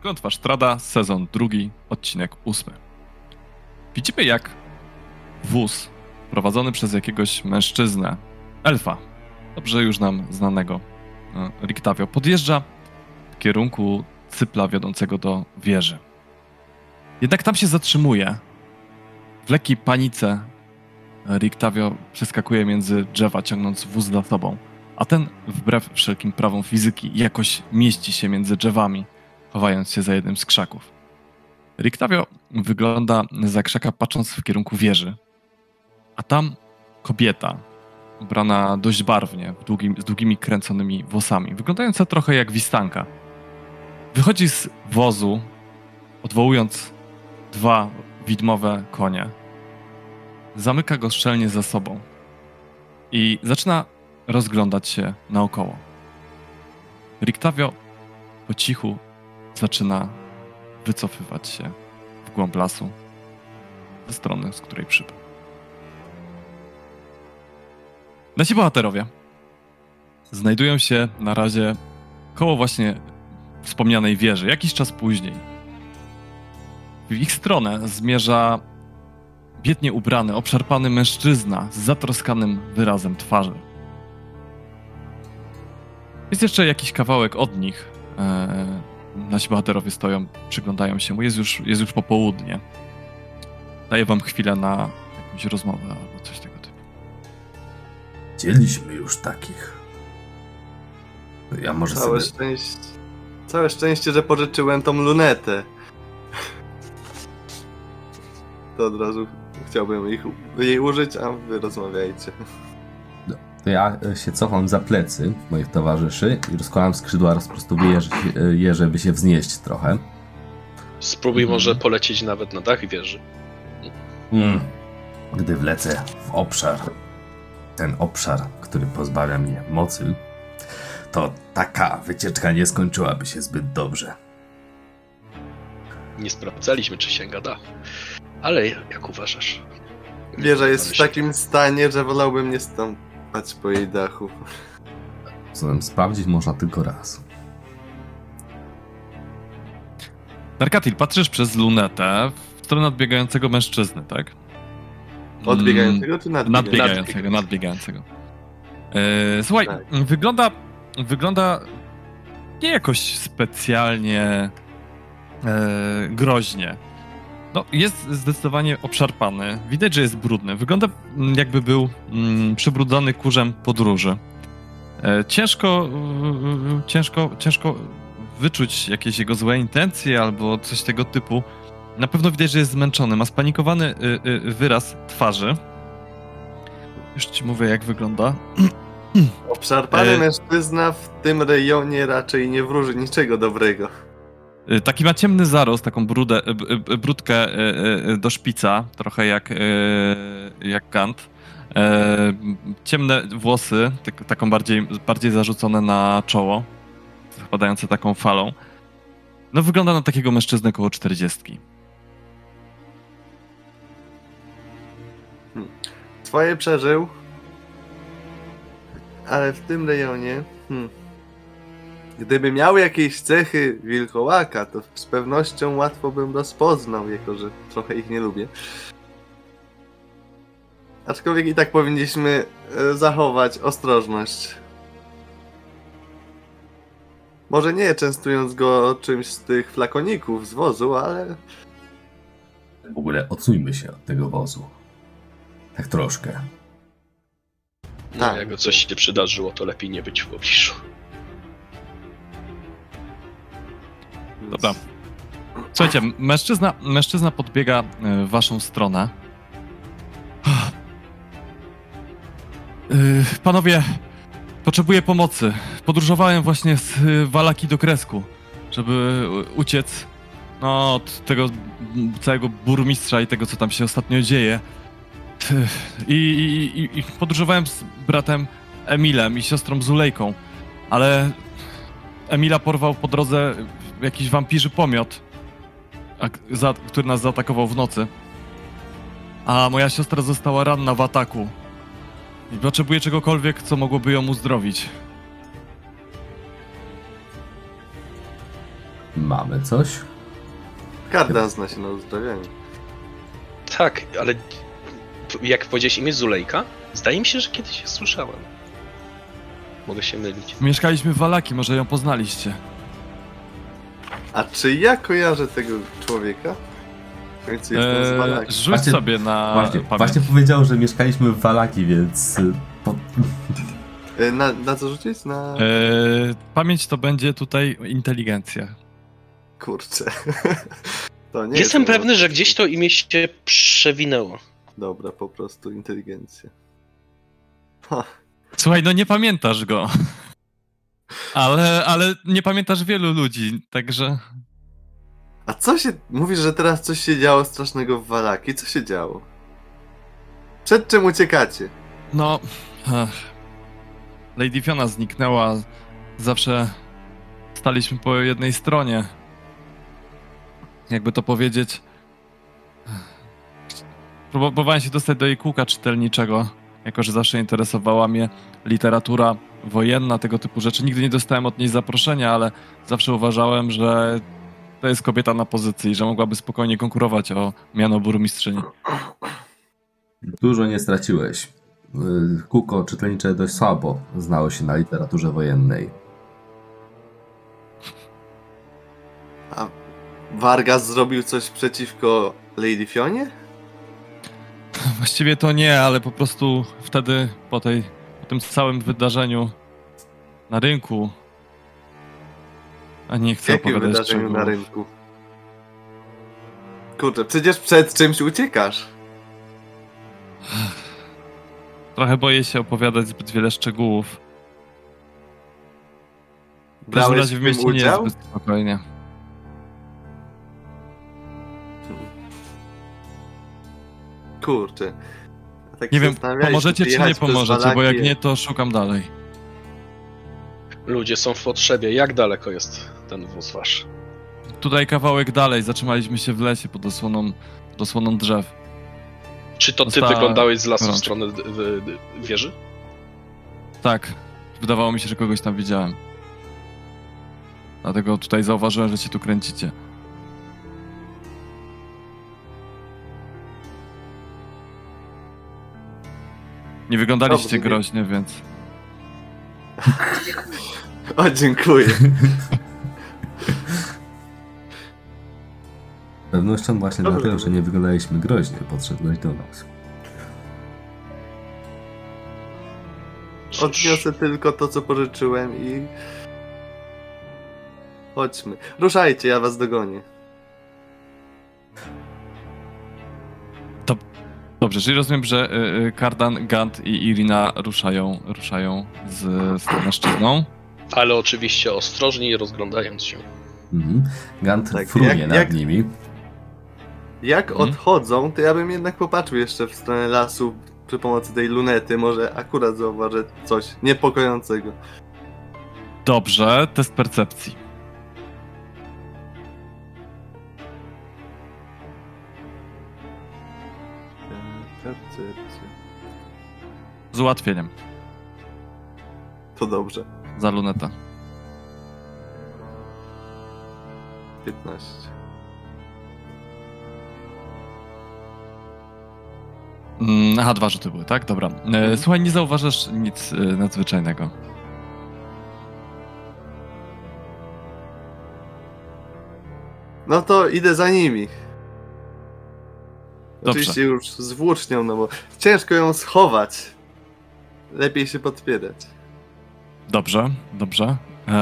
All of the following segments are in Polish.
Klątwa Strahda, sezon 2, odcinek 8. Widzimy, jak wóz prowadzony przez jakiegoś mężczyznę, elfa, dobrze już nam znanego, Rictavio, podjeżdża w kierunku cypla wiodącego do wieży. Jednak tam się zatrzymuje. W lekkiej panice Rictavio przeskakuje między drzewa, ciągnąc wóz za sobą, a ten, wbrew wszelkim prawom fizyki, jakoś mieści się między drzewami, chowając się za jednym z krzaków. Rictavio wygląda za krzaka, patrząc w kierunku wieży, a tam kobieta, ubrana dość barwnie, z długimi kręconymi włosami, wyglądająca trochę jak wistanka. Wychodzi z wozu, odwołując 2 widmowe konie. Zamyka go szczelnie za sobą i zaczyna rozglądać się naokoło. Rictavio po cichu zaczyna wycofywać się w głąb lasu ze strony, z której przybył. Nasi bohaterowie znajdują się na razie koło właśnie wspomnianej wieży. Jakiś czas później w ich stronę zmierza biednie ubrany, obszarpany mężczyzna z zatroskanym wyrazem twarzy. Jest jeszcze jakiś kawałek od nich. Nasi bohaterowie stoją, przyglądają się mu. Jest już popołudnie. Daję wam chwilę na jakąś rozmowę albo coś tego typu. Widzieliśmy już takich. Ja może Całe szczęście, że pożyczyłem tą lunetę. To od razu chciałbym jej użyć, a wy rozmawiajcie. To ja się cofam za plecy moich towarzyszy i rozkładam skrzydła, rozprostowuję je, żeby się wznieść trochę. Spróbuj może polecieć nawet na dach wieży. Gdy wlecę w obszar, ten obszar, który pozbawia mnie mocy, to taka wycieczka nie skończyłaby się zbyt dobrze. Nie sprawdzaliśmy, czy sięga dachu. Ale jak uważasz? Wieża jest w takim stanie, że wolałbym nie stąpać po jej dachu. Sprawdzić można tylko raz. Narkatil, patrzysz przez lunetę w stronę nadbiegającego mężczyzny, tak? Odbiegającego czy nadbiegającego? Nadbiegającego. Słuchaj, tak. Wygląda nie jakoś specjalnie groźnie. No, jest zdecydowanie obszarpany. Widać, że jest brudny. Wygląda, jakby był przybrudzony kurzem podróży. Ciężko wyczuć jakieś jego złe intencje albo coś tego typu. Na pewno widać, że jest zmęczony. Ma spanikowany wyraz twarzy. Już ci mówię, jak wygląda. Obszarpany mężczyzna w tym rejonie raczej nie wróży niczego dobrego. Taki ma ciemny zarost, taką brudkę do szpica, trochę jak Gant. Ciemne włosy, taką bardziej zarzucone na czoło, spadające taką falą. No, wygląda na takiego mężczyznę około 40. Swoje przeżył, ale w tym rejonie... Gdyby miał jakieś cechy wilkołaka, to z pewnością łatwo bym rozpoznał, jako że trochę ich nie lubię. Aczkolwiek i tak powinniśmy zachować ostrożność. Może nie częstując go czymś z tych flakoników z wozu, ale... W ogóle odsuńmy się od tego wozu. Tak troszkę. No, jak coś się przydarzyło, to lepiej nie być w pobliżu. Dobra. Słuchajcie, mężczyzna podbiega w waszą stronę. Panowie, potrzebuję pomocy. Podróżowałem właśnie z Vallaki do Kresku, żeby uciec od tego całego burmistrza i tego, co tam się ostatnio dzieje. I podróżowałem z bratem Emilem i siostrą Zulejką, ale Emila porwał po drodze jakiś wampirzy pomiot, który nas zaatakował w nocy. A moja siostra została ranna w ataku. I potrzebuję czegokolwiek, co mogłoby ją uzdrowić. Mamy coś? Kardan zna się na uzdrawianiu. Tak, ale jak powiedziałeś imię Zulejka? Zdaje mi się, że kiedyś je słyszałem. Mogę się mylić. Mieszkaliśmy w Wallaki, może ją poznaliście. A czy ja kojarzę tego człowieka? W końcu jestem z Wallaki. Rzuć Właśnie- sobie na pamięć. Właśnie powiedział, że mieszkaliśmy w Wallaki, więc... Na co rzucić? Na... Pamięć to będzie tutaj inteligencja. Kurczę. To nie Jestem jest pewny, że gdzieś to imię się przewinęło. Dobra, po prostu inteligencja. Słuchaj, no nie pamiętasz go. Ale nie pamiętasz wielu ludzi, także... A co się... Mówisz, że teraz coś się działo strasznego w Wallaki. Co się działo? Przed czym uciekacie? No... Lady Fiona zniknęła. Zawsze staliśmy po jednej stronie. Jakby to powiedzieć... Próbowałem się dostać do jej kółka czytelniczego, jako że zawsze interesowała mnie literatura wojenna, tego typu rzeczy. Nigdy nie dostałem od niej zaproszenia, ale zawsze uważałem, że to jest kobieta na pozycji, że mogłaby spokojnie konkurować o miano burmistrzyni. Dużo nie straciłeś. Kółko czytelnicze dość słabo znało się na literaturze wojennej. A Vargas zrobił coś przeciwko Lady Fionie? Właściwie to nie, ale po prostu wtedy po tym całym wydarzeniu na rynku, a nie chcę Jakim opowiadać wydarzeniu szczegółów. na rynku? Kurczę, przecież przed czymś uciekasz. Trochę boję się opowiadać zbyt wiele szczegółów. W każdym Brałeś razie w w tym mieście nie jest udział? zbyt spokojnie. Kurczę. Tak Nie się wiem, zastanawialiśmy, pomożecie czy nie jechać przez pomożecie, bo jak Wallakię. nie, to szukam dalej. Ludzie są w potrzebie. Jak daleko jest ten wóz wasz? Tutaj kawałek dalej, zatrzymaliśmy się w lesie pod osłoną drzew. Czy to ty Została wyglądałeś z lasu w gorączka. stronę wieży? Tak, wydawało mi się, że kogoś tam widziałem. Dlatego tutaj zauważyłem, że się tu kręcicie. Nie wyglądaliście Dobrze, nie. groźnie, więc... O, dziękuję. Z pewnością właśnie Dobra. dlatego, że nie wyglądaliśmy groźnie, podszedłeś do nas. Odniosę tylko to, co pożyczyłem i... Chodźmy. Ruszajcie, ja was dogonię. Dobrze, czyli rozumiem, że Kardan, Gant i Irina ruszają z tym mężczyzną. Ale oczywiście ostrożnie, rozglądając się. Mhm. Gant Tak, fruje jak- nad jak- nimi. Jak Mhm. odchodzą, to ja bym jednak popatrzył jeszcze w stronę lasu przy pomocy tej lunety. Może akurat zauważę coś niepokojącego. Dobrze, test percepcji. Z ułatwieniem. To dobrze. Za lunetę. 15. Aha, 2 rzuty były, tak? Dobra. Słuchaj, nie zauważasz nic nadzwyczajnego. No to idę za nimi. Dobrze. Oczywiście już z włócznią, no bo ciężko ją schować. Lepiej się podpierać. Dobrze, dobrze.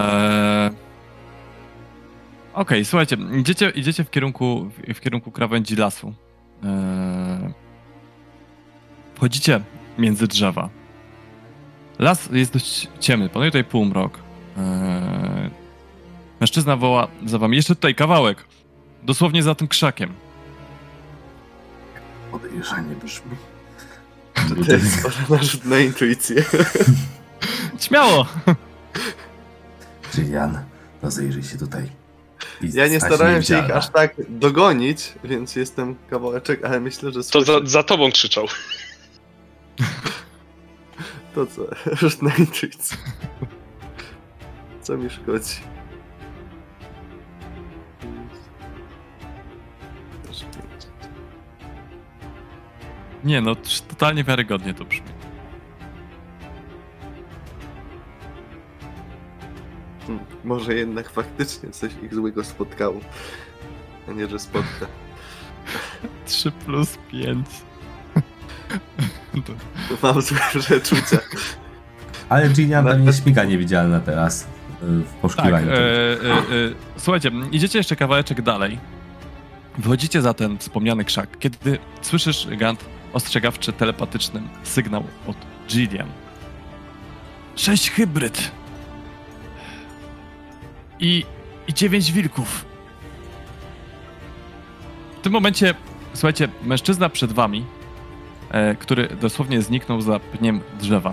Okej, słuchajcie, idziecie w kierunku krawędzi lasu. Wchodzicie między drzewa. Las jest dość ciemny, panuje tutaj półmrok. Mężczyzna woła za wami. Jeszcze tutaj kawałek. Dosłownie za tym krzakiem. Podejrzanie brzmi. To jest pora na rzut na intuicję. Śmiało! Julian, rozejrzyj się tutaj. I Ja nie stać starałem się ich niewidzialna. aż tak dogonić, więc jestem kawałeczek, ale myślę, że To słyszę za tobą krzyczał. to co? Rzut na intuicję. Co mi szkodzi? brzmieć. Nie no, totalnie wiarygodnie to brzmi. Może jednak faktycznie coś ich złego spotkało. A nie, że spotka. 3+5. Mam złe przeczucia. Ale Gillian pewnie śmiga niewidzialna teraz w Tak, poszukiwaniu. słuchajcie, idziecie jeszcze kawałeczek dalej. Wychodzicie za ten wspomniany krzak, kiedy słyszysz, Gant, ostrzegawczy, telepatyczny sygnał od Gillian. 6 hybryd. I 9 wilków. W tym momencie, słuchajcie, mężczyzna przed wami, który dosłownie zniknął za pniem drzewa.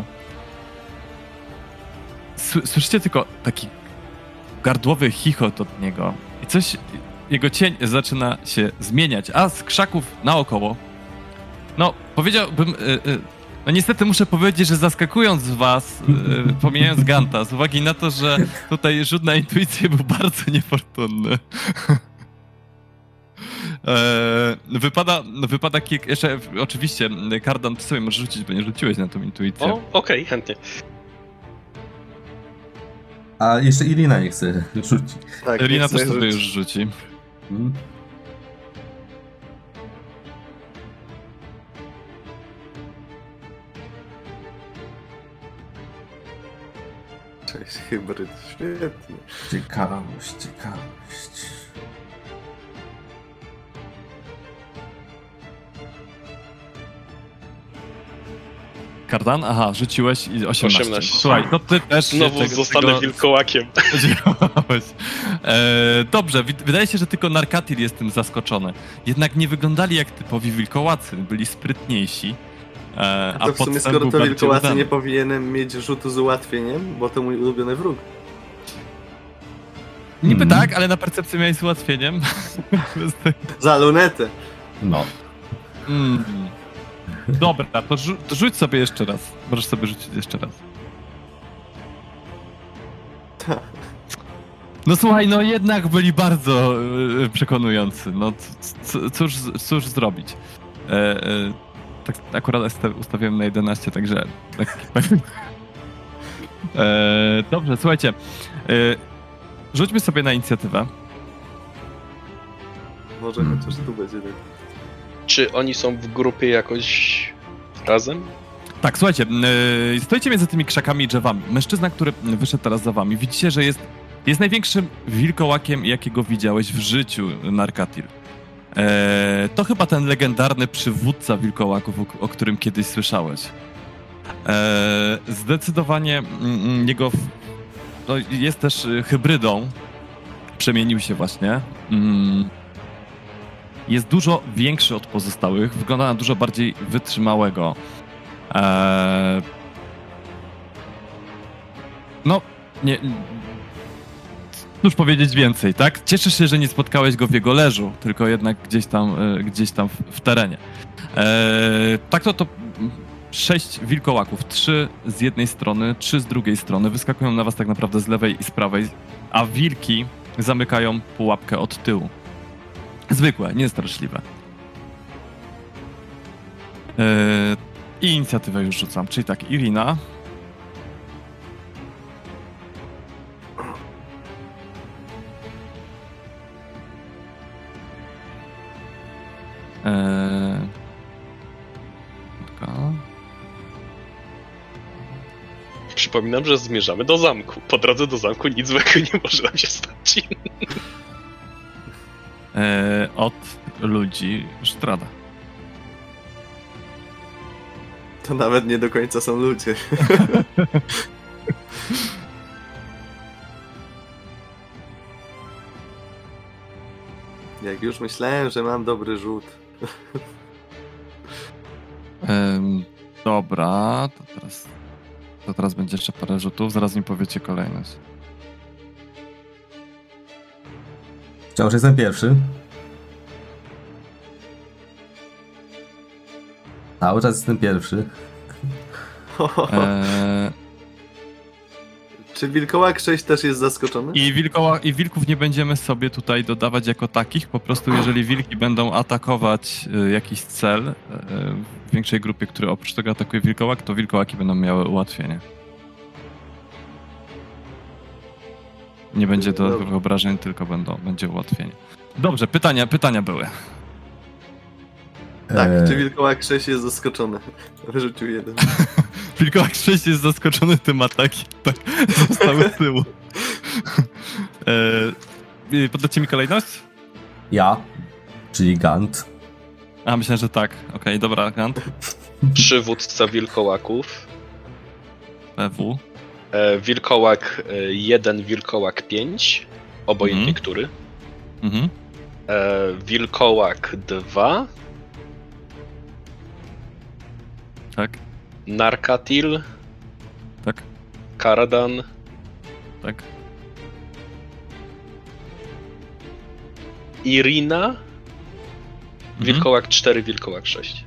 Słyszycie tylko taki gardłowy chichot od niego i coś, jego cień zaczyna się zmieniać, a z krzaków naokoło, no powiedziałbym, no niestety muszę powiedzieć, że zaskakując was, pomijając Ganta, z uwagi na to, że tutaj rzut na intuicję był bardzo niefortunny. Wypada kilka, jeszcze oczywiście, Kardan, ty sobie możesz rzucić, bo nie rzuciłeś na tą intuicję. O, okej, chętnie. A jeszcze Irina nie chce rzucić. Tak, Irina nie chcę też sobie rzucić. już rzuci. Hmm? Cześć, hybryd, świetnie. Ciekawość. Kardan? Aha, rzuciłeś i 18. 18. Słuchaj, to ty też Znowu zostanę wilkołakiem. spodziewałeś. Dobrze, wydaje się, że tylko Narkatil jest tym zaskoczony. Jednak nie wyglądali jak typowi wilkołacy, byli sprytniejsi. A to w sumie, podstęp skoro był to bardziej wilkołacy, udany. nie powinienem mieć rzutu z ułatwieniem, bo to mój ulubiony wróg. Niby Mhm. tak, ale na percepcję miałeś z ułatwieniem. Za lunetę. No. Mm. Dobra, to rzuć sobie jeszcze raz. Możesz sobie rzucić jeszcze raz. No słuchaj, no jednak byli bardzo przekonujący. No cóż zrobić? Tak akurat ustawiłem na 11, także... Dobrze, słuchajcie. Rzućmy sobie na inicjatywę. Może chociaż tu będzie lepiej. Czy oni są w grupie jakoś razem? Tak, słuchajcie, stoicie między tymi krzakami i drzewami. Mężczyzna, który wyszedł teraz za wami, widzicie, że jest największym wilkołakiem, jakiego widziałeś w życiu, Narkatil. To chyba ten legendarny przywódca wilkołaków, o którym kiedyś słyszałeś. Zdecydowanie jego no, jest też hybrydą. Przemienił się właśnie. Jest dużo większy od pozostałych, wygląda na dużo bardziej wytrzymałego. No, nie... Cóż powiedzieć więcej, tak? Cieszę się, że nie spotkałeś go w jego leżu, tylko jednak gdzieś tam w terenie. Tak to 6 wilkołaków, 3 z jednej strony, 3 z drugiej strony, wyskakują na was tak naprawdę z lewej i z prawej, a wilki zamykają pułapkę od tyłu. Zwykłe, niestraszliwe. I inicjatywę już rzucam, czyli tak, Irina. Przypominam, że zmierzamy do zamku. Po drodze do zamku nic złego nie może nam się stać. Od ludzi Sztrada. To nawet nie do końca są ludzie. Jak już myślałem, że mam dobry rzut. Dobra, to teraz będzie jeszcze parę rzutów, zaraz mi powiecie kolejność. Wciąż jestem pierwszy. Cały czas jestem pierwszy. Czy wilkołak 6 też jest zaskoczony? I wilków nie będziemy sobie tutaj dodawać jako takich, po prostu jeżeli wilki będą atakować jakiś cel w większej grupie, który oprócz tego atakuje wilkołak, to wilkołaki będą miały ułatwienie. Nie będzie dodatkowych obrażeń, tylko będzie ułatwienie. Dobrze, pytania były. Tak, czy wilkołak 6 jest zaskoczony? Wyrzucił 1. Wilkołak 6 jest zaskoczony tym atakiem. Tak, zostały z tyłu. Podacie mi kolejność? Ja, czyli Gant. A, myślę, że tak. Okej, dobra, Gant. Przywódca wilkołaków. PW. Wilkołak 1, wilkołak 5. Obojętnie który. Mhm. Wilkołak 2. Tak, Narkatil. tak, Karadan. tak. Irina. Wilkołak 4, wilkołak 6.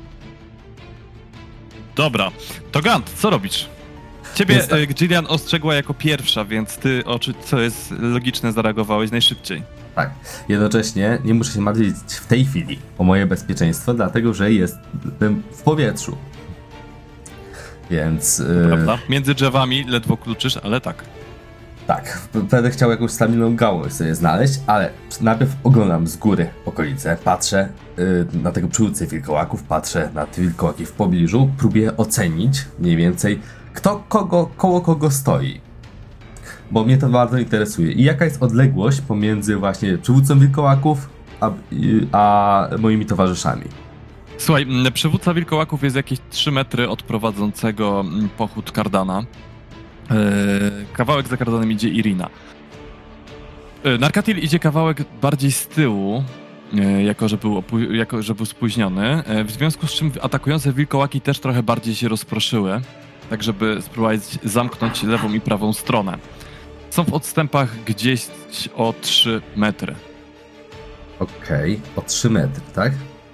Dobra, to Gant, co robisz? Ciebie Jest tak. Jillian ostrzegła jako pierwsza, więc ty, co jest logiczne, zareagowałeś najszybciej. Tak. Jednocześnie nie muszę się martwić w tej chwili o moje bezpieczeństwo, dlatego że jestem w powietrzu. Więc... Prawda? Między drzewami ledwo kluczysz, ale tak. Tak, będę chciał jakąś stabilną gałąź sobie znaleźć, ale najpierw oglądam z góry okolice, patrzę na tego przywódcę wilkołaków, patrzę na te wilkołaki w pobliżu, próbuję ocenić mniej więcej koło kogo stoi. Bo mnie to bardzo interesuje. I jaka jest odległość pomiędzy właśnie przywódcą wilkołaków a moimi towarzyszami. Słuchaj, przywódca wilkołaków jest jakieś 3 metry od prowadzącego pochód Kardana. Kawałek za Kardanem idzie Irina. Narkatil idzie kawałek bardziej z tyłu, jako że był spóźniony, w związku z czym atakujące wilkołaki też trochę bardziej się rozproszyły, tak żeby spróbować zamknąć lewą i prawą stronę. Są w odstępach gdzieś o 3 metry. Okej, o 3 metry, tak?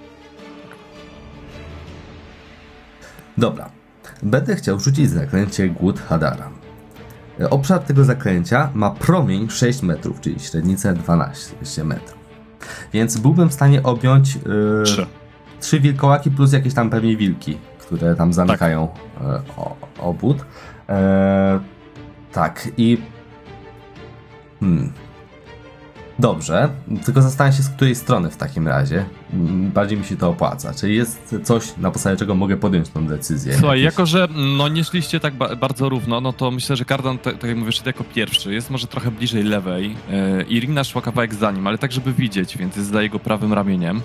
Dobra. Będę chciał rzucić zaklęcie Głód Hadara. Obszar tego zaklęcia ma promień 6 metrów, czyli średnicę 12 metrów. Więc byłbym w stanie objąć 3 wilkołaki plus jakieś tam pewnie wilki, które tam zamykają obwód. Tak i... Dobrze, tylko zastanawiam się z której strony w takim razie. Bardziej mi się to opłaca. Czy jest coś, na podstawie czego mogę podjąć tą decyzję? Słuchaj, jako że nie szliście tak bardzo równo, no to myślę, że Kardan, tak jak mówisz, jako pierwszy jest może trochę bliżej lewej. Irina szła kawałek za nim, ale tak żeby widzieć, więc jest za jego prawym ramieniem.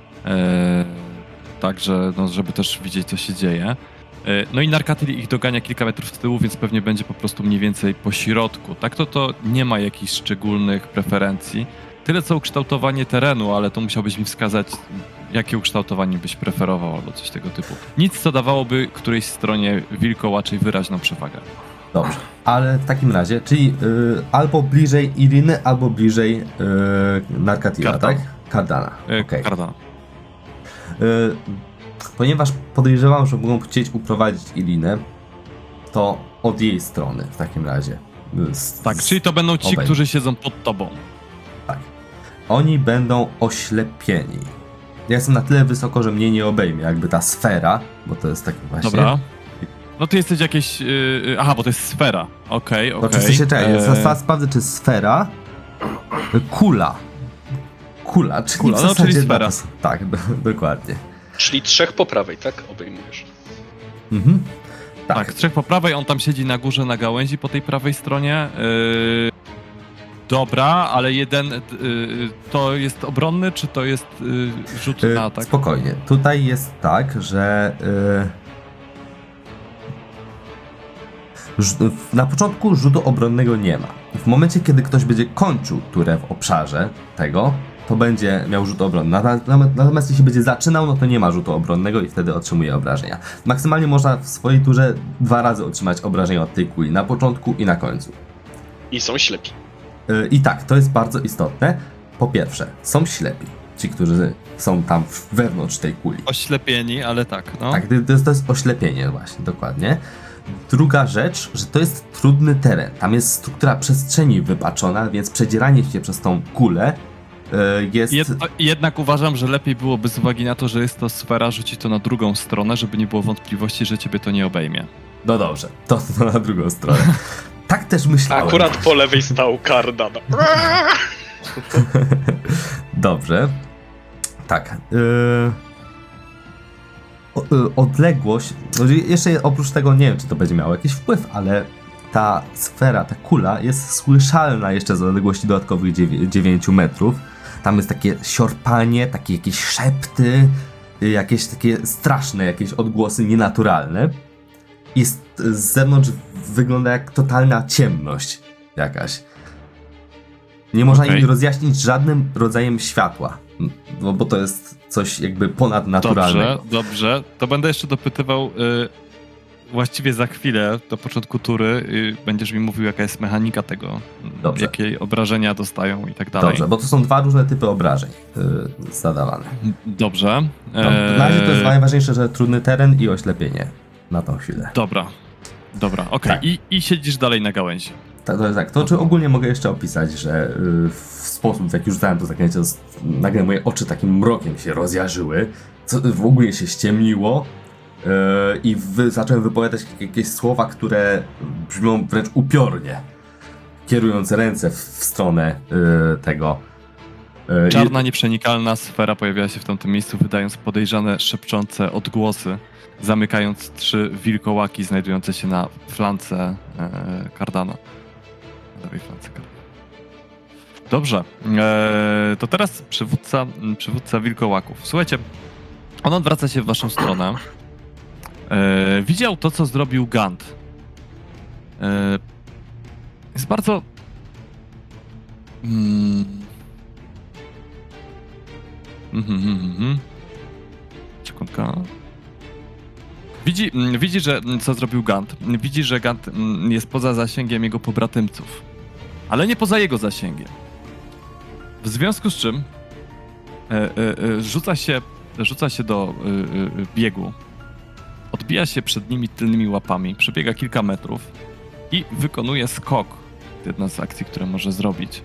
Także, żeby też widzieć, co się dzieje. No i Narkatil ich dogania kilka metrów z tyłu, więc pewnie będzie po prostu mniej więcej po środku. Tak to nie ma jakichś szczególnych preferencji. Tyle co ukształtowanie terenu, ale to musiałbyś mi wskazać, jakie ukształtowanie byś preferował albo coś tego typu. Nic, co dawałoby którejś stronie wilkołaczej wyraźną przewagę. Dobrze, ale w takim razie, czyli albo bliżej Iriny, albo bliżej Narkatila, tak? Kardana. Okay. Kardana. Ponieważ podejrzewam, że mogą chcieć uprowadzić Irinę, to od jej strony w takim razie. Tak, czyli to będą ci, którzy siedzą pod tobą. Tak. Oni będą oślepieni. Ja jestem na tyle wysoko, że mnie nie obejmie, jakby ta sfera, bo to jest taki właśnie... Dobra. No ty jesteś jakieś... Aha, bo to jest sfera. Okej. Oczywiście się sprawdzę, czy sfera... Kula, czyli w zasadzie... czyli sfera. Tak, dokładnie. Czyli 3 po prawej, tak? Obejmujesz. Mhm. Tak, 3 po prawej, on tam siedzi na górze, na gałęzi po tej prawej stronie. Dobra, ale jeden to jest obronny, czy to jest rzut na atak? Spokojnie. Tutaj jest tak, że na początku rzutu obronnego nie ma. W momencie, kiedy ktoś będzie kończył turę w obszarze tego, to będzie miał rzut obronny. Natomiast jeśli będzie zaczynał, no to nie ma rzutu obronnego i wtedy otrzymuje obrażenia. Maksymalnie można w swojej turze 2 razy otrzymać obrażenia od tej kuli. Na początku i na końcu. I są ślepi. I tak, to jest bardzo istotne. Po pierwsze, są ślepi. Ci, którzy są tam wewnątrz tej kuli. Oślepieni, ale tak, no. Tak, to jest oślepienie właśnie, dokładnie. Druga rzecz, że to jest trudny teren. Tam jest struktura przestrzeni wypaczona, więc przedzieranie się przez tą kulę jest... Jednak uważam, że lepiej byłoby z uwagi na to, że jest to sfera, rzucić to na drugą stronę, żeby nie było wątpliwości, że ciebie to nie obejmie. No dobrze, to na drugą stronę. Tak też myślałem. Akurat po lewej stał Kardan. Dobrze. Tak. Odległość... Jeszcze oprócz tego nie wiem, czy to będzie miało jakiś wpływ, ale ta sfera, ta kula jest słyszalna jeszcze z odległości dodatkowych 9 metrów. Tam jest takie siorpanie, takie jakieś szepty, jakieś takie straszne, jakieś odgłosy nienaturalne. I z zewnątrz wygląda jak totalna ciemność jakaś. Nie można jej rozjaśnić żadnym rodzajem światła, bo to jest coś jakby ponadnaturalnego. Dobrze. To będę jeszcze dopytywał właściwie za chwilę, do początku tury, będziesz mi mówił, jaka jest mechanika tego, jakie obrażenia dostają i tak dalej. Dobrze, bo to są 2 różne typy obrażeń zadawane. Dobrze. Na razie to jest najważniejsze, że trudny teren i oślepienie na tą chwilę. Dobra, okej. Tak. I siedzisz dalej na gałęzi. To czy ogólnie mogę jeszcze opisać, że w sposób, w jaki rzucałem to zaklęcie, nagle moje oczy takim mrokiem się rozjarzyły, w ogóle się ściemniło i zacząłem wypowiadać jakieś słowa, które brzmią wręcz upiornie, kierując ręce w stronę tego. Czarna, nieprzenikalna sfera pojawiała się w tamtym miejscu, wydając podejrzane, szepczące odgłosy, zamykając 3 wilkołaki znajdujące się na flance Kardana. Na lewej flance Kardana. Dobrze. To teraz przywódca wilkołaków. Słuchajcie, on odwraca się w waszą stronę. Widział to, co zrobił Gant. Jest bardzo... Sekundka. Widzi, że co zrobił Gant. Widzi, że Gant jest poza zasięgiem jego pobratymców. Ale nie poza jego zasięgiem. W związku z czym rzuca się do biegu. Odbija się przed nimi tylnymi łapami. Przebiega kilka metrów. I wykonuje skok. To jedna z akcji, które może zrobić.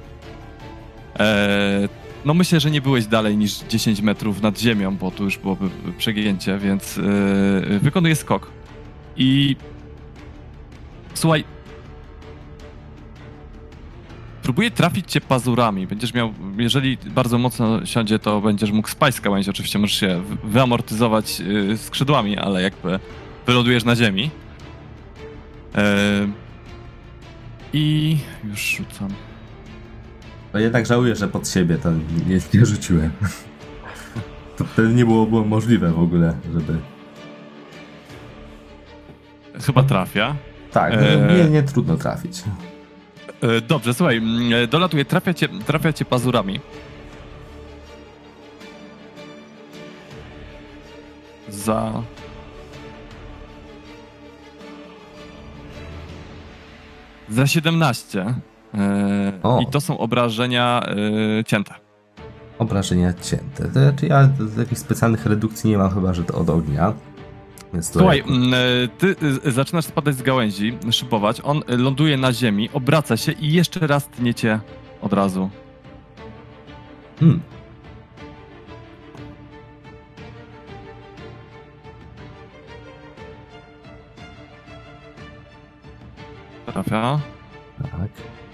No myślę, że nie byłeś dalej niż 10 metrów nad ziemią, bo tu już byłoby przegięcie, więc wykonuje skok. I słuchaj, próbuję trafić cię pazurami. Będziesz miał, jeżeli bardzo mocno siądzie, to będziesz mógł spać z gałęzi. Oczywiście możesz się wyamortyzować skrzydłami, ale jakby wylądujesz na ziemi. I już rzucam. No jednak żałuję, że pod siebie to nie rzuciłem. To wtedy nie było możliwe w ogóle, żeby... Chyba trafia. Tak, nie trudno trafić. Dobrze, słuchaj, dolatuje, trafia cię pazurami. Za 17. I to są obrażenia cięte. Obrażenia cięte. Znaczy ja jakichś specjalnych redukcji nie mam, chyba że to od ognia. Więc to słuchaj, ty zaczynasz spadać z gałęzi, szybować, on ląduje na ziemi, obraca się i jeszcze raz tnie cię od razu. Trafia. Tak.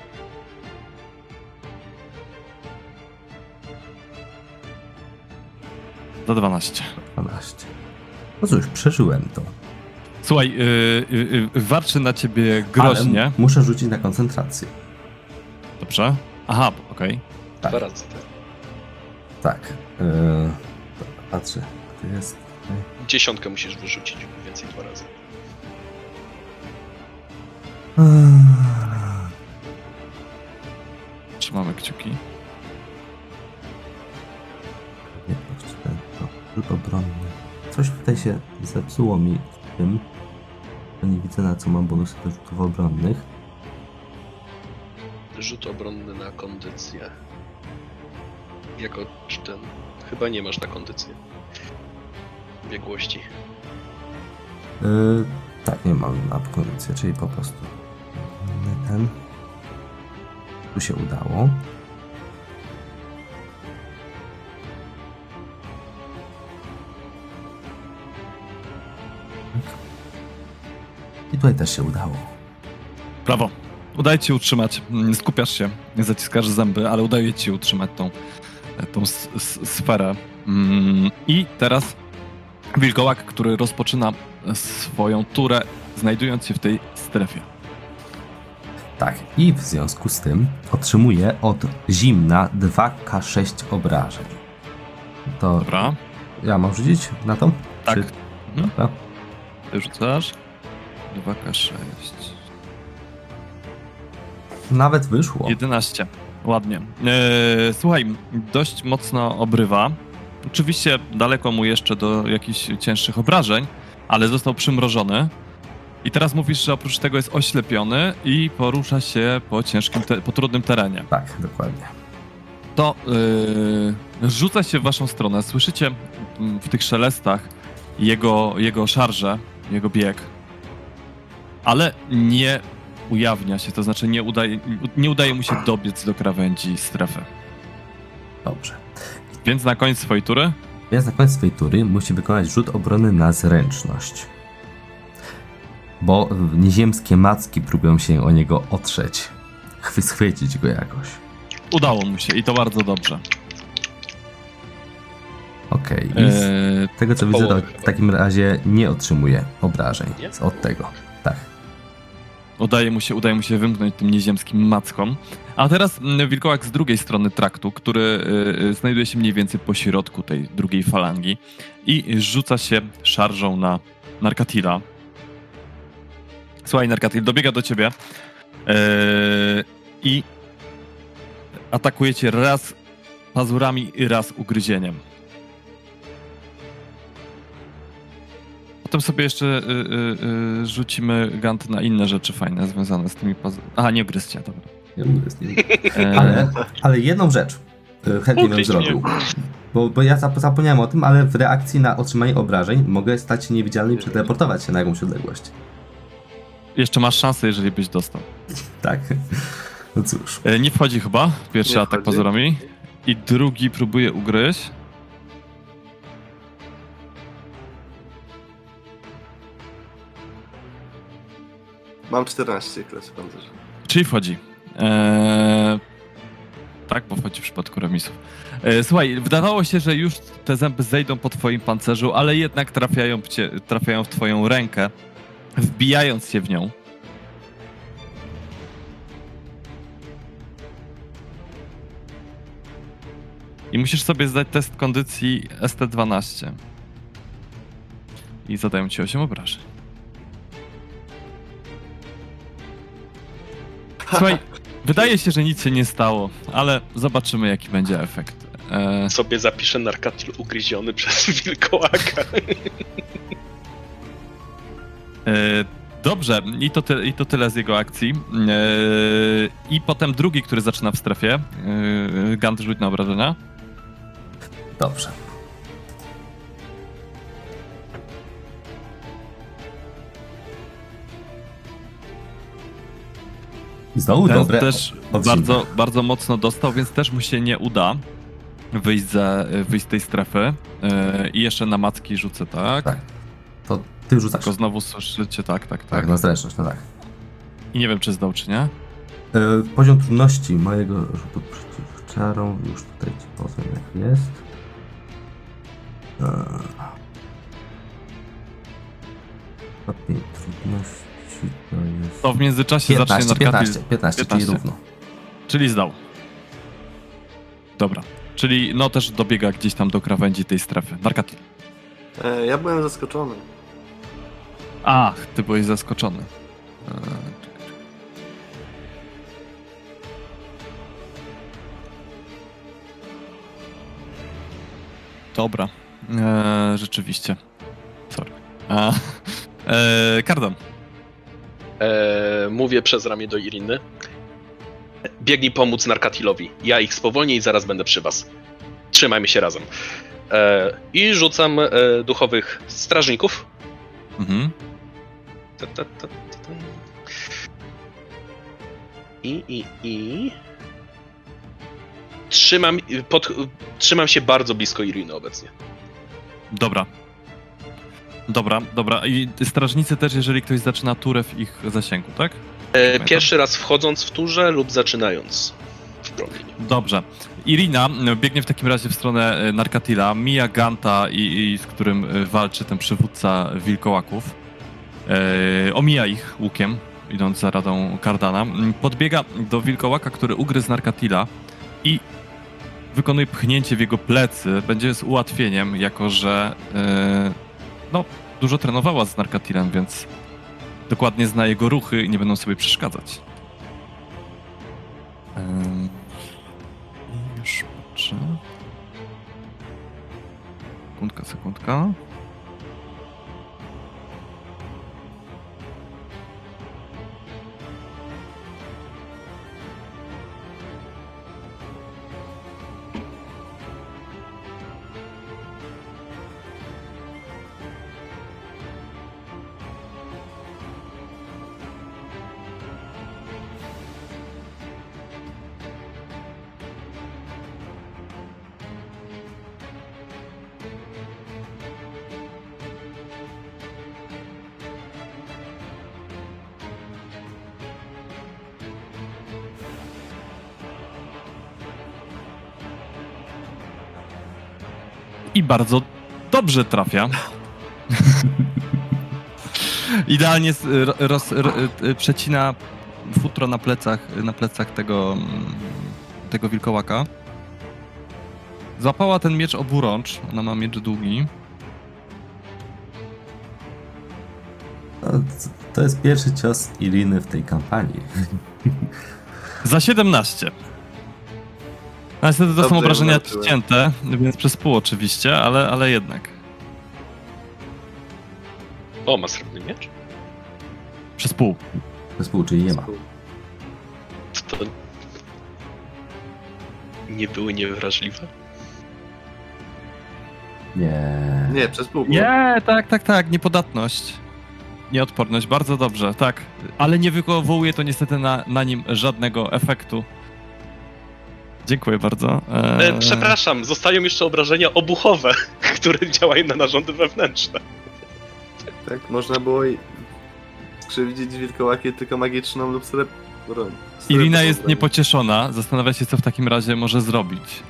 Za 12. 12. No cóż, przeżyłem to. Słuchaj, warczy na ciebie groźnie. Ale muszę rzucić na koncentrację. Dobrze. Aha, okej. Tak. 2 razy, tak? Tak. Patrzę, to jest... 10 musisz wyrzucić, więcej 2 razy. Trzymamy kciuki. Nie, to rzut obronny. Coś tutaj się zepsuło mi w tym. To nie widzę, na co mam bonusy do rzutów obronnych. Rzut obronny na kondycję. Jako ten... Chyba nie masz na kondycję. Biegłości. Tak, nie mam na kondycję, czyli po prostu ten. Tu się udało. I tutaj też się udało. Brawo. Udaje ci utrzymać. Skupiasz się, nie zaciskasz zęby, ale udaje ci utrzymać tą sferę. I teraz wilkołak, który rozpoczyna swoją turę, znajdując się w tej strefie. Tak, i w związku z tym otrzymuje od zimna 2K6 obrażeń. To Dobra. ja mam rzucić na to? Tak. Czy... Dobra. Ty rzucasz. 2K6. Nawet wyszło. 11. Ładnie. Słuchaj, dość mocno obrywa. Oczywiście daleko mu jeszcze do jakichś cięższych obrażeń, ale został przymrożony. I teraz mówisz, że oprócz tego jest oślepiony i porusza się po ciężkim, po trudnym terenie. Tak, dokładnie. To rzuca się w waszą stronę. Słyszycie w tych szelestach jego szarże, jego bieg, ale nie ujawnia się, to znaczy nie udaje mu się dobiec do krawędzi strefy. Dobrze. Więc na koniec swojej tury? Więc na koniec swojej tury musi wykonać rzut obrony na zręczność. Bo nieziemskie macki próbują się o niego otrzeć. Schwycić go jakoś. Udało mu się i to bardzo dobrze. Okej. I z tego co widzę, to w takim razie nie otrzymuje obrażeń od tego. Tak. Udaje mu się wymknąć tym nieziemskim mackom. A teraz wilkołak z drugiej strony traktu, który znajduje się mniej więcej po środku tej drugiej falangi i rzuca się szarżą na Narkatila. Słuchaj, Narkatil, dobiega do ciebie i atakuje cię raz pazurami i raz ugryzieniem. Potem sobie jeszcze rzucimy Gant na inne rzeczy fajne związane z tymi pazurami. Aha, nie ugryzcie, dobra. Ale jedną rzecz chętnie bym zrobił. Bo ja zapomniałem o tym, ale w reakcji na otrzymanie obrażeń mogę stać się niewidzialny i przeteleportować się na jakąś odległość. Jeszcze masz szansę, jeżeli byś dostał. Tak. No cóż. Nie wchodzi chyba pierwszy atak pazurami. I drugi próbuje ugryźć. Mam 14 klasy pancerza. Czyli wchodzi. Tak, bo wchodzi w przypadku remisów. Słuchaj, wydawało się, że już te zęby zejdą po twoim pancerzu, ale jednak trafiają w twoją rękę, wbijając się w nią. I musisz sobie zdać test kondycji ST12. I zadają ci 8 obrażeń. Słuchaj, wydaje się, że nic się nie stało, ale zobaczymy, jaki będzie efekt. Sobie zapiszę Narkatil ugryziony przez wilkołaka. Dobrze, i to tyle z jego akcji. I potem drugi, który zaczyna w strefie. Gant, rzuć na obrażenia. Dobrze. I znowu Ten dobre. też bardzo mocno dostał, więc też mu się nie uda wyjść z tej strefy. I jeszcze na macki rzucę, tak? Tak. To ty rzucasz. Tylko znowu słyszycie, tak. Tak, na zręczność, no tak. I nie wiem, czy zdał, czy nie. Poziom trudności mojego rzutu przeciw czarom, już tutaj ci powiem jak jest. Stopień trudności to jest... To w międzyczasie zacznie Narkatil. 15, czyli równo. Czyli zdał. Dobra. Czyli no też dobiega gdzieś tam do krawędzi tej strefy. Narkatil. Ja byłem zaskoczony. Ach, ty byłeś zaskoczony. Dobra. Rzeczywiście. Sorry. Kardan. Mówię przez ramię do Iriny. Biegnij pomóc Narkatilowi. Ja ich spowolnię i zaraz będę przy was. Trzymajmy się razem. I rzucam duchowych strażników. Mhm. Trzymam się bardzo blisko Iriny obecnie. Dobra. I strażnicy też, jeżeli ktoś zaczyna turę w ich zasięgu, tak? Pierwszy raz wchodząc w turze lub zaczynając w promieniu. Dobrze. Irina biegnie w takim razie w stronę Narkatila, mija Ganta, i z którym walczy ten przywódca wilkołaków. Omija ich łukiem, idąc za radą Cardana. Podbiega do wilkołaka, który ugryzł Narkatila i wykonuje pchnięcie w jego plecy. Będzie z ułatwieniem, jako że dużo trenowała z Narkatilem, więc dokładnie zna jego ruchy i nie będą sobie przeszkadzać. Już patrzę. Sekundka. I bardzo dobrze trafia. Idealnie przecina futro na plecach tego wilkołaka. Złapała ten miecz oburącz. Ona ma miecz długi. To jest pierwszy cios Iriny w tej kampanii. Za 17. No, niestety to są obrażenia ścięte, więc przez pół oczywiście, ale jednak. O, ma srebrny miecz? Przez pół. Przez pół, czyli nie ma. To nie były niewrażliwe? Nie, przez pół. Nie, tak, niepodatność. Nieodporność, bardzo dobrze, tak. Ale nie wywołuje to niestety na nim żadnego efektu. Dziękuję bardzo. Przepraszam, zostają jeszcze obrażenia obuchowe, które działają na narządy wewnętrzne. Tak, można było skrzywdzić wilkołaki tylko magiczną lub srebrną. Irina jest niepocieszona, zastanawia się, co w takim razie może zrobić.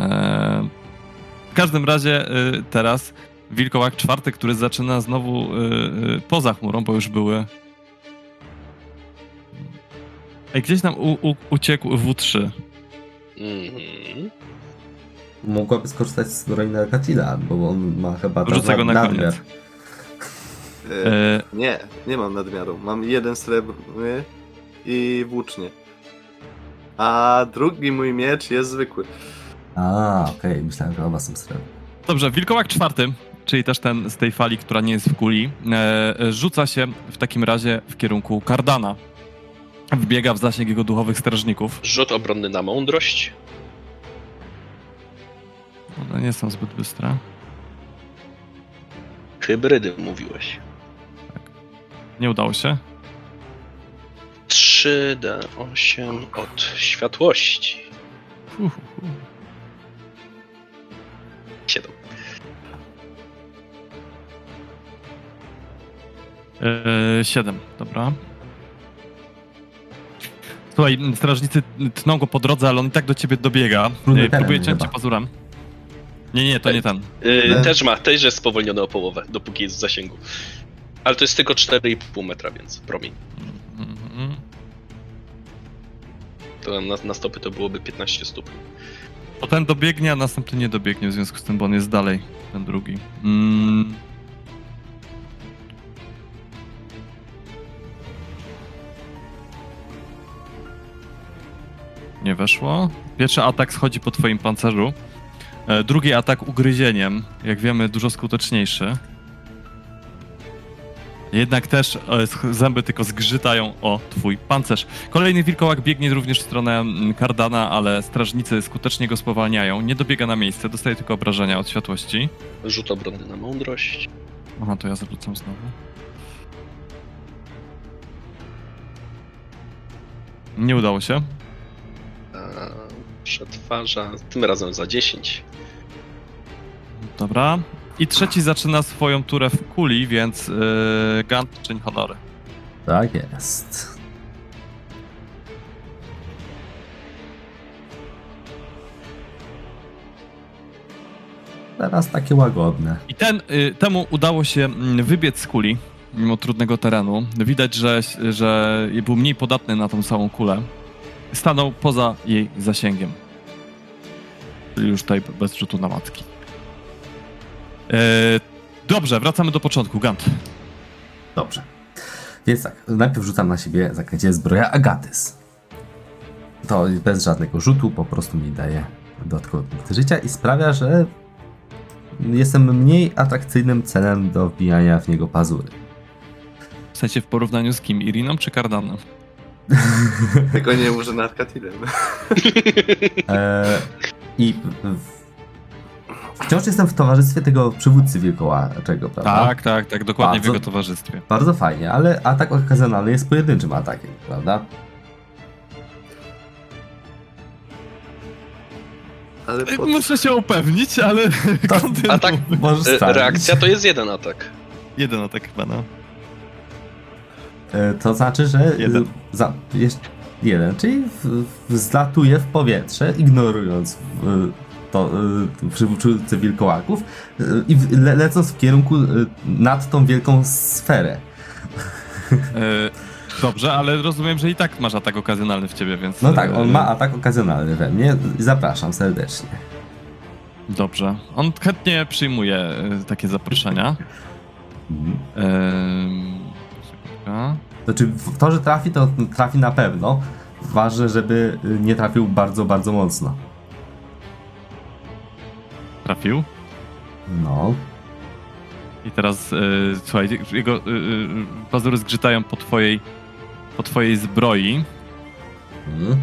W każdym razie teraz wilkołak czwarty, który zaczyna znowu poza chmurą, bo już były... Gdzieś nam uciekł W3. Mogłaby skorzystać z broni Narkatila, bo on ma chyba Wrzucę go na nadmiar. koniec. Nie mam nadmiaru. Mam jeden srebrny i włócznie. A drugi mój miecz jest zwykły. Okej. Myślałem, że oba są srebrne. Dobrze, wilkołak czwarty, czyli też ten z tej fali, która nie jest w kuli, rzuca się w takim razie w kierunku Cardana. Wbiega w zasięg jego duchowych strażników. Rzut obronny na mądrość. One nie są zbyt bystre. Hybrydy mówiłeś. Tak. Nie udało się. 3D8 od światłości. 7. 7, dobra. Słuchaj, strażnicy tną go po drodze, ale on i tak do ciebie dobiega. Próbuje ciąć cię pazurem. Nie, to nie ten. Też jest spowolniony o połowę, dopóki jest w zasięgu. Ale to jest tylko 4,5 metra, więc promień. To na stopy to byłoby 15 stopni. Bo ten dobiegnie, a następny nie dobiegnie, w związku z tym, bo on jest dalej, ten drugi. Nie weszło. Pierwszy atak schodzi po twoim pancerzu. Drugi atak ugryzieniem, jak wiemy, dużo skuteczniejszy. Jednak też zęby tylko zgrzytają o twój pancerz. Kolejny wilkołak biegnie również w stronę Cardana, ale strażnicy skutecznie go spowalniają. Nie dobiega na miejsce, dostaje tylko obrażenia od światłości. Rzut obronny na mądrość. Aha, to ja zawrócam znowu. Nie udało się. Przetwarza, tym razem za 10. Dobra. I trzeci zaczyna swoją turę w kuli, więc Gant, czyń honory. Tak jest. Teraz takie łagodne. I temu udało się wybiec z kuli, mimo trudnego terenu. Widać, że był mniej podatny na tą całą kulę. Stanął poza jej zasięgiem. Czyli już tutaj bez rzutu na macki. Dobrze, wracamy do początku. Gant. Dobrze. Więc tak, najpierw rzucam na siebie zaklęcie zbroja Agatys. To bez żadnego rzutu, po prostu mi daje dodatkowe punkty życia i sprawia, że jestem mniej atrakcyjnym celem do wbijania w niego pazury. W sensie w porównaniu z kim? Iriną czy Cardanem? Tylko nie może nad Katilem. I wciąż jestem w towarzystwie tego przywódcy wilkołaczego, prawda? Tak, dokładnie Bardzo- w jego towarzystwie. Bardzo fajnie, ale atak okazjonalny jest pojedynczym atakiem, prawda? Ale po... Muszę się upewnić, ale To- kontynuuj. Atak, Możesz stawić. reakcja to jest jeden atak. Jeden atak chyba, no. To znaczy, że Jeden. jest jeden, czyli zlatuje w powietrze, ignorując przywódcę wilkołaków i lecąc w kierunku nad tą wielką sferę. Dobrze, ale rozumiem, że i tak masz atak okazjonalny w ciebie, więc... No tak, on ma atak okazjonalny we mnie. Zapraszam serdecznie. Dobrze. On chętnie przyjmuje takie zaproszenia. Sekundka. Znaczy, to, że trafi, to trafi na pewno. Ważne, żeby nie trafił bardzo, bardzo mocno. Trafił. No. I teraz, słuchaj, jego pazury zgrzytają po twojej zbroi. Mhm.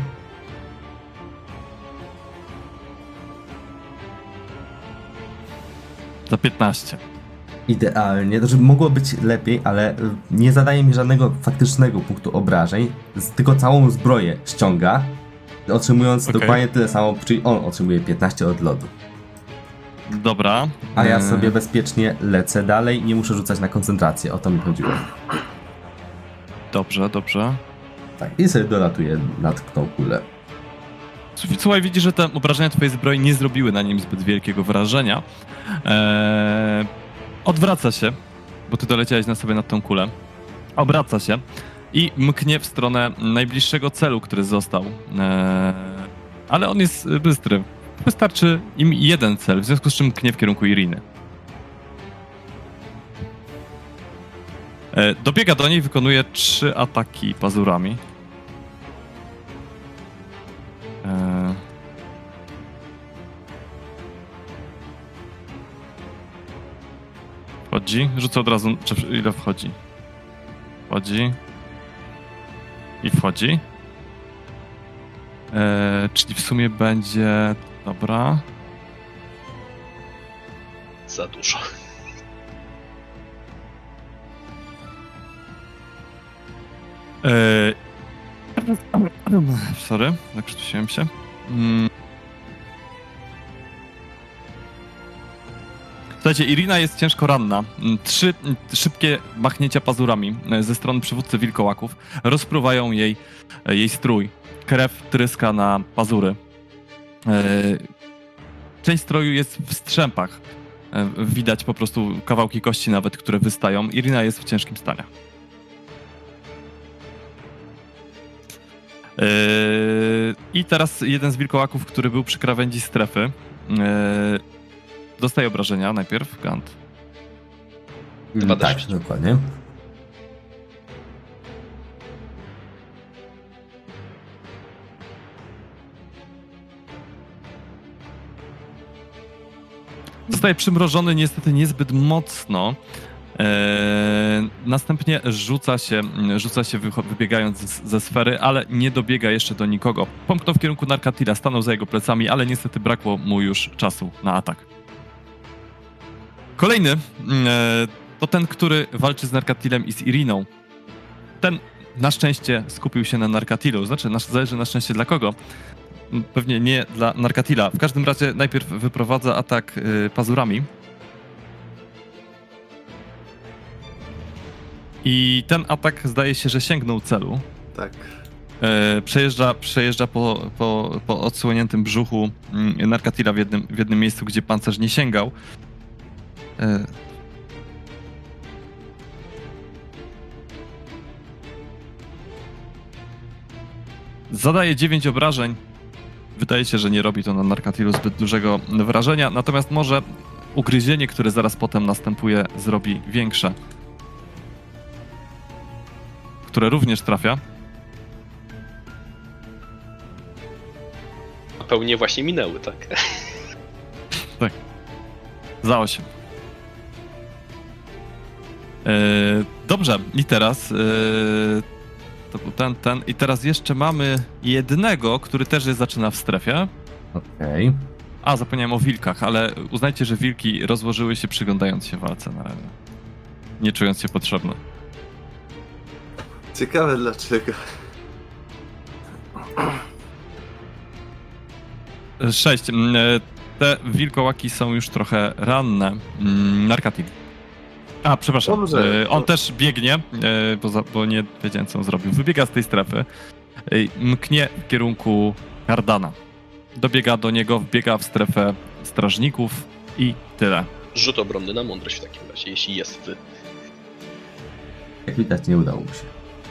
Za 15. Idealnie. Znaczy, mogło być lepiej, ale nie zadaje mi żadnego faktycznego punktu obrażeń, tylko całą zbroję ściąga, otrzymując Okej. dokładnie tyle samo, czyli on otrzymuje 15 od lodu. Dobra. A ja sobie bezpiecznie lecę dalej, nie muszę rzucać na koncentrację, o to mi chodziło. Dobrze. Tak, i sobie dolatuję nad tą kulę. Słuchaj, widzisz, że te obrażenia twojej zbroi nie zrobiły na nim zbyt wielkiego wrażenia. Odwraca się, bo ty doleciałeś na sobie nad tą kulę. Obraca się i mknie w stronę najbliższego celu, który został. Ale on jest bystry. Wystarczy im jeden cel, w związku z czym mknie w kierunku Iriny. Dobiega do niej, wykonuje 3 ataki pazurami. Wchodzi, rzucę od razu, czy ile wchodzi? Wchodzi. I wchodzi. Czyli w sumie będzie... Dobra. Za dużo. Sorry, zakrztusiłem się. Słuchajcie, Irina jest ciężko ranna. 3 szybkie machnięcia pazurami ze strony przywódcy wilkołaków rozpruwają jej strój. Krew tryska na pazury. Część stroju jest w strzępach. Widać po prostu kawałki kości nawet, które wystają. Irina jest w ciężkim stanie. I teraz jeden z wilkołaków, który był przy krawędzi strefy, dostaje obrażenia najpierw, Gant. Tak, dokładnie. Zostaje przymrożony niestety niezbyt mocno. Następnie rzuca się wybiegając ze sfery, ale nie dobiega jeszcze do nikogo. Pomknął w kierunku Narkatila, stanął za jego plecami, ale niestety brakło mu już czasu na atak. Kolejny to ten, który walczy z Narkatilem i z Iriną. Ten na szczęście skupił się na Narkatilu. Znaczy, zależy na szczęście dla kogo. Pewnie nie dla Narkatila. W każdym razie najpierw wyprowadza atak pazurami. I ten atak zdaje się, że sięgnął celu. Tak. Przejeżdża po odsłoniętym brzuchu Narkatila w jednym miejscu, gdzie pancerz nie sięgał. Zadaje 9 obrażeń. Wydaje się, że nie robi to na Narkatilu zbyt dużego wrażenia, natomiast może ugryzienie, które zaraz potem następuje, zrobi większe. Które również trafia. Pełnie właśnie minęły, tak? Tak. Za 8. Dobrze, i teraz to był ten. I teraz jeszcze mamy jednego, który też zaczyna w strefie. Okej. A, zapomniałem o wilkach, ale uznajcie, że wilki rozłożyły się, przyglądając się walce na razie. Nie czując się potrzebne. Ciekawe dlaczego. 6. Te wilkołaki są już trochę ranne. Narkatil. A, przepraszam. Dobrze. On też biegnie, bo nie wiedziałem, co on zrobił. Wybiega z tej strefy. Mknie w kierunku Kardana. Dobiega do niego, wbiega w strefę strażników i tyle. Rzut obronny na mądrość w takim razie, jeśli jest. Jak widać, nie udało mu się.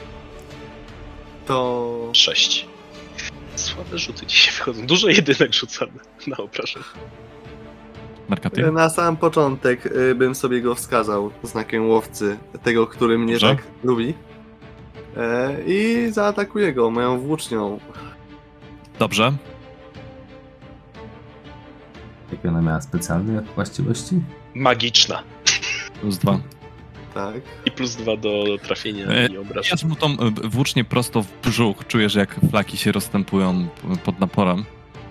To 6. Słabe rzuty dzisiaj wychodzą. Dużo jedynek rzucamy na obrażenia. Narkatil. na sam początek bym sobie go wskazał znakiem łowcy, tego, który mnie Dobrze. tak lubi. I zaatakuję go moją włócznią. Dobrze. Jakie ona miała specjalne właściwości? Magiczna. +2. Tak. I +2 do trafienia i obrażeń. Ja mu tą włócznię prosto w brzuch. Czujesz, jak flaki się rozstępują pod naporem.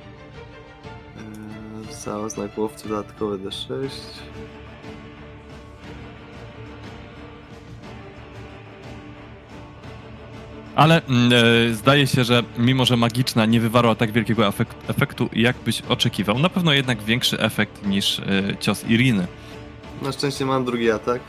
Za znak łowcy dodatkowe D6. Ale zdaje się, że mimo, że magiczna nie wywarła tak wielkiego efektu, jakbyś oczekiwał. Na pewno jednak większy efekt niż cios Iriny. Na szczęście mam drugi atak.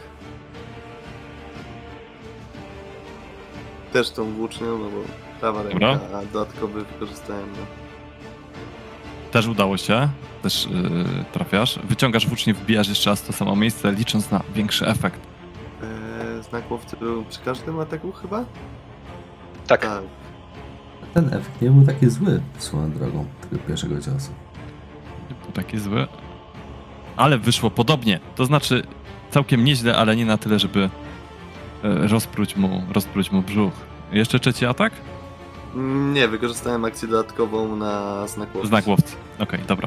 Też tą włócznią, no bo prawa ręka, Dobra. a dodatkowy wykorzystałem. No. Też udało się. Też trafiasz. Wyciągasz włócznię, wbijasz jeszcze raz w to samo miejsce, licząc na większy efekt. Znak łowcy był przy każdym ataku chyba? Tak. Tak. Ten efekt nie był taki zły swoją drogą tego pierwszego ciosu. Nie był taki zły. Ale wyszło podobnie. To znaczy całkiem nieźle, ale nie na tyle, żeby rozpróć mu brzuch. Jeszcze trzeci atak? Nie, wykorzystałem akcję dodatkową na znak łowcy. Znak łowcy. Okej, dobra.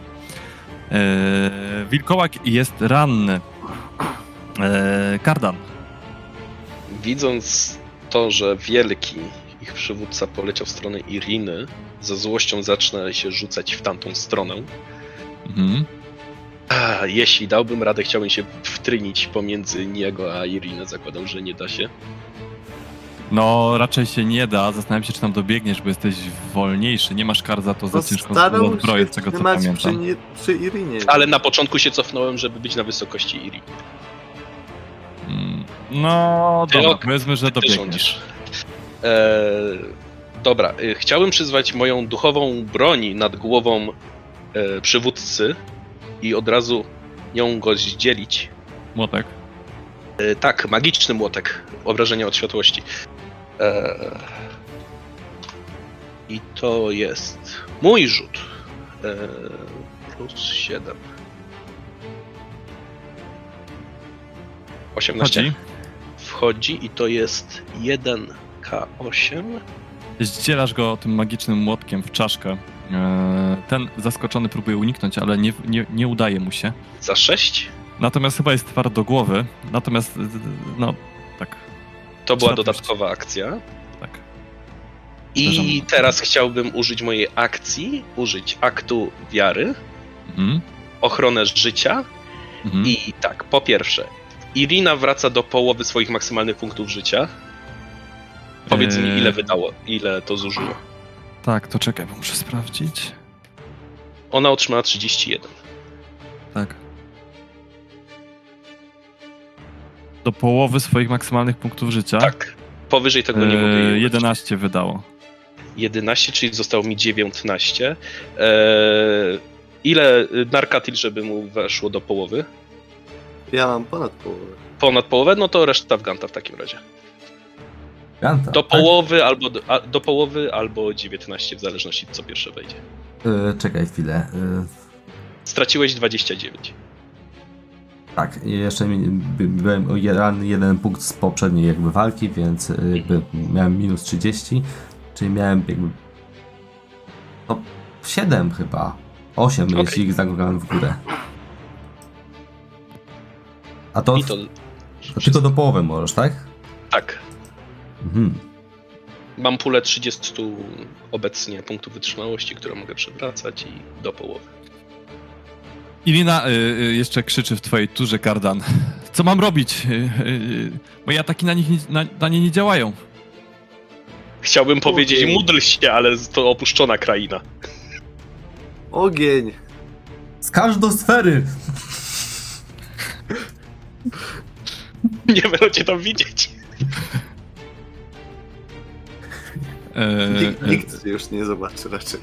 Wilkołak jest ranny. Kardan. Widząc to, że wielki ich przywódca poleciał w stronę Iriny, ze złością zaczyna się rzucać w tamtą stronę. Mhm. Jeśli dałbym radę, chciałbym się wtrynić pomiędzy niego a Irinę. Zakładam, że nie da się. No, raczej się nie da. Zastanawiam się, czy tam dobiegniesz, bo jesteś wolniejszy. Nie masz kar za to, za ciężką starał zbroję, się z tego co trzymać pamiętam. przy Irinie. Ale na początku się cofnąłem, żeby być na wysokości Iriny. No, Ty, dobra, powiedzmy, że Ty dobiegniesz. rządzisz. Dobra, chciałbym przyzwać moją duchową broń nad głową przywódcy i od razu ją go zdzielić. Młotek. Tak, magiczny młotek. Obrażenia od światłości. I to jest mój rzut. +7. 18. Chodzi. Wchodzi i to jest 1K8. Zdzielasz go tym magicznym młotkiem w czaszkę. Ten zaskoczony próbuje uniknąć, ale nie udaje mu się. Za 6? Natomiast chyba jest twardogłowy. Natomiast, no, tak, To była Trafisz. dodatkowa akcja. tak. I teraz chciałbym użyć mojej akcji, użyć aktu wiary, Mhm. ochronę życia. Mhm. I tak, po pierwsze, Irina wraca do połowy swoich maksymalnych punktów życia. Powiedz mi, ile wydało, ile to zużyło. Tak, to czekaj, bo muszę sprawdzić. Ona otrzymała 31. Tak. Do połowy swoich maksymalnych punktów życia. Tak. Powyżej tego nie mogę jej użyć. 11 wydało. 11, czyli zostało mi 19. Ile Narkatil, żeby mu weszło do połowy? Ja mam ponad połowę. Ponad połowę? No to reszta w Ganta w takim razie. Ganta, Do tak? połowy albo do połowy albo 19, w zależności co pierwsze wejdzie. Czekaj chwilę. Straciłeś 29. Tak, i jeszcze byłem o jeden punkt z poprzedniej jakby walki, więc jakby miałem minus 30, czyli miałem jakby 7 chyba, 8, Okej. jeśli ich zagłowałem w górę. A to, I to to tylko do połowy możesz, tak? tak. Mhm. Mam pulę 30 obecnie punktów wytrzymałości, które mogę przewracać i do połowy. Irina jeszcze krzyczy w twojej turze, Kardan. Co mam robić? Moje ataki na nie nie działają. Chciałbym powiedzieć, módl się, ale to opuszczona kraina. Ogień! Skacz do sfery! Nie będę cię tam widzieć. Nikt już nie zobaczy raczej.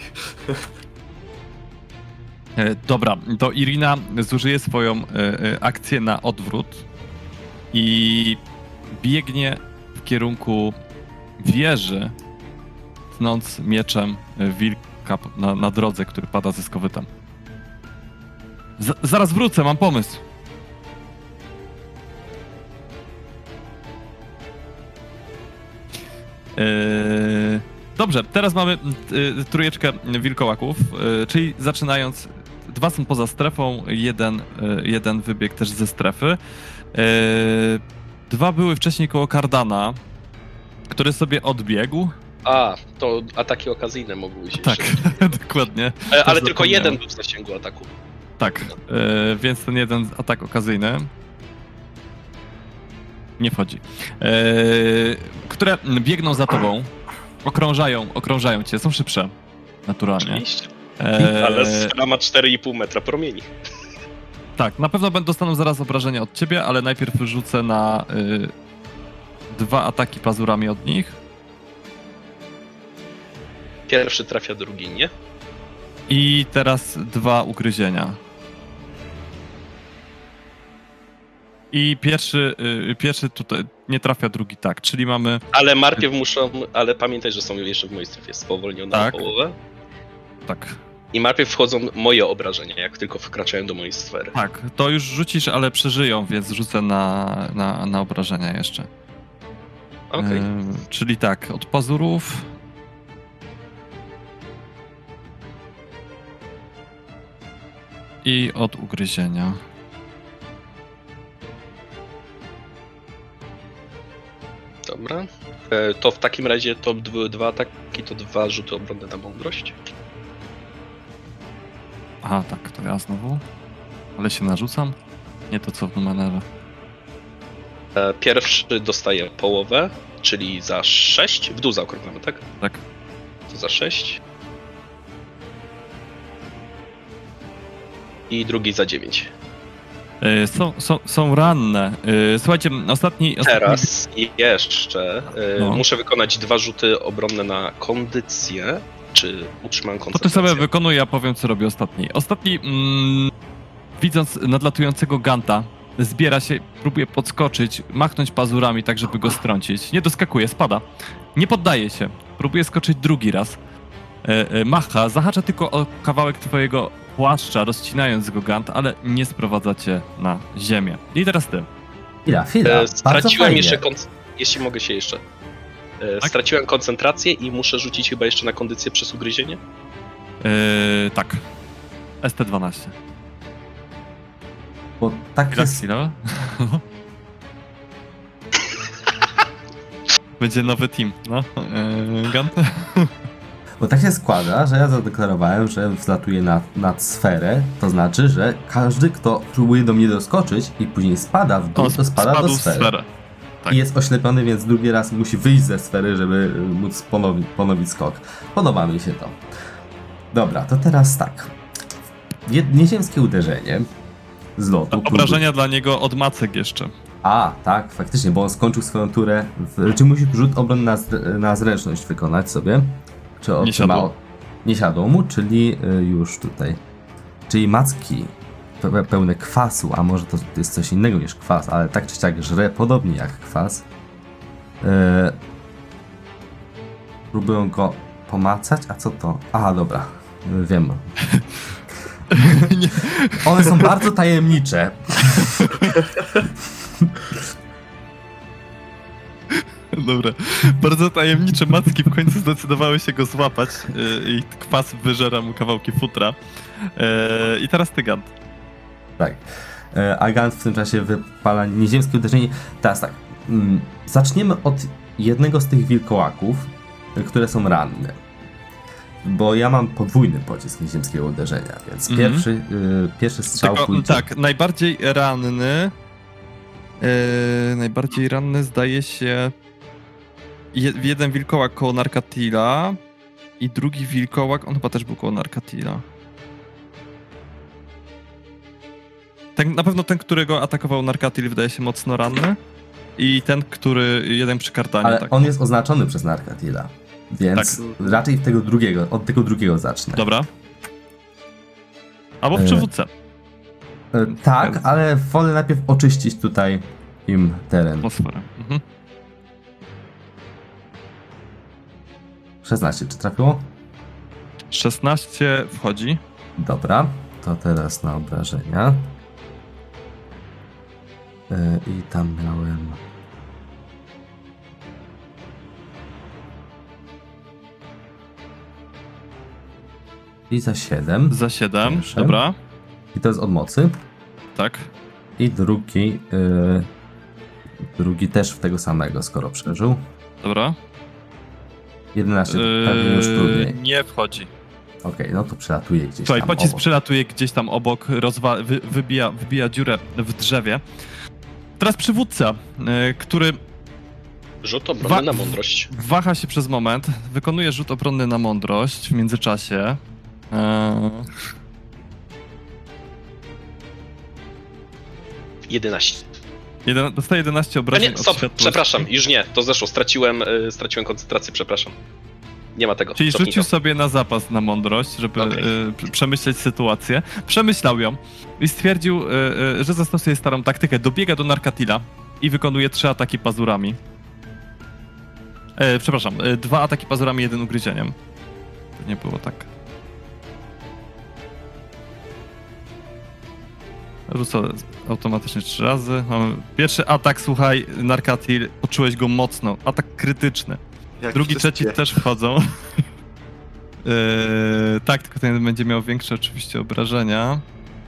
Dobra, to Irina zużyje swoją akcję na odwrót i biegnie w kierunku wieży, tnąc mieczem wilka na drodze, który pada ze skowytem. Zaraz wrócę, mam pomysł. Dobrze, teraz mamy trójeczkę wilkołaków, czyli zaczynając, 2 są poza strefą, jeden wybiegł też ze strefy. 2 były wcześniej koło Kardana, który sobie odbiegł. A, to ataki okazyjne mogły się Tak, jeszcze. dokładnie. Ale tylko zapomniałem. jeden był w zasięgu ataku. Tak, więc ten jeden atak okazyjny nie wchodzi. Które biegną za tobą, okrążają cię, są szybsze, naturalnie. Oczywiście. Ale sfera ma 4,5 metra promieni. Tak, na pewno dostaną zaraz obrażenia od ciebie, ale najpierw rzucę na 2 ataki pazurami od nich. Pierwszy trafia, drugi nie. I teraz 2 ugryzienia. I pierwszy tutaj nie trafia, drugi tak, czyli mamy... Ale najpierw muszą, ale pamiętaj, że są jeszcze w mojej strefie spowolnione Tak. o połowę. Tak, I najpierw wchodzą moje obrażenia, jak tylko wkraczają do mojej sfery. tak, to już rzucisz, ale przeżyją, więc rzucę na obrażenia jeszcze. Okej. Czyli tak, od pazurów... I od ugryzienia. Dobra. To w takim razie to 2 ataki, to 2 rzuty obronne na mądrość. Aha, tak, to ja znowu. Ale się narzucam. Nie to co w numerze. Pierwszy dostaje połowę, czyli za 6. W dół zaokrąglamy, tak? Tak. To za 6. I drugi za 9. Są ranne. Słuchajcie, ostatni... Teraz jeszcze No. muszę wykonać 2 rzuty obronne na kondycję. Czy utrzymam To ty koncentrację? sobie wykonuj, ja powiem co robi ostatni. Ostatni, widząc nadlatującego Ganta, zbiera się, próbuje podskoczyć, machnąć pazurami tak, żeby go strącić. Nie doskakuje, spada. Nie poddaje się. Próbuje skoczyć drugi raz. Macha, zahacza tylko o kawałek twojego płaszcza, rozcinając go Gant, ale nie sprowadza cię na ziemię. I teraz ty. Chwila, bardzo Straciłem fajnie. jeszcze jeśli mogę się jeszcze. Tak? Straciłem koncentrację i muszę rzucić chyba jeszcze na kondycję przez ugryzienie. Tak. ST12. Bo tak jest, Chwila. Będzie nowy team, no. Gant? bo tak się składa, że ja zadeklarowałem, że wzlatuję nad sferę, to znaczy, że każdy, kto próbuje do mnie doskoczyć i później spada w dół, to spada do spadł w sfery. sferę. Tak. I jest oślepiony, więc drugi raz musi wyjść ze sfery, żeby móc ponowić skok. Podoba mi się to. Dobra, to teraz tak. Nieziemskie uderzenie z lotu. Obrażenia dla niego od macek jeszcze. A, tak, faktycznie, bo on skończył swoją turę. Czy musi rzut obronny na zręczność wykonać sobie? Czy Nie siadło. Nie siadło mu, czyli już tutaj. Czyli macki pełne kwasu, a może to jest coś innego niż kwas, ale tak czy siak żre podobnie jak kwas. Próbują go pomacać, a co to? Aha, dobra, wiem. One są bardzo tajemnicze. Dobra. Bardzo tajemnicze macki w końcu zdecydowały się go złapać i kwas wyżera mu kawałki futra. I teraz ty, Gant. Tak. A Gant w tym czasie wypala nieziemskie uderzenie. Teraz tak. Zaczniemy od jednego z tych wilkołaków, które są ranne. Bo ja mam podwójny pocisk nieziemskiego uderzenia, więc pierwszy strzał pójdzie. Tak, najbardziej ranny zdaje się jeden wilkołak koło Narkatila i drugi wilkołak, on chyba też był koło Narkatila. Tak, na pewno ten, którego atakował Narkatil, wydaje się mocno ranny i ten, który jeden przy kardanie. Ale tak. on jest oznaczony przez Narkatila, więc tak. raczej od tego drugiego zacznę. Dobra. Albo w przywódce. Tak, ale wolę najpierw oczyścić tutaj im teren. Atmosferę. 16, czy trafiło? 16 wchodzi. Dobra, to teraz na obrażenia. I tam miałem... I za 7. Za 7, Pierwsze. dobra. I to jest od mocy. Tak. I drugi też w tego samego, skoro przeżył. Dobra. 11, pewnie już trudniej. Nie wchodzi. Okej, no to przelatuje gdzieś Słuchaj, tam pocisk obok. przelatuje gdzieś tam obok, wybija dziurę w drzewie. Teraz przywódca, który Rzut obronny na mądrość. waha się przez moment, wykonuje rzut obronny na mądrość w międzyczasie. Eee, 11. Dostaje 11 A obrażeń nie, od stop, światłości. przepraszam, już nie, to zeszło, straciłem koncentrację, przepraszam. Nie ma tego. Czyli cofnij rzucił to. sobie na zapas na mądrość, żeby Okej. przemyśleć sytuację. Przemyślał ją i stwierdził, że zastosuje starą taktykę. Dobiega do Narkatila i wykonuje 3 ataki pazurami. Przepraszam, 2 ataki pazurami, 1 ugryzieniem. To nie było tak. Rzucę automatycznie 3 razy. Mamy pierwszy atak, słuchaj, Narkatil, poczułeś go mocno. Atak krytyczny. Jak Drugi, wszystkie. trzeci też wchodzą. Tak, tylko ten będzie miał większe oczywiście obrażenia.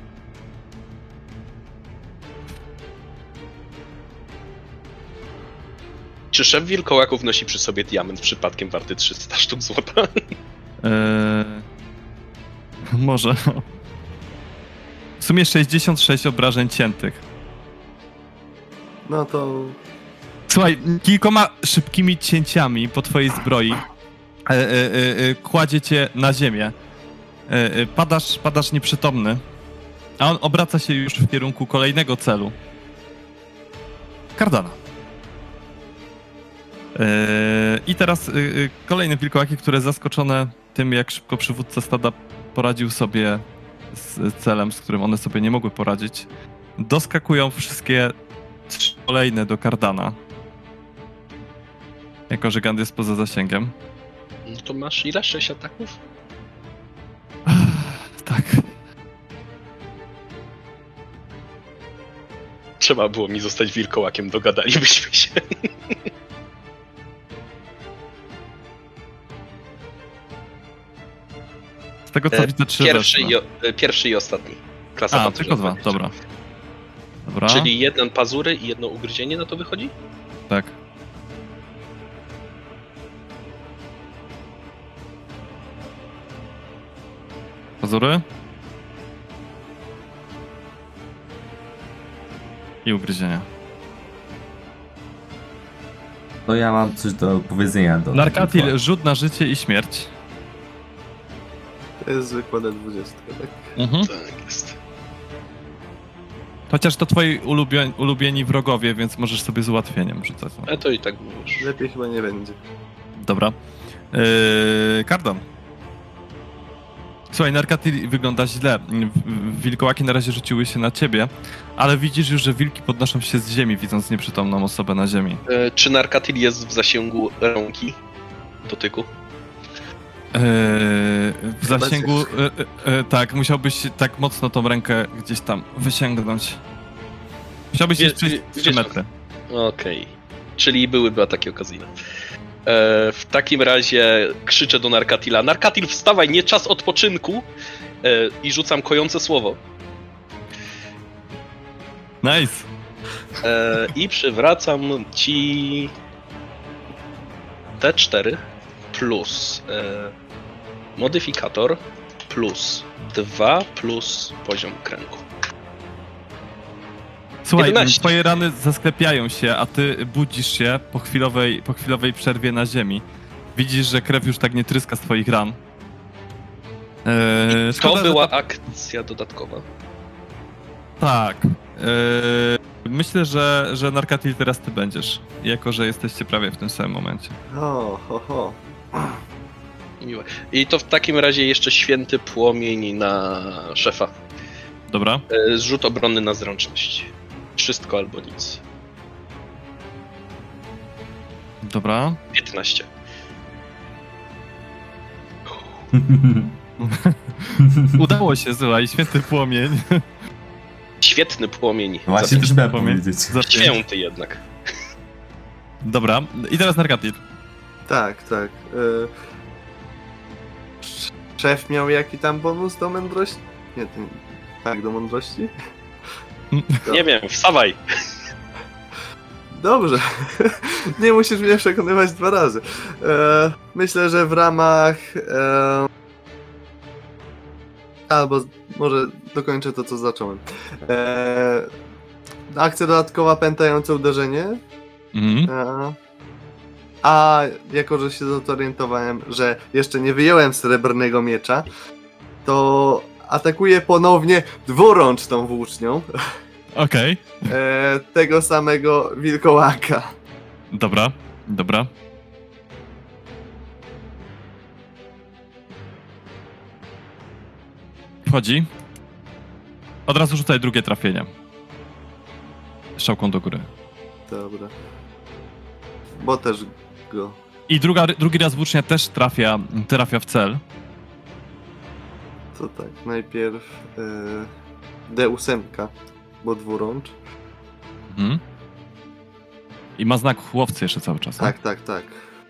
Czy szef wilkołaków nosi przy sobie diament przypadkiem warty 300 sztuk złota? Może. W sumie 66 obrażeń ciętych. No to... Słuchaj, kilkoma szybkimi cięciami po twojej zbroi kładzie cię na ziemię. Padasz nieprzytomny, a on obraca się już w kierunku kolejnego celu. Kardana. I teraz kolejne wilkołaki, które zaskoczone tym, jak szybko przywódca stada poradził sobie z celem, z którym one sobie nie mogły poradzić, doskakują wszystkie 3 kolejne do Kardana. Jako że Gand jest poza zasięgiem. No to masz ile? 6 ataków? Tak. Trzeba było mi zostać wilkołakiem, dogadalibyśmy się. Z tego co widzę 3 Pierwszy i ostatni. Klasa A, pancerza tylko 2, zwycięstwa. dobra. Dobra, Czyli 1 pazury i 1 ugryzienie, no to wychodzi? tak. Pazury. I ugryzienia. To ja mam coś do powiedzenia. Narkatil, rzut na życie i śmierć. To jest zwykła D20, tak? Mhm. Tak jest. Chociaż to twoi ulubieni wrogowie, więc możesz sobie z ułatwieniem rzucać. Ale to i tak mówisz. Lepiej chyba nie będzie. Dobra. Kardan. Słuchaj, Narkatil wygląda źle. Wilkołaki na razie rzuciły się na ciebie, ale widzisz już, że wilki podnoszą się z ziemi, widząc nieprzytomną osobę na ziemi. Czy Narkatil jest w zasięgu ręki? Dotyku? W zasięgu... tak, musiałbyś tak mocno tą rękę gdzieś tam wysięgnąć. Musiałbyś Wie- iść przejść wie- 3 wiesz- metry. Okej. Czyli byłyby ataki okazyjne. W takim razie krzyczę do Narkatila. Narkatil, wstawaj, nie czas odpoczynku! I rzucam kojące słowo. Nice! I przywracam ci T4 plus modyfikator plus 2 plus poziom kręgu. Słuchaj, 11. twoje rany zasklepiają się, a ty budzisz się po chwilowej przerwie na ziemi. Widzisz, że krew już tak nie tryska z twoich ran. To szkoda, była że akcja dodatkowa. Tak. Myślę, że Narkatil teraz ty będziesz, jako że jesteście prawie w tym samym momencie. O, ho, ho. Miłe. I to w takim razie jeszcze święty płomień na szefa. Dobra? Zrzut obronny na zręczność. Wszystko albo nic. Dobra. 15. Udało się, słuchaj, święty płomień. Świetny płomień. Właśnie też miałem Płomień. powiedzieć. Za 5. Święty jednak. Dobra, i teraz Narkatil. Tak, tak. Szef miał jaki tam bonus do mądrości? Nie, tak, do mądrości? Nie wiem, wstawaj! Dobrze. Nie musisz mnie przekonywać 2 razy. Myślę, że w ramach... albo może dokończę to, co zacząłem. Akcja dodatkowa, pętające uderzenie. Mhm. A jako, że się zorientowałem, że jeszcze nie wyjąłem srebrnego miecza, to atakuję ponownie dwurączną włócznią Okej. tego samego wilkołaka. Dobra, dobra. Wchodzi. Od razu rzucaj drugie trafienie. Strzałką do góry. Dobra. Bo też go... I drugi raz włócznia też trafia w cel. To tak, najpierw D8, bo dwurącz. Mhm. I ma znak łowcy jeszcze cały czas. Tak, tak, tak.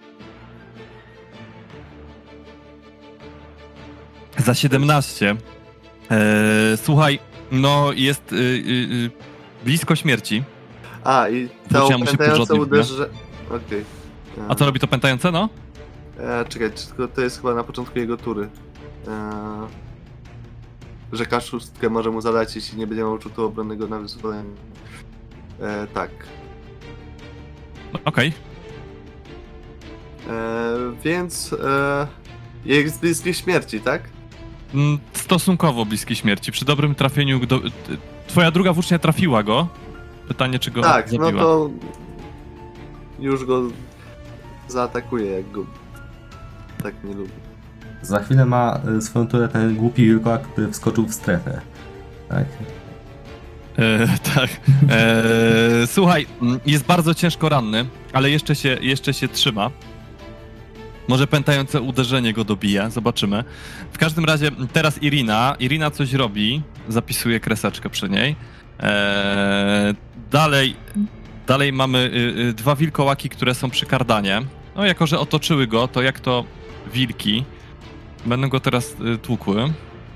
Za 17. Słuchaj, no jest blisko śmierci. A, i to Włócznia mu się pętające porządnie uderzenie... Okej. A co robi to pętające, no? Czekaj, tylko to jest chyba na początku jego tury. Że K6 może mu zadać, jeśli nie będzie miał rzutu obronnego na wyzwolenie. Tak. Okej. Więc jest bliski śmierci, tak? Stosunkowo bliski śmierci. Przy dobrym trafieniu... Twoja druga włócznia trafiła go. Pytanie, czy go Tak, zabiła. no to już go zaatakuje, jak go tak nie lubi. Za chwilę ma swoją turę ten głupi wilkołak, który wskoczył w strefę. Tak. Tak. Słuchaj, jest bardzo ciężko ranny, ale jeszcze się trzyma. Może pętające uderzenie go dobije, zobaczymy. W każdym razie teraz Irina coś robi, zapisuje kreseczkę przy niej. Dalej mamy 2 wilkołaki, które są przy kardanie. No jako, że otoczyły go, to jak to wilki będą go teraz tłukły.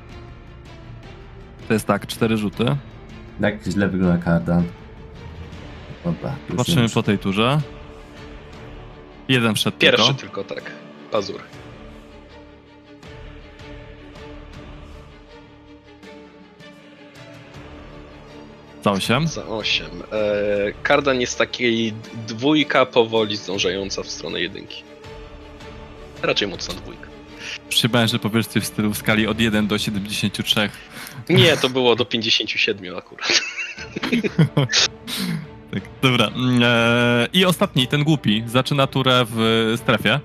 To jest tak, 4 rzuty. Jak źle wygląda kardan. Dobra, już Patrzymy nie po tej turze. Jeden wszedł Pierwszy tylko. tylko, tak. Pazur. Za 8. Za 8. Kardan jest takiej 2 powoli zdążająca w stronę 1. Raczej mocna 2. Przybałem, że powiesz coś w stylu w skali od 1 do 73. Nie, to było do 57 akurat. Tak, dobra. I ostatni, ten głupi, zaczyna turę w strefie.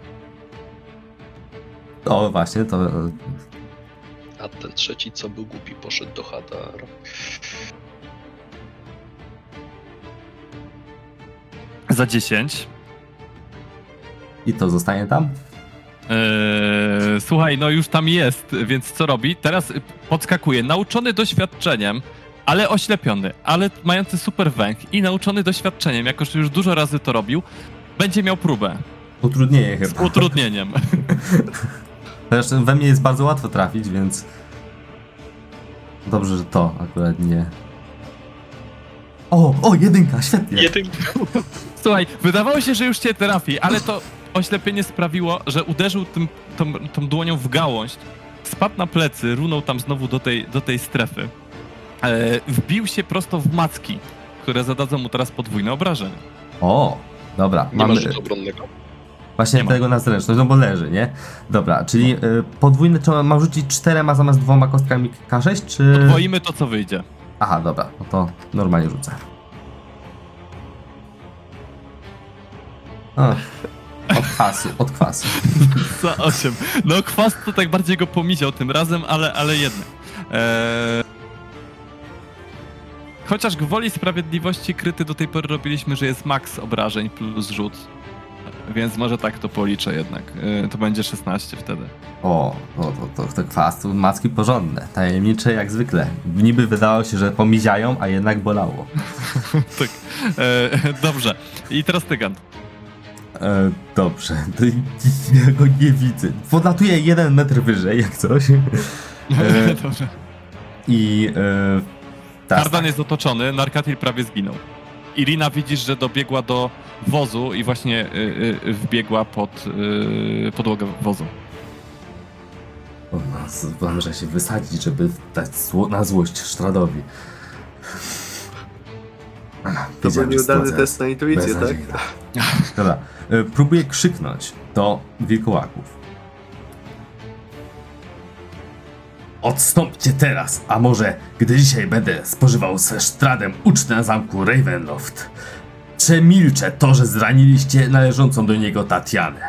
O, właśnie, to... A ten trzeci, co był głupi, poszedł do Hadar. Za 10. I to zostanie tam? Słuchaj, no już tam jest, więc co robi? Teraz podskakuje, nauczony doświadczeniem, ale oślepiony, ale mający super węch i nauczony doświadczeniem, jako że już dużo razy to robił, będzie miał próbę. Utrudnienie chyba. Z utrudnieniem. Zresztą we mnie jest bardzo łatwo trafić, więc... Dobrze, że to akurat nie... O, 1, świetnie! 1. Słuchaj, wydawało się, że już cię trafi, ale to oślepienie sprawiło, że uderzył tą dłonią w gałąź, spadł na plecy, runął tam znowu do tej strefy. Wbił się prosto w macki, które zadadzą mu teraz podwójne obrażenia. O, dobra. Nie ma rzutu obronnego. Właśnie tego na zręczność, no bo leży, nie? Dobra, czyli podwójne, czy mam rzucić 4 zamiast 2 kostkami K6, czy... Podwoimy to, co wyjdzie. Aha, dobra, no to normalnie rzucę. Od kwasu. Za 8. No kwas to tak bardziej go pomiział tym razem, ale jednak. Chociaż gwoli sprawiedliwości kryty do tej pory robiliśmy, że jest max obrażeń plus rzut. Więc może tak to policzę jednak. To będzie 16 wtedy. O, to kwas, to macki porządne, tajemnicze jak zwykle. Niby wydawało się, że pomiziają, a jednak bolało. Tak. Dobrze. I teraz ty, Gant. Dobrze, to ja go nie widzę. Podlatuję 1 metr wyżej, jak coś. Dobrze. I... Kardan jest otoczony, Narkatil prawie zginął. Irina widzisz, że dobiegła do wozu i właśnie wbiegła pod podłogę wozu. O, zamierza się wysadzić, żeby dać na złość Sztradowi. To był nieudany test na intuicję, tak? Dobra, próbuję krzyknąć do wilkołaków. Odstąpcie teraz, a może gdy dzisiaj będę spożywał ze Sztradem ucztę na zamku Ravenloft. Przemilczę to, że zraniliście należącą do niego Tatianę.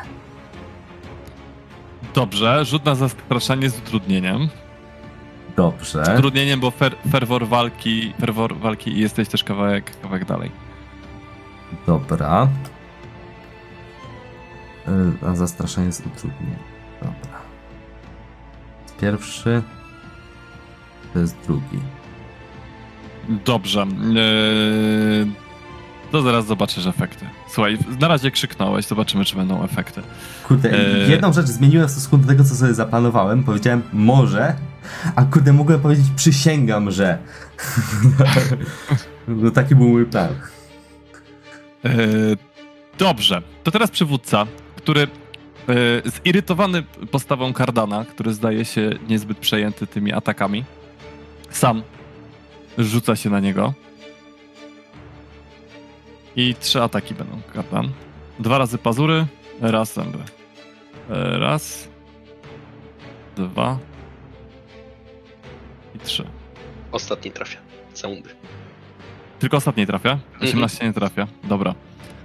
Dobrze, rzut na zastraszanie z utrudnieniem. Dobrze. Z utrudnieniem, bo ferwor walki i jesteś też kawałek dalej. Dobra. A zastraszanie z utrudnieniem. Dobra. Pierwszy. To jest drugi. Dobrze. To zaraz zobaczysz efekty. Słuchaj, na razie krzyknąłeś, zobaczymy, czy będą efekty. Kurde, jedną rzecz zmieniłem w stosunku do tego, co sobie zaplanowałem. Powiedziałem może, a kurde, mogłem powiedzieć przysięgam, że. No taki był mój plan. Dobrze. To teraz przywódca, który zirytowany postawą Kardana, który zdaje się niezbyt przejęty tymi atakami, sam rzuca się na niego. I 3 ataki będą, Kardan. 2 razy pazury, raz zęby. Raz, 2 i 3. Ostatni trafia. Zęby. Tylko ostatniej trafia? 18 nie trafia. Dobra.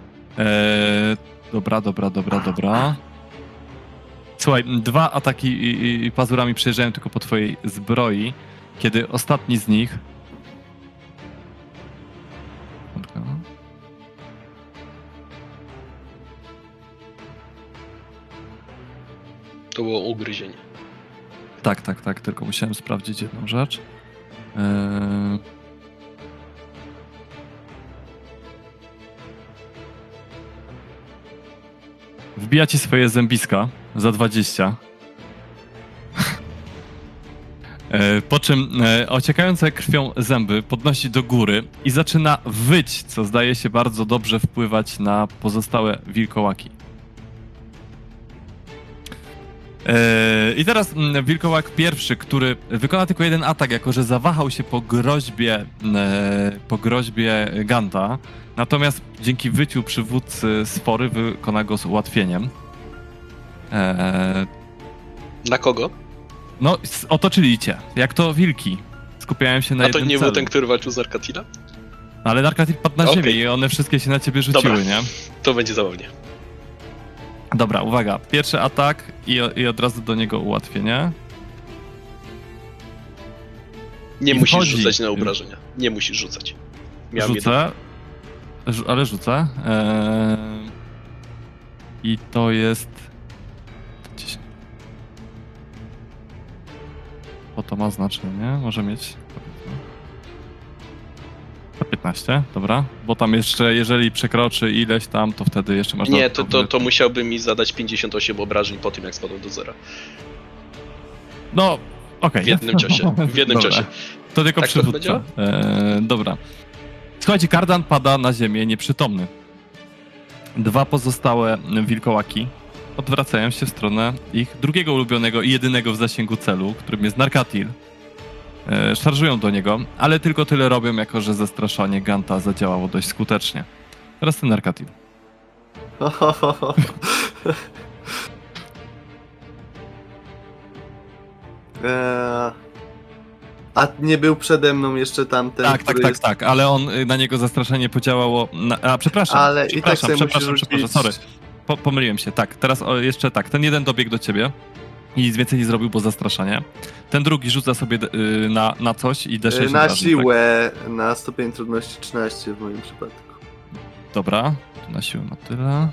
Dobra. Słuchaj, 2 ataki i pazurami przejeżdżają tylko po twojej zbroi, kiedy ostatni z nich... To było ugryzienie. Tak, tylko musiałem sprawdzić jedną rzecz. Wbija ci swoje zębiska za 20. Po czym ociekające krwią zęby podnosi do góry i zaczyna wyć, co zdaje się bardzo dobrze wpływać na pozostałe wilkołaki. I teraz wilkołak pierwszy, który wykona tylko jeden atak, jako że zawahał się po groźbie Ganta, natomiast dzięki wyciu przywódcy spory wykona go z ułatwieniem. Na kogo? No, otoczyli cię, jak to wilki. Skupiałem się na A to jednym nie celu. był ten, który walczył z Arkatila? Ale Narkatil padł na Okej. ziemię i one wszystkie się na ciebie rzuciły, Dobra. nie? To będzie zabawnie. Dobra, uwaga. Pierwszy atak i od razu do niego ułatwienie. Nie I musisz wchodzi. rzucać na obrażenia. Nie musisz rzucać. Miałem Rzucę. Ale rzucę. I to jest... 10. Bo to ma znaczenie. Może mieć... 15, dobra. Bo tam jeszcze, jeżeli przekroczy ileś tam, to wtedy jeszcze masz... Nie, dodatkowy- to musiałby mi zadać 58 obrażeń po tym, jak spadłem do zera. No, okej. W jednym ciosie. W jednym Dobra. ciosie. To tylko Tak to przywódca. działa? Dobra. Słuchajcie, Kardan pada na ziemię nieprzytomny. Dwa pozostałe wilkołaki odwracają się w stronę ich drugiego ulubionego i jedynego w zasięgu celu, którym jest Narkatil. Szarżują do niego, ale tylko tyle robią, jako że zastraszanie Ganta zadziałało dość skutecznie. Teraz ten Narkatil. A nie był przede mną jeszcze tamten, który jest... Tak, ale on na niego zastraszenie podziałało. Przepraszam. Ale i tak sobie przepraszam, musisz rzucić... sorry. Pomyliłem się, tak. Teraz jeszcze tak. Ten jeden dobiegł do ciebie i nic więcej nie zrobił, bo zastraszanie. Ten drugi rzuca sobie na coś i D6 Na obrażeń, siłę, na stopień trudności 13 w moim przypadku. Tak? Dobra, na siłę na tyle.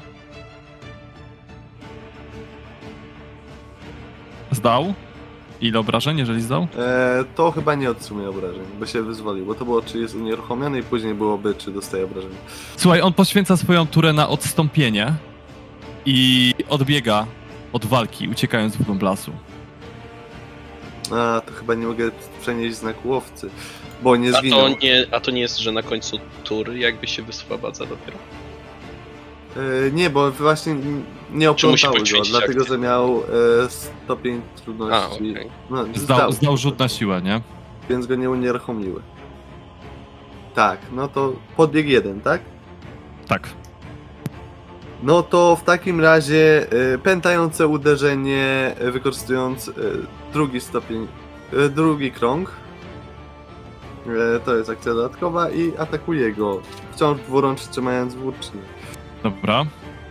Zdał? Ile obrażeń, jeżeli zdał? To chyba nie otrzymuje obrażeń, bo się wyzwolił, bo to było, czy jest unieruchomiony i później byłoby, czy dostaje obrażenia. Słuchaj, on poświęca swoją turę na odstąpienie i odbiega od walki, uciekając w głąb lasu. A, to chyba nie mogę przenieść znaku łowcy, bo nie A zginął. to nie jest, że na końcu tury jakby się wyswobadza dopiero? Nie, bo właśnie nie Czy musi oplątały go, poświęcić dlatego akcję? że miał stopień trudności. A, okej. No, Zdał rzut na siłę, nie? Więc go nie unieruchomiły. Tak, no to podbieg jeden, tak? Tak. No to w takim razie pętające uderzenie, wykorzystując drugi stopień, drugi krąg. To jest akcja dodatkowa i atakuje go, wciąż dwurącz trzymając włócznie. Dobra.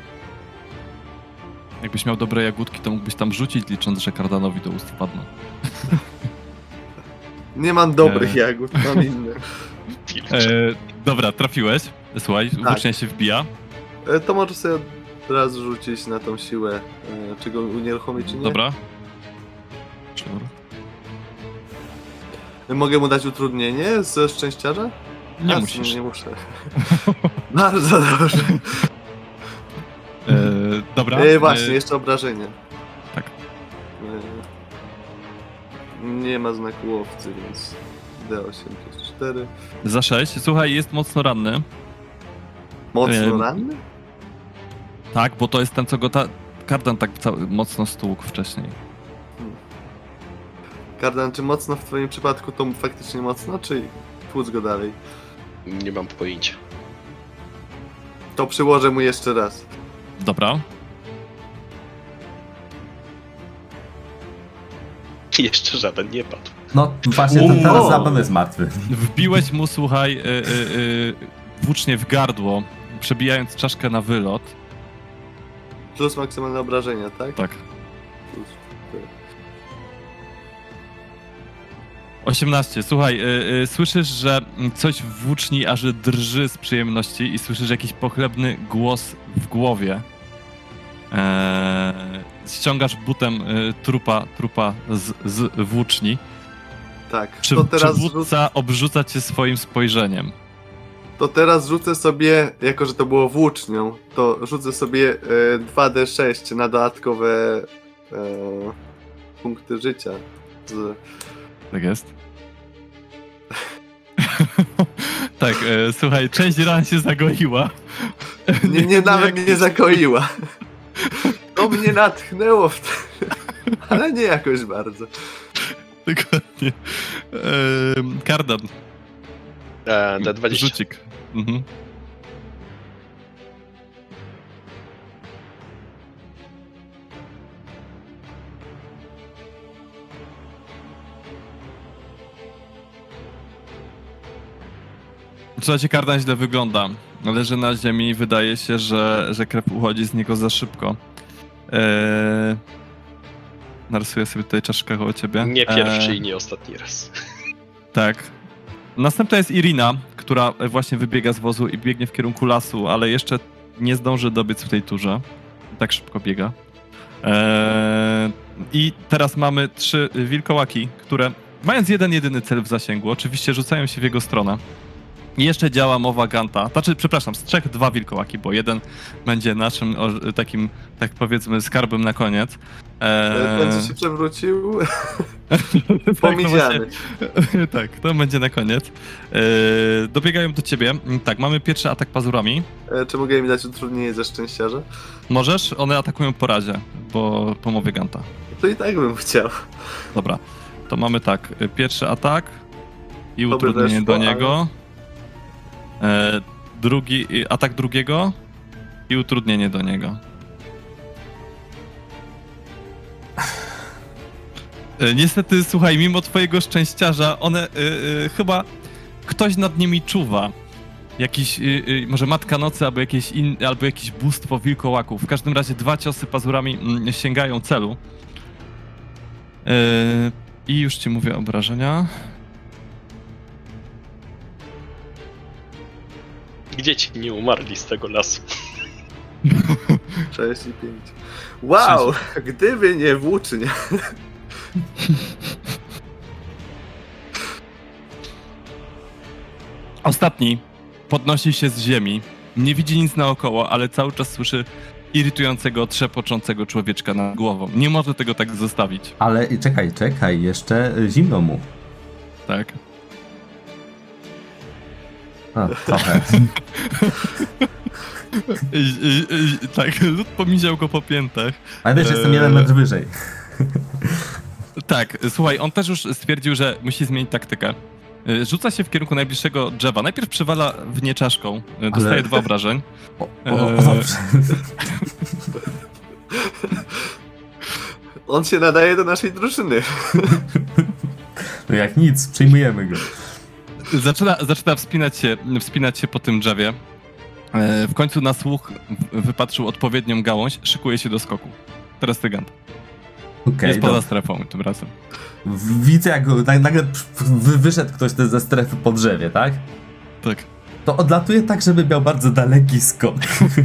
Jakbyś miał dobre jagódki, to mógłbyś tam rzucić, licząc, że Kardanowi do ust wpadną. Nie mam dobrych jagód, mam inne. Dobra, trafiłeś. Słuchaj, włócznia się wbija. To może sobie od razu rzucić na tą siłę, czy go unieruchomi, czy nie. Dobra. Sure. Mogę mu dać utrudnienie ze szczęściarza? Nie A, musisz. Nie muszę. Bardzo dobrze. Dobra. Właśnie, jeszcze obrażenie. Tak. Nie ma znaku łowcy, więc D8 plus 4. Za 6. Słuchaj, jest mocno ranny. Mocno ranny? Tak, bo to jest ten, co go Kardan tak mocno stłukł wcześniej. Kardan, czy mocno w twoim przypadku to faktycznie mocno, czy tłuc go dalej? Nie mam pojęcia. To przyłożę mu jeszcze raz. Dobra. Jeszcze żaden nie padł. No właśnie, ten teraz na pewno jest martwy. Wbiłeś mu, słuchaj, włócznie w gardło, przebijając czaszkę na wylot. Plus maksymalne obrażenia, tak? Tak. Plus 18. Słuchaj, słyszysz, że coś w włóczni aż drży z przyjemności i słyszysz jakiś pochlebny głos w głowie. Ściągasz butem trupa z włóczni. Tak. To teraz, Przywódca obrzuca cię swoim spojrzeniem. to teraz rzucę sobie, jako że to było włócznią, to rzucę sobie 2d6 na dodatkowe punkty życia. Tak jest? Tak, słuchaj, część ran się zagoiła. Nie, nawet nie zakoiła. To mnie natchnęło Ale nie jakoś bardzo. Dokładnie. Kardan. D20. Rzucik. Mhm. W zasadzie Kardan źle wygląda. Leży na ziemi i wydaje się, że krew uchodzi z niego za szybko. Narysuję sobie tutaj czaszkę koło ciebie. Nie pierwszy i nie ostatni raz. Tak. Następna jest Irina, która właśnie wybiega z wozu i biegnie w kierunku lasu, ale jeszcze nie zdąży dobiec w tej turze. Tak szybko biega. I teraz mamy 3 wilkołaki, które mając jedyny cel w zasięgu, oczywiście rzucają się w jego stronę. I jeszcze działa mowa Ganta. Znaczy, przepraszam, z 3 2 wilkołaki, bo jeden będzie naszym takim, tak powiedzmy, skarbem na koniec. Ten, co się przewrócił, Tak, pomiziany. tak, to będzie na koniec. Dobiegają do ciebie. Tak, mamy pierwszy atak pazurami. Czy mogę mi dać utrudnienie ze szczęściarza? Możesz, one atakują po razie, bo po mowie Ganta. To i tak bym chciał. Dobra, to mamy tak, pierwszy atak i To by utrudnienie weszło, do niego. Atak drugiego i utrudnienie do niego. Niestety, słuchaj, mimo twojego szczęściarza, one chyba ktoś nad nimi czuwa. Jakiś, może Matka Nocy, albo jakieś bóstwo wilkołaków. W każdym razie 2 ciosy pazurami sięgają celu. I już ci mówię obrażenia. Gdzie ci nie umarli z tego lasu? 6 i 5. Wow! Gdyby nie włócznie. Ostatni podnosi się z ziemi. Nie widzi nic naokoło, ale cały czas słyszy irytującego, trzepoczącego człowieczka nad głową. Nie może tego tak zostawić. Ale czekaj, jeszcze zimno mu. Tak. A, trochę. Tak, lód pomiział go po piętach. Ale też jestem 1 metr wyżej. Tak, słuchaj, on też już stwierdził, że musi zmienić taktykę. Rzuca się w kierunku najbliższego drzewa. Najpierw przywala w nie czaszką. Dostaje 2 obrażeń. Dobrze. On się nadaje do naszej drużyny. No jak nic, przyjmujemy go. Zaczyna wspinać się po tym drzewie. W końcu na słuch wypatrzył odpowiednią gałąź, szykuje się do skoku. Teraz Tygant. Okay, jest poza strefą tym razem. Widzę, jak nagle wyszedł ktoś ze strefy po drzewie, tak? Tak. To odlatuje tak, żeby miał bardzo daleki skok.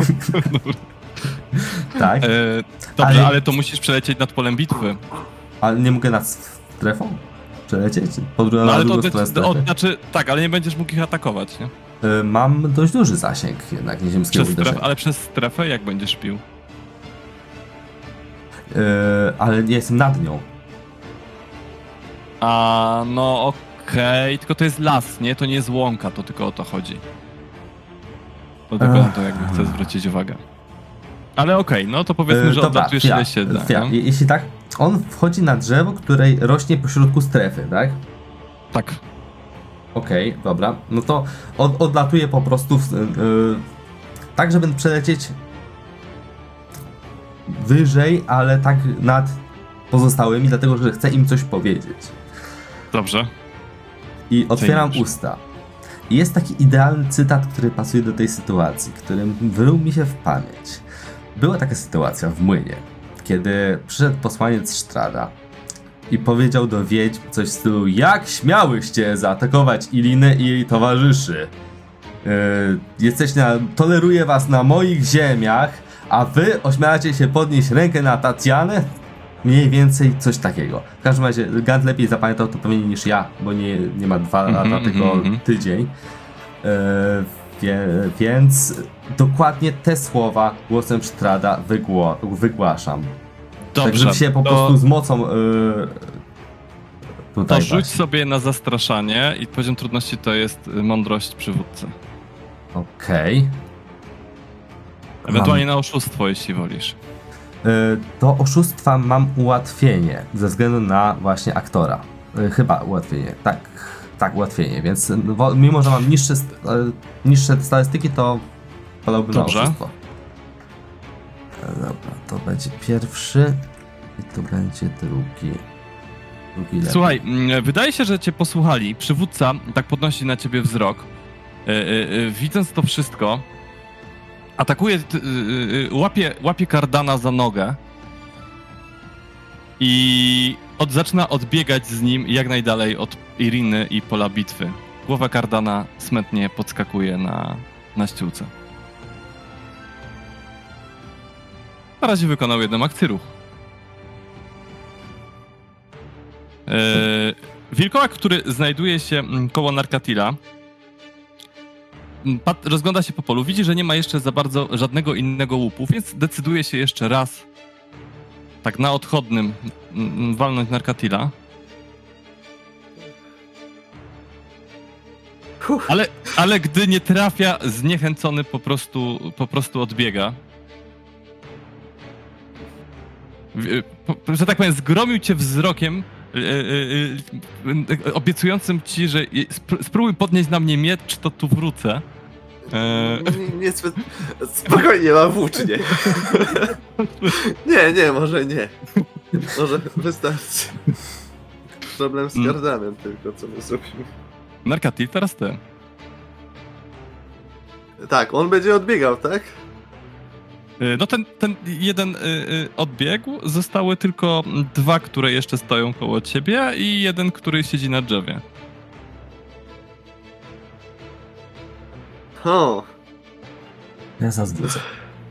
Tak? Dobrze, ale to musisz przelecieć nad polem bitwy. Ale nie mogę nad strefą przelecieć? No ale to strefy? znaczy, tak, ale nie będziesz mógł ich atakować, nie? Mam dość duży zasięg jednak nieziemskiego uderzenia. Ale przez strefę jak będziesz pił? Ale nie jestem nad nią. A no okej, tylko to jest las, nie? To nie jest łąka, to tylko o to chodzi. To tylko na to jakby chcę zwrócić uwagę. Ale okej, no to powiedzmy, że odlatujesz ile się da. Jeśli tak, on wchodzi na drzewo, które rośnie pośrodku strefy, tak? Tak. Okej, dobra. No to odlatuje po prostu tak, żeby przelecieć wyżej, ale tak nad pozostałymi, dlatego że chcę im coś powiedzieć. Dobrze. I otwieram usta. I jest taki idealny cytat, który pasuje do tej sytuacji, którym wyrył mi się w pamięć. Była taka sytuacja w młynie, kiedy przyszedł posłaniec Strada i powiedział do wiedźm coś w stylu: jak śmiałyście zaatakować Ilinę i jej towarzyszy? Toleruję was na moich ziemiach, a wy ośmielacie się podnieść rękę na Tacjanę? Mniej więcej coś takiego. W każdym razie Gant lepiej zapamiętał to pewnie niż ja, bo nie ma 2 lata, tylko tydzień. Więc dokładnie te słowa głosem Strada wygłaszam. Dobrze. Tak, żeby się po prostu z mocą tutaj to rzuć sobie na zastraszanie i poziom trudności to jest mądrość przywódcy. Okej. Ewentualnie na oszustwo, jeśli wolisz. do oszustwa mam ułatwienie ze względu na właśnie aktora. Chyba ułatwienie, tak, ułatwienie, więc mimo, że mam niższe statystyki, to wolałbym na oszustwo. Dobra, to będzie pierwszy i to będzie drugi lepiej. Słuchaj, wydaje się, że cię posłuchali. Przywódca tak podnosi na ciebie wzrok. Widząc to wszystko, atakuje, łapie Cardana za nogę i zaczyna odbiegać z nim jak najdalej od Iriny i pola bitwy. Głowa Cardana smętnie podskakuje na ściółce. Na razie wykonał jedną akcję ruchu. Wilkołak, który znajduje się koło Narkatila, rozgląda się po polu. Widzi, że nie ma jeszcze za bardzo żadnego innego łupu, więc decyduje się jeszcze raz tak na odchodnym walnąć Narkatila. Ale gdy nie trafia, zniechęcony po prostu odbiega. Że tak powiem, zgromił cię wzrokiem, obiecującym ci, że spróbuj podnieść na mnie miecz, to tu wrócę. Spokojnie, mam włócznie. Nie, może nie. Może wystarczy. Problem z Cardanem tylko, co my zrobimy. Narkatil, teraz ty. Tak, on będzie odbiegał, tak? No ten jeden odbiegł, zostały tylko 2, które jeszcze stoją koło ciebie i 1, który siedzi na drzewie. O, Ja zazwyczaj.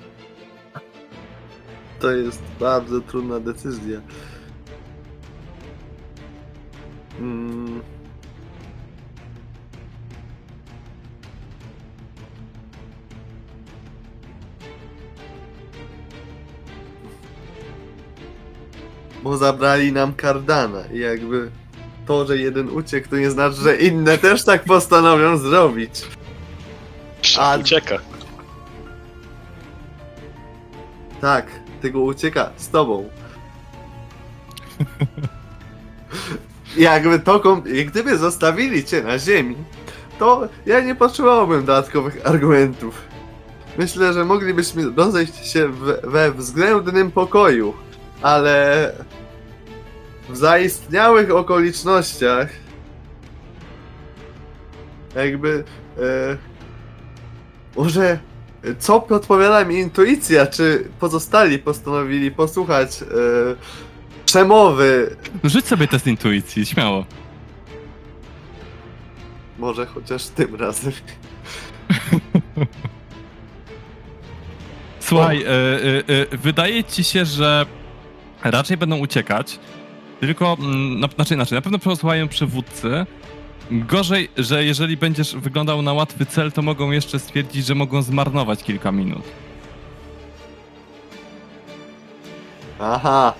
to jest bardzo trudna decyzja. Bo zabrali nam Cardana i jakby to, że jeden uciekł, to nie znaczy, że inne też tak postanowią zrobić. Ucieka. Tak, tego ucieka z tobą. Jakby gdyby zostawili cię na ziemi, to ja nie potrzebowałbym dodatkowych argumentów. Myślę, że moglibyśmy rozejść się we względnym pokoju, ale w zaistniałych okolicznościach jakby może co podpowiada mi intuicja, czy pozostali postanowili posłuchać przemowy. Rzuć sobie test intuicji, śmiało. Może chociaż tym razem. Słuchaj, wydaje ci się, że raczej będą uciekać, tylko, inaczej, na pewno posłuchają przywódcy. Gorzej, że jeżeli będziesz wyglądał na łatwy cel, to mogą jeszcze stwierdzić, że mogą zmarnować kilka minut. Aha.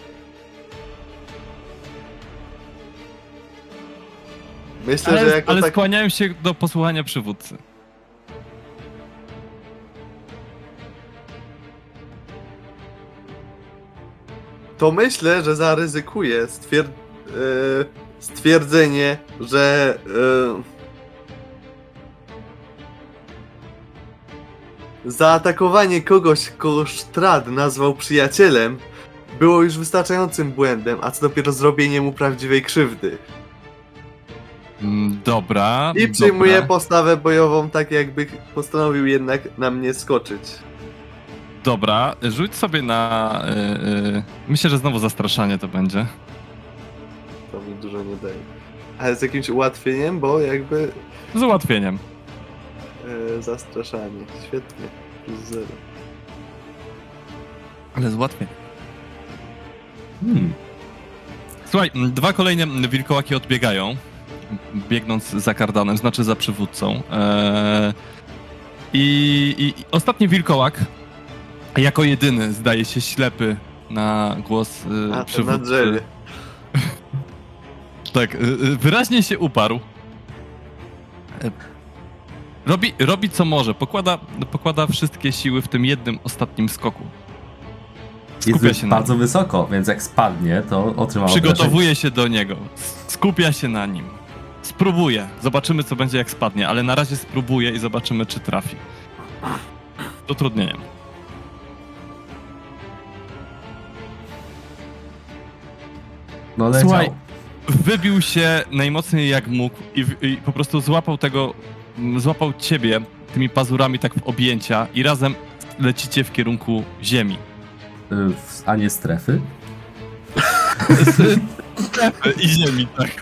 Myślę, że jako ale tak... skłaniają się do posłuchania przywódcy. To myślę, że zaryzykuję stwierdzenie, że zaatakowanie kogoś, kogo Strahd nazwał przyjacielem, było już wystarczającym błędem, a co dopiero zrobienie mu prawdziwej krzywdy. Dobra. I przyjmuję postawę bojową, tak jakby postanowił jednak na mnie skoczyć. Dobra, rzuć sobie na... myślę, że znowu zastraszanie to będzie. To mi dużo nie daje. Ale z jakimś ułatwieniem, bo jakby... Z ułatwieniem. Zastraszanie. Świetnie. Plus 0. Ale z ułatwieniem. Słuchaj, 2 kolejne wilkołaki odbiegają, biegnąc za Cardanem, znaczy za przywódcą. I ostatni wilkołak, jako jedyny, zdaje się ślepy na głos przywódcy. Na drzewie. Tak, wyraźnie się uparł. Robi co może, pokłada wszystkie siły w tym jednym ostatnim skoku. Skupia jest się na bardzo nim. wysoko, więc jak spadnie, to otrzyma obrażenie. Przygotowuje się do niego. Skupia się na nim. Spróbuje. Zobaczymy, co będzie, jak spadnie, ale na razie spróbuje i zobaczymy, czy trafi. Z utrudnieniem. No leciał. Słuchaj, wybił się najmocniej jak mógł i po prostu złapał ciebie tymi pazurami tak w objęcia i razem lecicie w kierunku ziemi. A nie strefy? I ziemi, tak.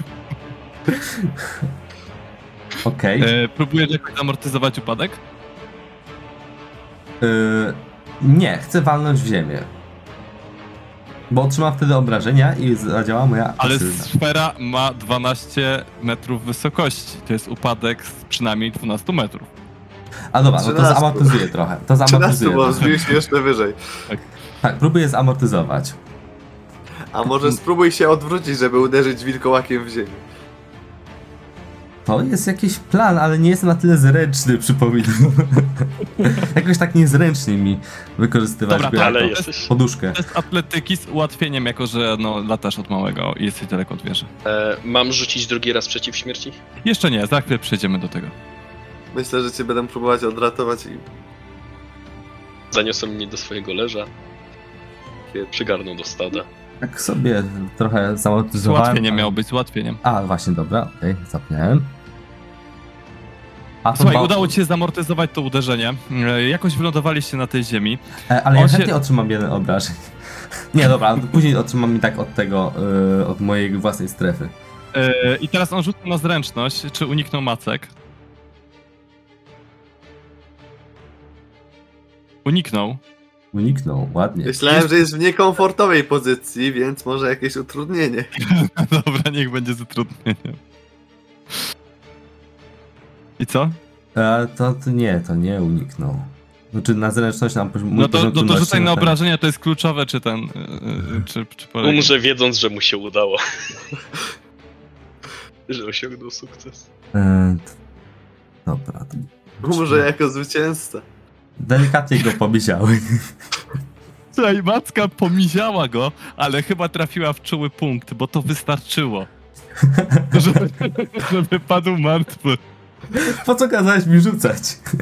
Okej. Próbujesz jakoś amortyzować upadek? Nie, chcę walnąć w ziemię. Bo otrzymam wtedy obrażenia i zadziała moja Ale pasywna. sfera ma 12 metrów wysokości. To jest upadek z przynajmniej 12 metrów. A dobra, no to 13. zamortyzuję trochę. To 13, zamortyzuję bo trochę. zbił się jeszcze wyżej. Tak, próbuję zamortyzować. A może spróbuj się odwrócić, żeby uderzyć wilkołakiem w ziemię. To jest jakiś plan, ale nie jestem na tyle zręczny, przypominam. Jakoś tak niezręcznie mi wykorzystywać Dobra, go tak, Ale jako jesteś. poduszkę. Test atletyki z ułatwieniem, jako że latasz od małego i jesteś daleko od wieży. Mam rzucić drugi raz przeciw śmierci? Jeszcze nie, za chwilę przejdziemy do tego. Myślę, że cię będę próbować odratować i Zaniosą mnie do swojego leża. Przygarnął do stada. Tak sobie trochę Z zamortyzowałem. ułatwieniem ale- miało być, z ułatwieniem. A, właśnie, dobra, okej, zapomniałem. A to Słuchaj, ba- udało ci się zamortyzować to uderzenie. Jakoś wylądowaliście na tej ziemi. Ale ja on się- chętnie otrzymam jeden obrażeń. Nie, dobra, później otrzymam i tak od tego, od mojej własnej strefy. I teraz on rzuca na zręczność, czy uniknął macek. Uniknął. Uniknął, ładnie. myślałem, że jest w niekomfortowej pozycji, więc może jakieś utrudnienie. Dobra, niech będzie z utrudnieniem. I co? To nie uniknął. Znaczy na zręczność nam mój No to poziom trudności rzucaj na ten- obrażenia, to jest kluczowe, czy ten... czy polega. Umrze wiedząc, że mu się udało. Że osiągnął sukces. Dobra. to- Umrze jako zwycięzca. Delikatnie go pobiziały. Słuchaj, macka pomiziała go, ale chyba trafiła w czuły punkt, bo to wystarczyło. Żeby padł martwy. Po co kazałeś mi rzucać?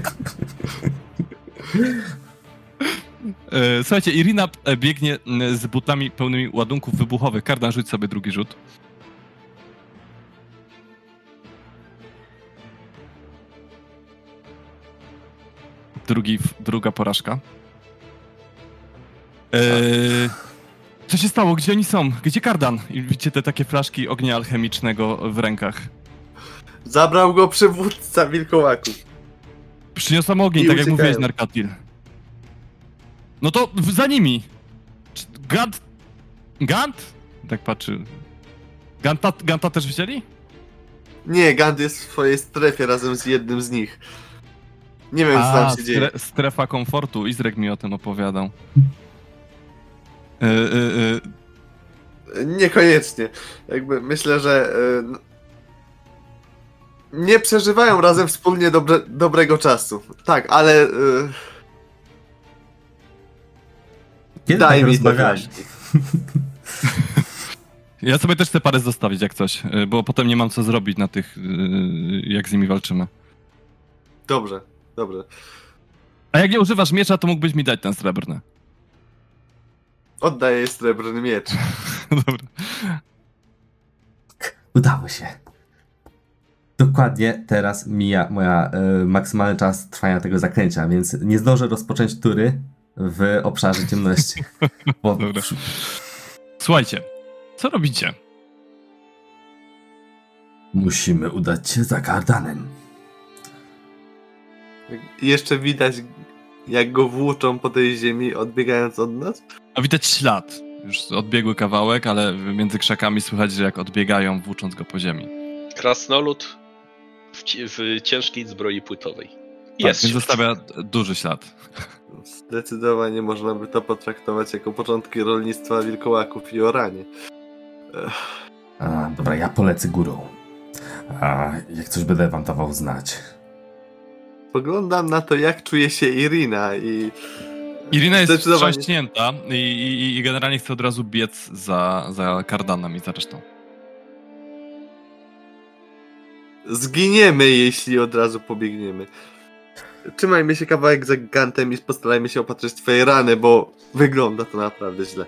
Słuchajcie, Irina biegnie z butami pełnymi ładunków wybuchowych. Kardan, rzuć sobie drugi rzut. Druga porażka. Co się stało? Gdzie oni są? Gdzie Kardan? I widzicie te takie flaszki ognia alchemicznego w rękach. Zabrał go przywódca wilkołaków. Przyniosłam ogień, I tak jak uciekają. mówiłeś, Narkatil. No to za nimi! Gant? Gant? Tak patrzy. Ganta też widzieli? Nie, Gand jest w swojej strefie razem z jednym z nich. Nie wiem, co tam się dzieje. Strefa komfortu. Izrek mi o tym opowiadał. Niekoniecznie. Jakby myślę, że nie przeżywają razem wspólnie dobrego czasu. Tak, ale Kiedy daj tak mi to rozmawiali? flaszki. Ja sobie też chcę parę zostawić jak coś, bo potem nie mam co zrobić na tych, jak z nimi walczymy. Dobrze, dobrze. A jak nie używasz miecza, to mógłbyś mi dać ten srebrny. Oddaję srebrny miecz. Dobra. Udało się. Dokładnie teraz mija moja maksymalny czas trwania tego zaklęcia, więc nie zdążę rozpocząć tury w obszarze ciemności. Bo Dobra. Słuchajcie, co robicie? musimy udać się za Kardanem. I jeszcze widać, jak go włóczą po tej ziemi, odbiegając od nas. A widać ślad. Już odbiegły kawałek, ale między krzakami słychać, że jak odbiegają, włócząc go po ziemi. Krasnolud w ciężkiej zbroi płytowej. Tak, Jest więc ślad. zostawia duży ślad. Zdecydowanie można by to potraktować jako początki rolnictwa wilkołaków i oranie. Dobra, ja polecę górą. Jak coś będę wam dawał znać. Spoglądam na to, jak czuje się Irina i Irina jest Zdecydowanie. wstrząśnięta i generalnie chce od razu biec za Kardanem i za resztą. Zginiemy, jeśli od razu pobiegniemy. Trzymajmy się kawałek za gigantem i postarajmy się opatrzyć twoje rany, bo wygląda to naprawdę źle.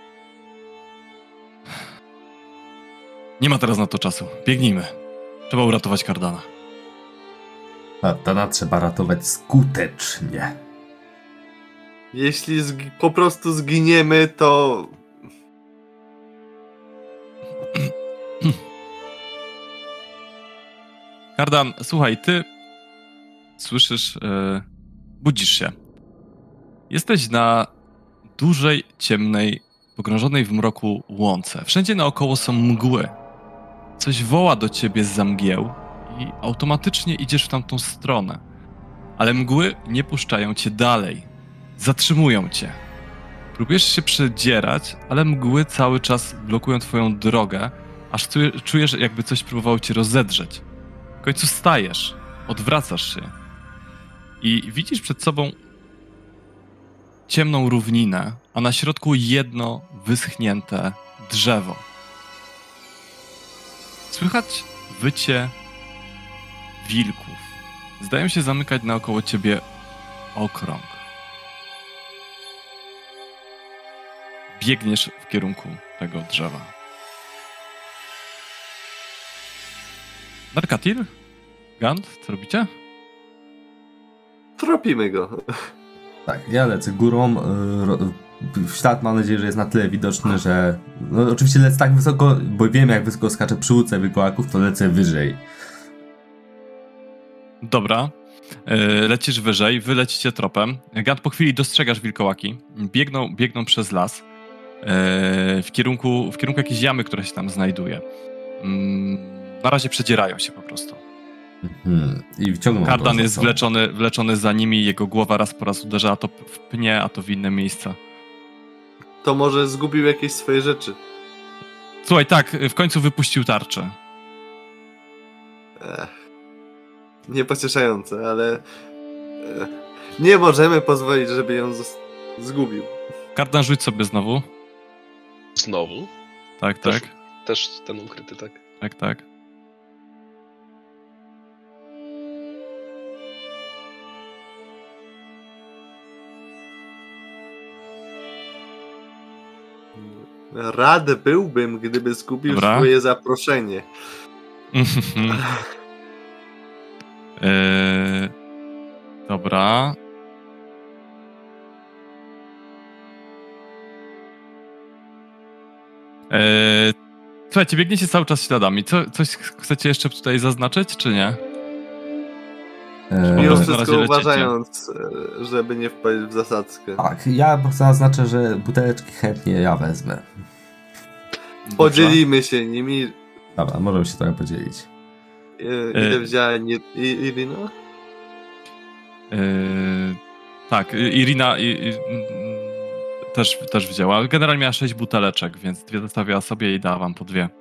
Nie ma teraz na to czasu. Biegnijmy. Trzeba uratować Kardana. Kardana trzeba ratować skutecznie. Jeśli po prostu zginiemy, to... Kardan, słuchaj, ty słyszysz, budzisz się. Jesteś na dużej, ciemnej, pogrążonej w mroku łące. Wszędzie naokoło są mgły. Coś woła do ciebie zza mgieł i automatycznie idziesz w tamtą stronę. Ale mgły nie puszczają cię dalej. Zatrzymują cię. Próbujesz się przedzierać, ale mgły cały czas blokują twoją drogę, aż czujesz, jakby coś próbowało cię rozedrzeć. W końcu stajesz, odwracasz się i widzisz przed sobą ciemną równinę, a na środku jedno wyschnięte drzewo. Słychać wycie wilków. Zdają się zamykać naokoło ciebie okrąg. Biegniesz w kierunku tego drzewa. Narkatil? Gant? Co robicie? Tropimy go. Tak, ja lecę górą. Ślad mam nadzieję, że jest na tyle widoczny, że... No oczywiście lecę tak wysoko, bo wiem jak wysoko skaczę przy łódce wilkołaków, to lecę wyżej. Dobra. Lecisz wyżej, wy lecicie tropem. Gant, po chwili dostrzegasz wilkołaki. Biegną przez las. W kierunku jakiejś jamy, która się tam znajduje. Na razie przedzierają się po prostu. I wciągną Kardan to jest za sobą. wleczony za nimi, jego głowa raz po raz uderza, a to w pnie, a to w inne miejsca. To może zgubił jakieś swoje rzeczy. Słuchaj, tak, w końcu wypuścił tarczę. Niepocieszające, ale... nie możemy pozwolić, żeby ją zgubił. Kardan, rzuć sobie znowu. Znowu? Tak. Też ten ukryty, tak? Tak. Rad byłbym, gdyby zgubił Dobra. swoje zaproszenie. Dobra. Słuchajcie, biegniecie cały czas śladami. Coś chcecie jeszcze tutaj zaznaczyć, czy nie? Mimo na wszystko razie lecicie. uważając, żeby nie wpaść w zasadzkę. Tak, ja zaznaczę, że buteleczki chętnie ja wezmę. Podzielimy się nimi. Dobra, możemy się trochę podzielić. Ile wzięła Irina? Tak, Irina też wzięła. Generalnie miała 6 buteleczek, więc 2 zostawiała sobie i dała wam po 2.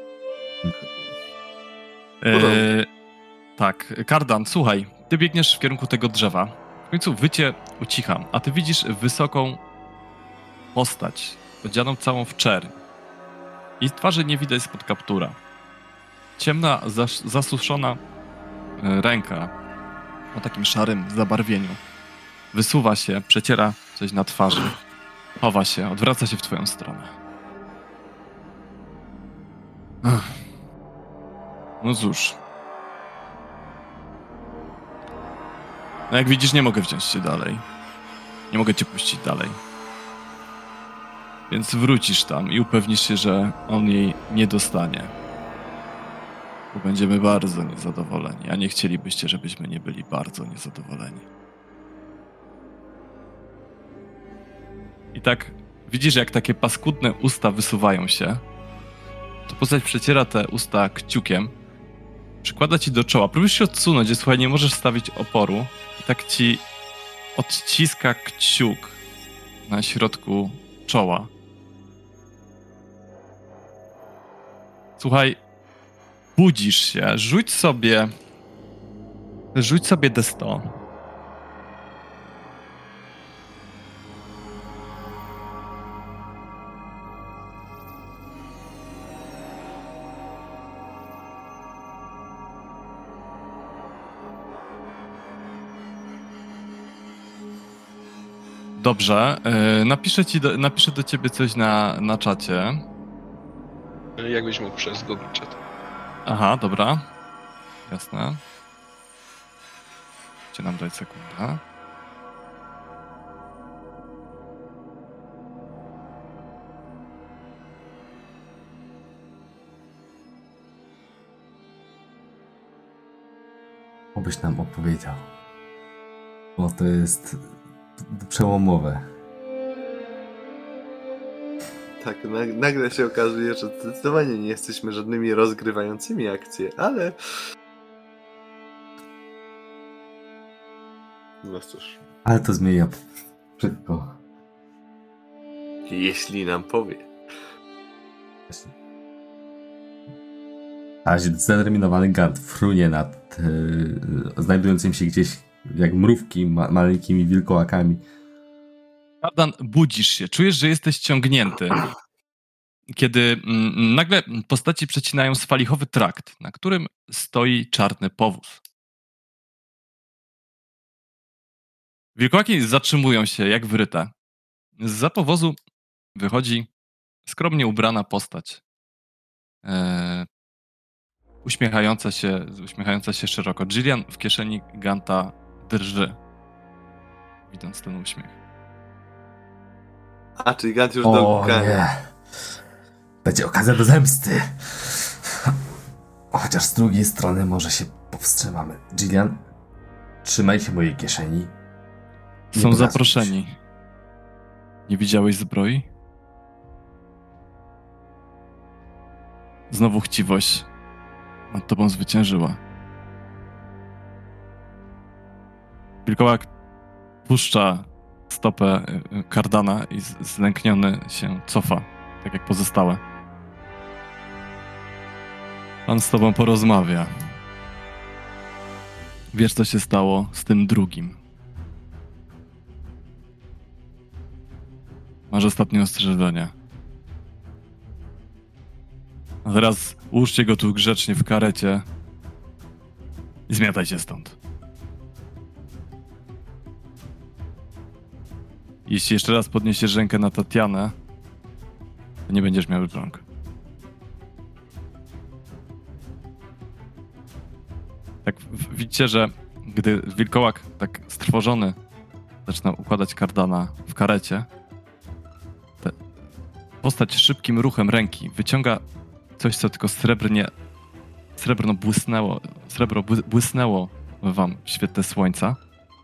Tak, Kardan, słuchaj, ty biegniesz w kierunku tego drzewa. W końcu wycie ucicha, a ty widzisz wysoką postać, odzianą całą w czerń. I twarzy nie widać spod kaptura. Ciemna, zasuszona ręka o takim szarym zabarwieniu wysuwa się, przeciera coś na twarzy, chowa się, odwraca się w twoją stronę. No cóż. No jak widzisz, nie mogę wziąć cię dalej. Nie mogę cię puścić dalej. Więc wrócisz tam i upewnisz się, że on jej nie dostanie. Bo będziemy bardzo niezadowoleni, a nie chcielibyście, żebyśmy nie byli bardzo niezadowoleni. I tak widzisz, jak takie paskudne usta wysuwają się. To postać przeciera te usta kciukiem, przykłada ci do czoła. Próbujesz się odsunąć, że słuchaj, nie możesz stawić oporu. I tak ci odciska kciuk na środku czoła. Słuchaj, budzisz się, rzuć sobie D100. Dobrze. Napiszę do ciebie coś na czacie. Jakbyś mógł przez Google Chat. Aha, dobra. Jasne. Chcę nam dać sekundę. Obyś nam opowiedział. Bo to jest przełomowe. Tak, nagle się okazuje, że zdecydowanie nie jesteśmy żadnymi rozgrywającymi akcje, ale... No cóż, Ale to zmienia wszystko. jeśli nam powie. A zdeterminowany Gant frunie nad znajdującym się gdzieś jak mrówki maleńkimi wilkołakami. Kardan, budzisz się, czujesz, że jesteś ciągnięty, kiedy nagle postaci przecinają swalichowy trakt, na którym stoi czarny powóz. Wilkołaki zatrzymują się jak wryte. Zza powozu wychodzi skromnie ubrana postać. Uśmiechająca się szeroko. Jillian w kieszeni Ganta drży, widząc ten uśmiech. A, czyli Gant już O do nie. Będzie okazja do zemsty. Chociaż z drugiej strony może się powstrzymamy. Jillian, trzymaj się mojej kieszeni. Nie Są pokazuj zaproszeni. się. Nie widziałeś zbroi? Znowu chciwość nad tobą zwyciężyła. Wilkołak puszcza stopę Kardana i zlękniony się cofa, tak jak pozostałe. Pan z tobą porozmawia. Wiesz, co się stało z tym drugim. Masz ostatnie ostrzeżenie. A teraz ułóżcie go tu grzecznie w karecie i zmiatajcie stąd. Jeśli jeszcze raz podniesiesz rękę na Tatianę, to nie będziesz miał rąk. Tak widzicie, że gdy wilkołak tak strwożony zaczyna układać Kardana w karecie, postać szybkim ruchem ręki wyciąga coś, co tylko srebro błysnęło wam w świetle słońca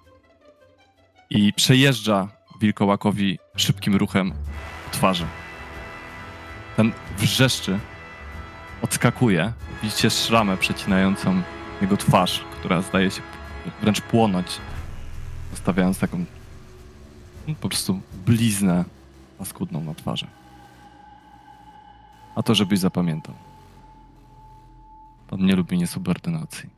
i przejeżdża wilkołakowi szybkim ruchem po twarzy. Ten wrzeszczy, odskakuje, widzicie szramę przecinającą jego twarz, która zdaje się wręcz płonąć, zostawiając taką po prostu bliznę paskudną na twarzy. A to, żebyś zapamiętał. Pan nie lubi niesubordynacji.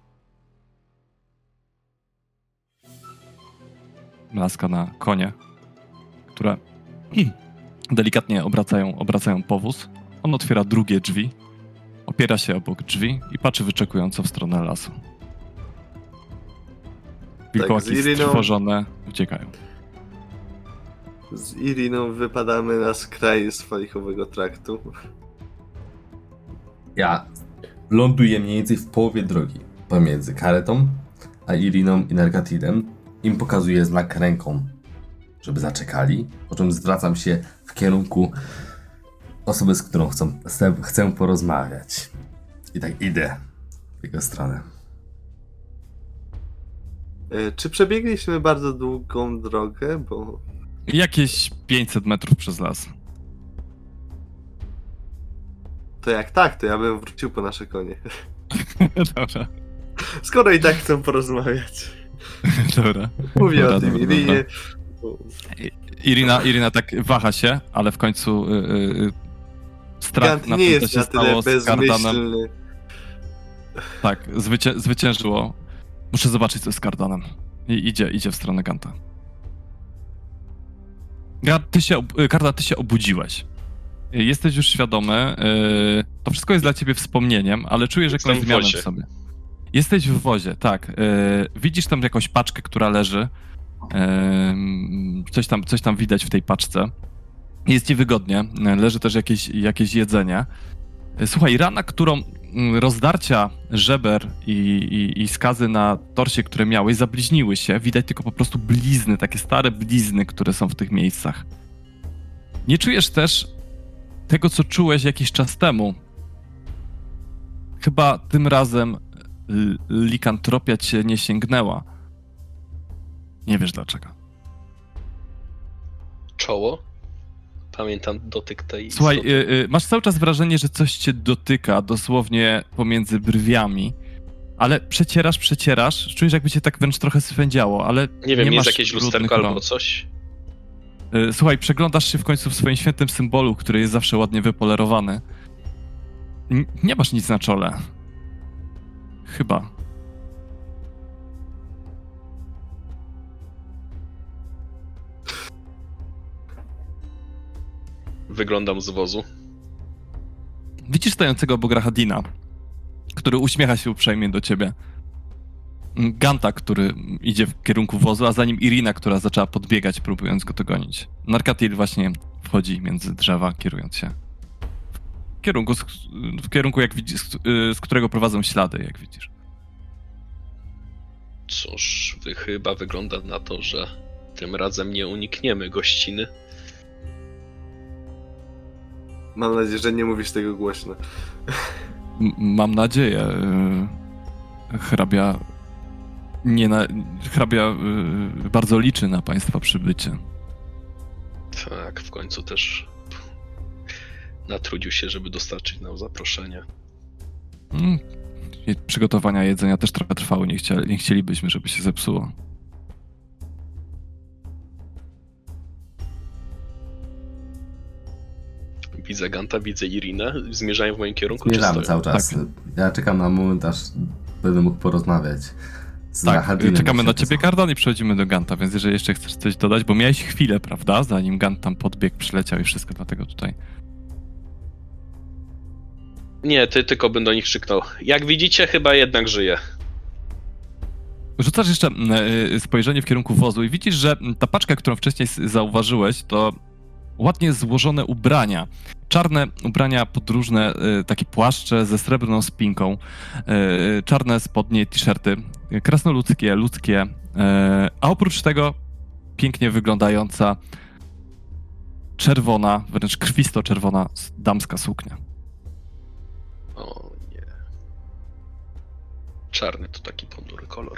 Laska na konie, które delikatnie obracają powóz. On otwiera drugie drzwi, opiera się obok drzwi i patrzy wyczekująco w stronę lasu. Wilkołaki strwożone uciekają. Z Iriną wypadamy na skraj swalichowego traktu. Ja ląduję mniej więcej w połowie drogi pomiędzy karetą a Iriną i Narkatilem. Im pokazuję znak ręką, żeby zaczekali, po czym zwracam się w kierunku osoby, z którą chcę porozmawiać. I tak idę w jego stronę. Czy przebiegliśmy bardzo długą drogę, bo... Jakieś 500 metrów przez las. To jak tak, to ja bym wrócił po nasze konie. Dobra. Skoro i tak chcą porozmawiać. Dobra. Mówię Dobra, o tym dobra, Irinie. Irina tak waha się, ale w końcu strach Gant na nie tym, co jest się na tyle stało z Kardanem. bezmyślny. Tak, zwyciężyło. Muszę zobaczyć, co z Kardanem. I idzie w stronę Ganta. Kardan, ty się obudziłeś. Jesteś już świadomy. To wszystko jest dla ciebie wspomnieniem, ale czujesz jakąś zmianę w sobie. Jesteś w wozie, tak. Widzisz tam jakąś paczkę, która leży. Coś tam widać w tej paczce. Jest niewygodnie, leży też jakieś jedzenie. Słuchaj, rana, którą rozdarcia żeber i skazy na torsie, które miałeś, zabliźniły się. Widać tylko po prostu blizny, takie stare blizny, które są w tych miejscach. Nie czujesz też tego, co czułeś jakiś czas temu. Chyba tym razem likantropia cię nie sięgnęła. Nie wiesz dlaczego. Czoło? Pamiętam dotyk tej Słuchaj, istoty. masz cały czas wrażenie, że coś cię dotyka dosłownie pomiędzy brwiami, ale przecierasz, czujesz jakby cię tak wręcz trochę swędziało, ale Nie wiem, nie jest masz jakieś brudnych lusterko albo rąk. coś? Słuchaj, przeglądasz się w końcu w swoim świętym symbolu, który jest zawsze ładnie wypolerowany. Nie masz nic na czole. Chyba. Wyglądam z wozu. Widzisz stojącego obok Rahadina, który uśmiecha się uprzejmie do ciebie. Ganta, który idzie w kierunku wozu, a za nim Irina, która zaczęła podbiegać, próbując go dogonić. Narkatil właśnie wchodzi między drzewa, kierując się w kierunku jak widzisz, z którego prowadzą ślady, jak widzisz. Cóż, chyba wygląda na to, że tym razem nie unikniemy gościny. Mam nadzieję, że nie mówisz tego głośno. Mam nadzieję. Hrabia bardzo liczy na państwa przybycie. Tak, w końcu też natrudził się, żeby dostarczyć nam zaproszenie. Przygotowania jedzenia też trochę trwały. Nie chcielibyśmy, żeby się zepsuło. Widzę Ganta, widzę Irinę. Zmierzają w moim kierunku, czy Zmierzamy stoją? cały czas. Tak. Ja czekam na moment, aż będę mógł porozmawiać z Rahadinem. Czekamy na ciebie, Kardan, i przechodzimy do Ganta, więc jeżeli jeszcze chcesz coś dodać, bo miałeś chwilę, prawda, zanim Gant tam podbiegł, przyleciał i wszystko, dlatego tutaj. Nie, ty tylko bym do nich krzyknął. Jak widzicie, chyba jednak żyje. Rzucasz jeszcze spojrzenie w kierunku wozu i widzisz, że ta paczka, którą wcześniej zauważyłeś, to ładnie złożone ubrania. Czarne ubrania podróżne, takie płaszcze ze srebrną spinką, czarne spodnie, t-shirty, krasnoludzkie, ludzkie, a oprócz tego pięknie wyglądająca czerwona, wręcz krwisto-czerwona damska suknia. O nie. Czarny to taki ponury kolor.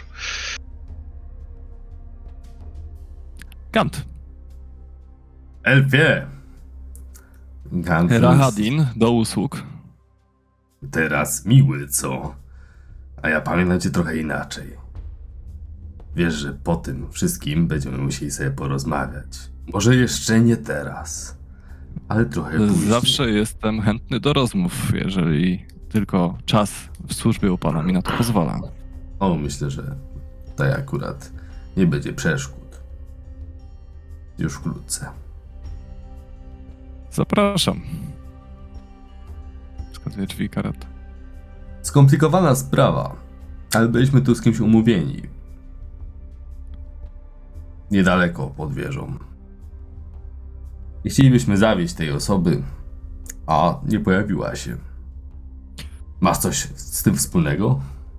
Gant. Elfie! Gantus, Rahadin do usług. teraz miły, co? A ja pamiętam cię trochę inaczej. Wiesz, że po tym wszystkim będziemy musieli sobie porozmawiać. Może jeszcze nie teraz, ale trochę później. Zawsze jestem chętny do rozmów, jeżeli tylko czas w służbie u pana mi na to pozwala. O, myślę, że tutaj akurat nie będzie przeszkód. Już wkrótce. Zapraszam. Wskazuje drzwi karet. Skomplikowana sprawa, ale byliśmy tu z kimś umówieni. Niedaleko pod wieżą. I chcielibyśmy zawieźć tej osoby, a nie pojawiła się. Masz coś z tym wspólnego?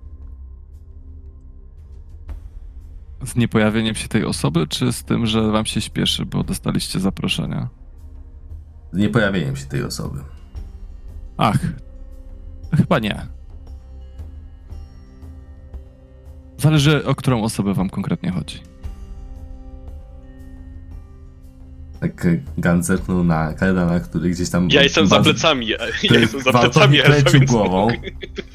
Z niepojawieniem się tej osoby, czy z tym, że wam się śpieszy, bo dostaliście zaproszenia? Z niepojawieniem się tej osoby. Ach, chyba nie. Zależy, o którą osobę wam konkretnie chodzi. Tak Gan zerknął na Kaledana, który gdzieś tam... Ja jestem za plecami, ja jestem za plecami elfa, kręcił więc głową. mogę.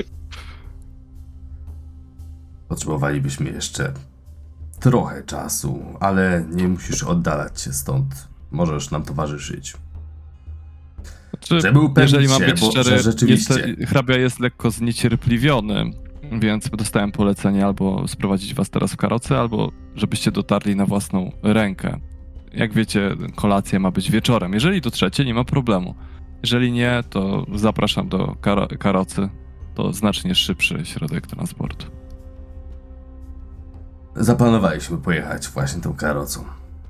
Potrzebowalibyśmy jeszcze trochę czasu, ale nie musisz oddalać się stąd. Możesz nam towarzyszyć. Znaczy, Żeby upewnić jeżeli mam się, być bo szczery, że rzeczywiście- hrabia jest lekko zniecierpliwiony, więc dostałem polecenie albo sprowadzić was teraz w karocy, albo żebyście dotarli na własną rękę. Jak wiecie, kolacja ma być wieczorem. Jeżeli dotrzecie, nie ma problemu. Jeżeli nie, to zapraszam do karocy. To znacznie szybszy środek transportu. zaplanowaliśmy pojechać właśnie tą karocą.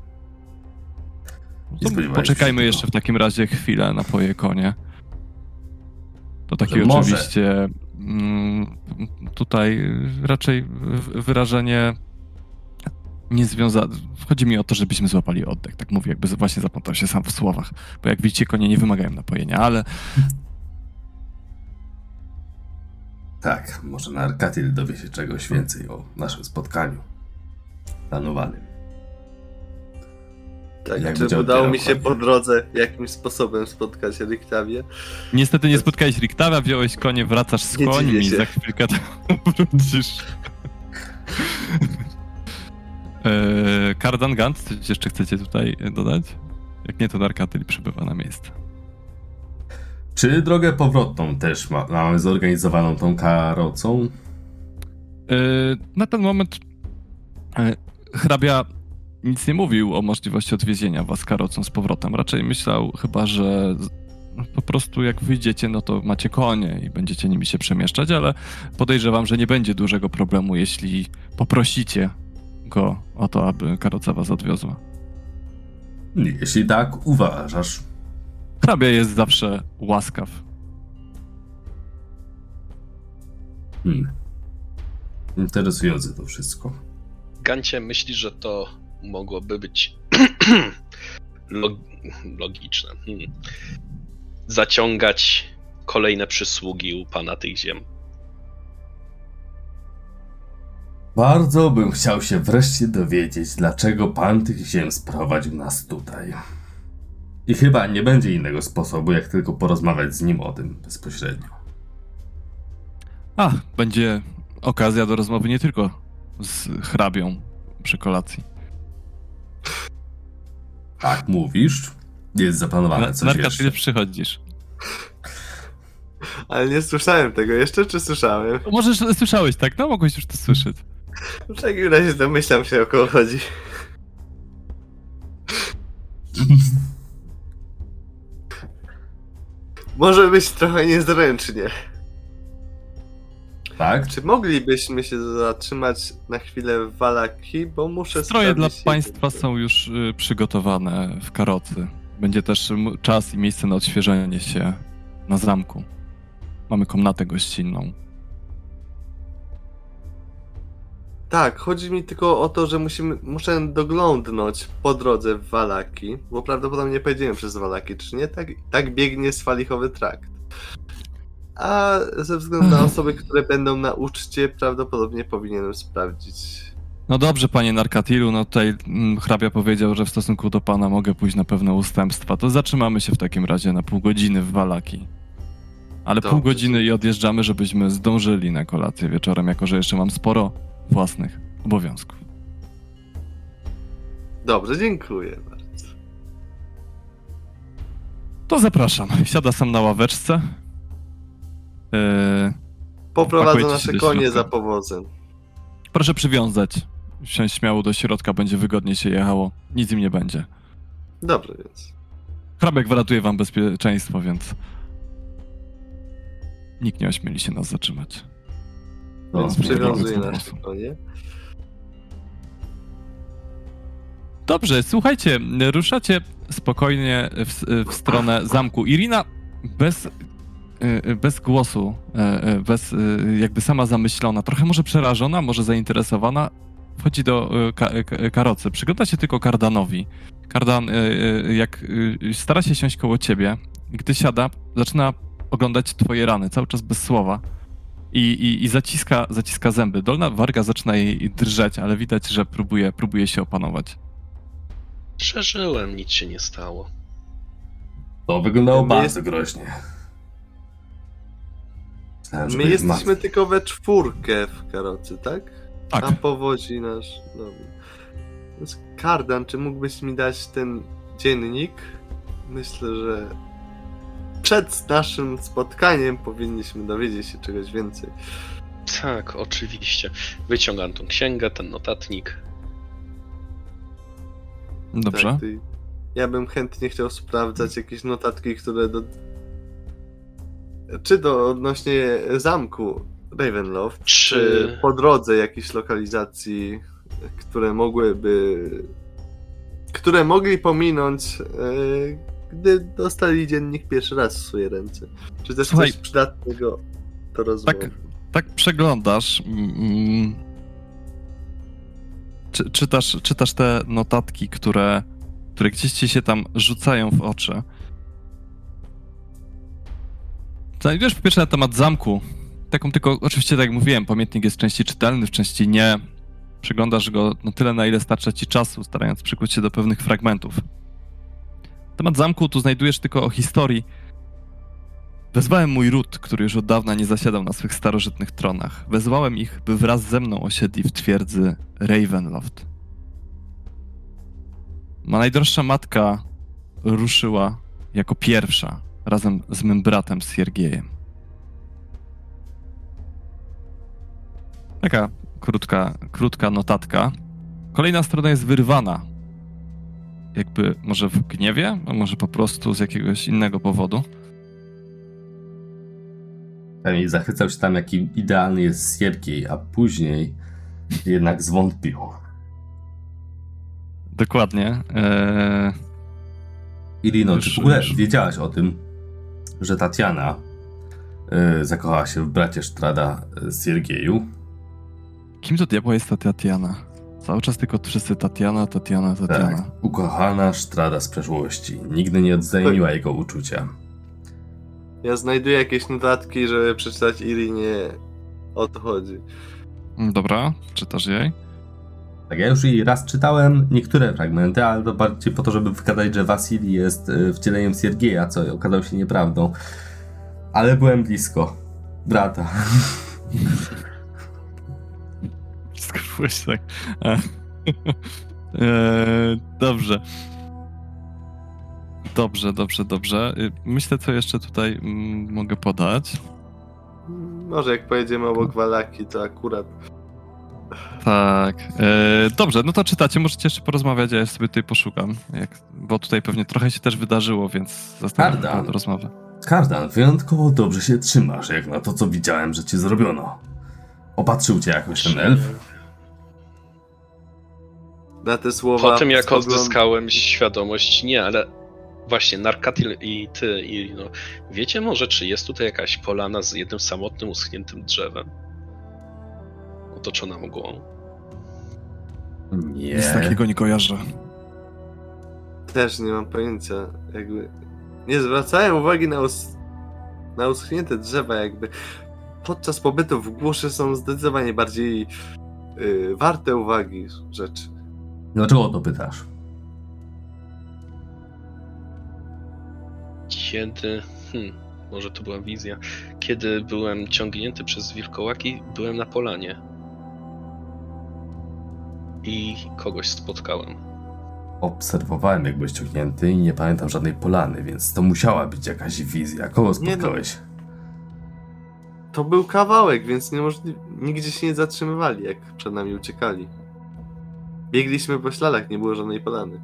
Poczekajmy jeszcze w takim razie chwilę na pojekonie. To takie Może. oczywiście tutaj raczej wyrażenie niezwiązane. Chodzi mi o to, żebyśmy złapali oddech. Tak mówię, jakby właśnie zaplątał się sam w słowach. Bo jak widzicie, konie nie wymagają napojenia, ale Tak, może Narkatil dowie się czegoś więcej o naszym spotkaniu planowanym. Tak, Jak czy będzie udało odbierał mi się konie? po drodze jakimś sposobem spotkać Riktawię? niestety nie spotkałeś Riktawia, wziąłeś konie, wracasz z Nie dziwię końmi, się. za chwilkę tam wrócisz. Kardan Gant, coś jeszcze chcecie tutaj dodać? Jak nie, to Narkatyl przybywa na miejsce. Czy drogę powrotną też mamy zorganizowaną tą karocą? Na ten moment hrabia nic nie mówił o możliwości odwiezienia was karocą z powrotem. Raczej myślał chyba, że po prostu jak wyjdziecie, no to macie konie i będziecie nimi się przemieszczać, ale podejrzewam, że nie będzie dużego problemu, jeśli poprosicie go o to, aby karoca was odwiozła. Jeśli tak uważasz. Hrabia jest zawsze łaskaw. Interesujące to wszystko. Gancie, myślisz, że to mogłoby być logiczne. Zaciągać kolejne przysługi u pana tych ziem. Bardzo bym chciał się wreszcie dowiedzieć, dlaczego pan tych ziem sprowadził nas tutaj. I chyba nie będzie innego sposobu, jak tylko porozmawiać z nim o tym bezpośrednio. Będzie okazja do rozmowy nie tylko z hrabią przy kolacji. Tak mówisz? Jest zaplanowane coś Narka, jeszcze. ty przychodzisz. Ale nie słyszałem tego jeszcze, czy słyszałem? Może słyszałeś, tak? No, mogłeś już to słyszeć. W takim razie domyślam się, o kogo chodzi. Może być trochę niezręcznie. Tak? Czy moglibyśmy się zatrzymać na chwilę w Valaki, bo muszę Stroje dla sprawdzić państwa jedną są już przygotowane w karocy. Będzie też czas i miejsce na odświeżenie się na zamku. Mamy komnatę gościnną. Tak, chodzi mi tylko o to, że muszę doglądnąć po drodze w Valaki, bo prawdopodobnie pojedziemy przez Valaki, czy nie? Tak biegnie Swalichowy Trakt. A ze względu na osoby, które będą na uczcie, prawdopodobnie powinienem sprawdzić. No dobrze, panie Narkatilu, no tutaj hrabia powiedział, że w stosunku do pana mogę pójść na pewne ustępstwa. To zatrzymamy się w takim razie na pół godziny w Valaki. Ale Dobrze. pół godziny i odjeżdżamy, żebyśmy zdążyli na kolację wieczorem, jako że jeszcze mam sporo własnych obowiązków. Dobrze, dziękuję bardzo. To zapraszam. Siada sam na ławeczce. Poprowadzę Pakujecie się nasze do konie środka. za powozem. Proszę przywiązać. Wsiąść śmiało do środka, będzie wygodnie się jechało. Nic im nie będzie. Dobrze więc. Hrabia gwarantuje wam bezpieczeństwo, więc nikt nie ośmieli się nas zatrzymać. No, Więc przywiązuję przywiązuję na nasze konie. Dobrze, słuchajcie, ruszacie spokojnie w stronę zamku. Irina bez głosu, jakby sama zamyślona, trochę może przerażona, może zainteresowana, wchodzi do karocy. Przygląda się tylko Kardanowi. Kardan, jak stara się siąść koło ciebie, gdy siada, zaczyna oglądać twoje rany, cały czas bez słowa. I zaciska zęby. Dolna warga zaczyna jej drżeć, ale widać, że próbuje się opanować. Przeżyłem, nic się nie stało. To wyglądało My bardzo groźnie. Myślałem, że My będzie jesteśmy martwy. tylko we czwórkę w karocy, tak? Tak. A powodzi nasz... Dobra. Więc Kardan, czy mógłbyś mi dać ten dziennik? Myślę, że przed naszym spotkaniem powinniśmy dowiedzieć się czegoś więcej. Tak, oczywiście. Wyciągam tą księgę, ten notatnik. Dobrze. Tak, ja bym chętnie chciał sprawdzać jakieś notatki, które czy odnośnie zamku Ravenloft, czy po drodze jakiejś lokalizacji które mogli pominąć, gdy dostali dziennik pierwszy raz w swoje ręce. Czy też Słuchaj, coś przydatnego do rozmowy? Tak przeglądasz. Czytasz te notatki, które gdzieś ci się tam rzucają w oczy. Znajdujesz po pierwsze na temat zamku. Taką tylko, oczywiście tak jak mówiłem, pamiętnik jest w części czytelny, w części nie. Przeglądasz go na tyle, na ile starcza ci czasu, starając przykuć się do pewnych fragmentów. Temat zamku tu znajdujesz tylko o historii. Wezwałem mój ród, który już od dawna nie zasiadał na swych starożytnych tronach. Wezwałem ich, by wraz ze mną osiedli w twierdzy Ravenloft. Ma najdroższa matka ruszyła jako pierwsza, razem z mym bratem Siergiejem. Taka krótka notatka. Kolejna strona jest wyrwana. Jakby może w gniewie, a może po prostu z jakiegoś innego powodu. Pewnie zachwycał się tam, jaki idealny jest Siergiej, a później jednak zwątpił. Dokładnie. Irino, czy w ogóle wiedziałaś o tym, że Tatiana zakochała się w bracie Strahda Siergieju? Kim to diabła jest ta Tatiana? Cały czas tylko wszyscy Tatiana. Tak, ukochana Strahda z przeszłości. Nigdy nie odzajmiła jego uczucia. Ja znajduję jakieś notatki, żeby przeczytać Irinie, o to chodzi. Dobra, czytasz jej? Tak, ja już jej raz czytałem niektóre fragmenty, ale to bardziej po to, żeby wykazać, że Wasili jest wcieleniem Siergieja, co okazało się nieprawdą. Ale byłem blisko. Brata. Skryłeś tak. Dobrze. Dobrze. Myślę, co jeszcze tutaj mogę podać. Może jak pojedziemy obok Wallaki, to akurat... Tak. Dobrze, no to czytacie, możecie jeszcze porozmawiać, a ja sobie tutaj poszukam. Bo tutaj pewnie trochę się też wydarzyło, więc zastanawiam się do rozmowy. Kardan, wyjątkowo dobrze się trzymasz, jak na to, co widziałem, że ci zrobiono. Opatrzył cię jakoś ten elf? Na te słowa... Po tym, jak odzyskałem świadomość, nie, ale właśnie Narkatil i ty, Irino, wiecie może, czy jest tutaj jakaś polana z jednym samotnym, uschniętym drzewem? Otoczona mgłą? Nie. Nic takiego nie kojarzę. Też nie mam pojęcia, jakby... Nie zwracałem uwagi na uschnięte drzewa, jakby... Podczas pobytu w głuszy są zdecydowanie bardziej warte uwagi rzeczy. Dlaczego o to pytasz? Kiedy... może to była wizja. Kiedy byłem ciągnięty przez wilkołaki, byłem na polanie. I kogoś spotkałem. Obserwowałem, jak byłeś ciągnięty i nie pamiętam żadnej polany, więc to musiała być jakaś wizja. Kogo spotkałeś? To był kawałek, więc nigdzie się nie zatrzymywali, jak przed nami uciekali. Biegliśmy po śladach, nie było żadnej polany.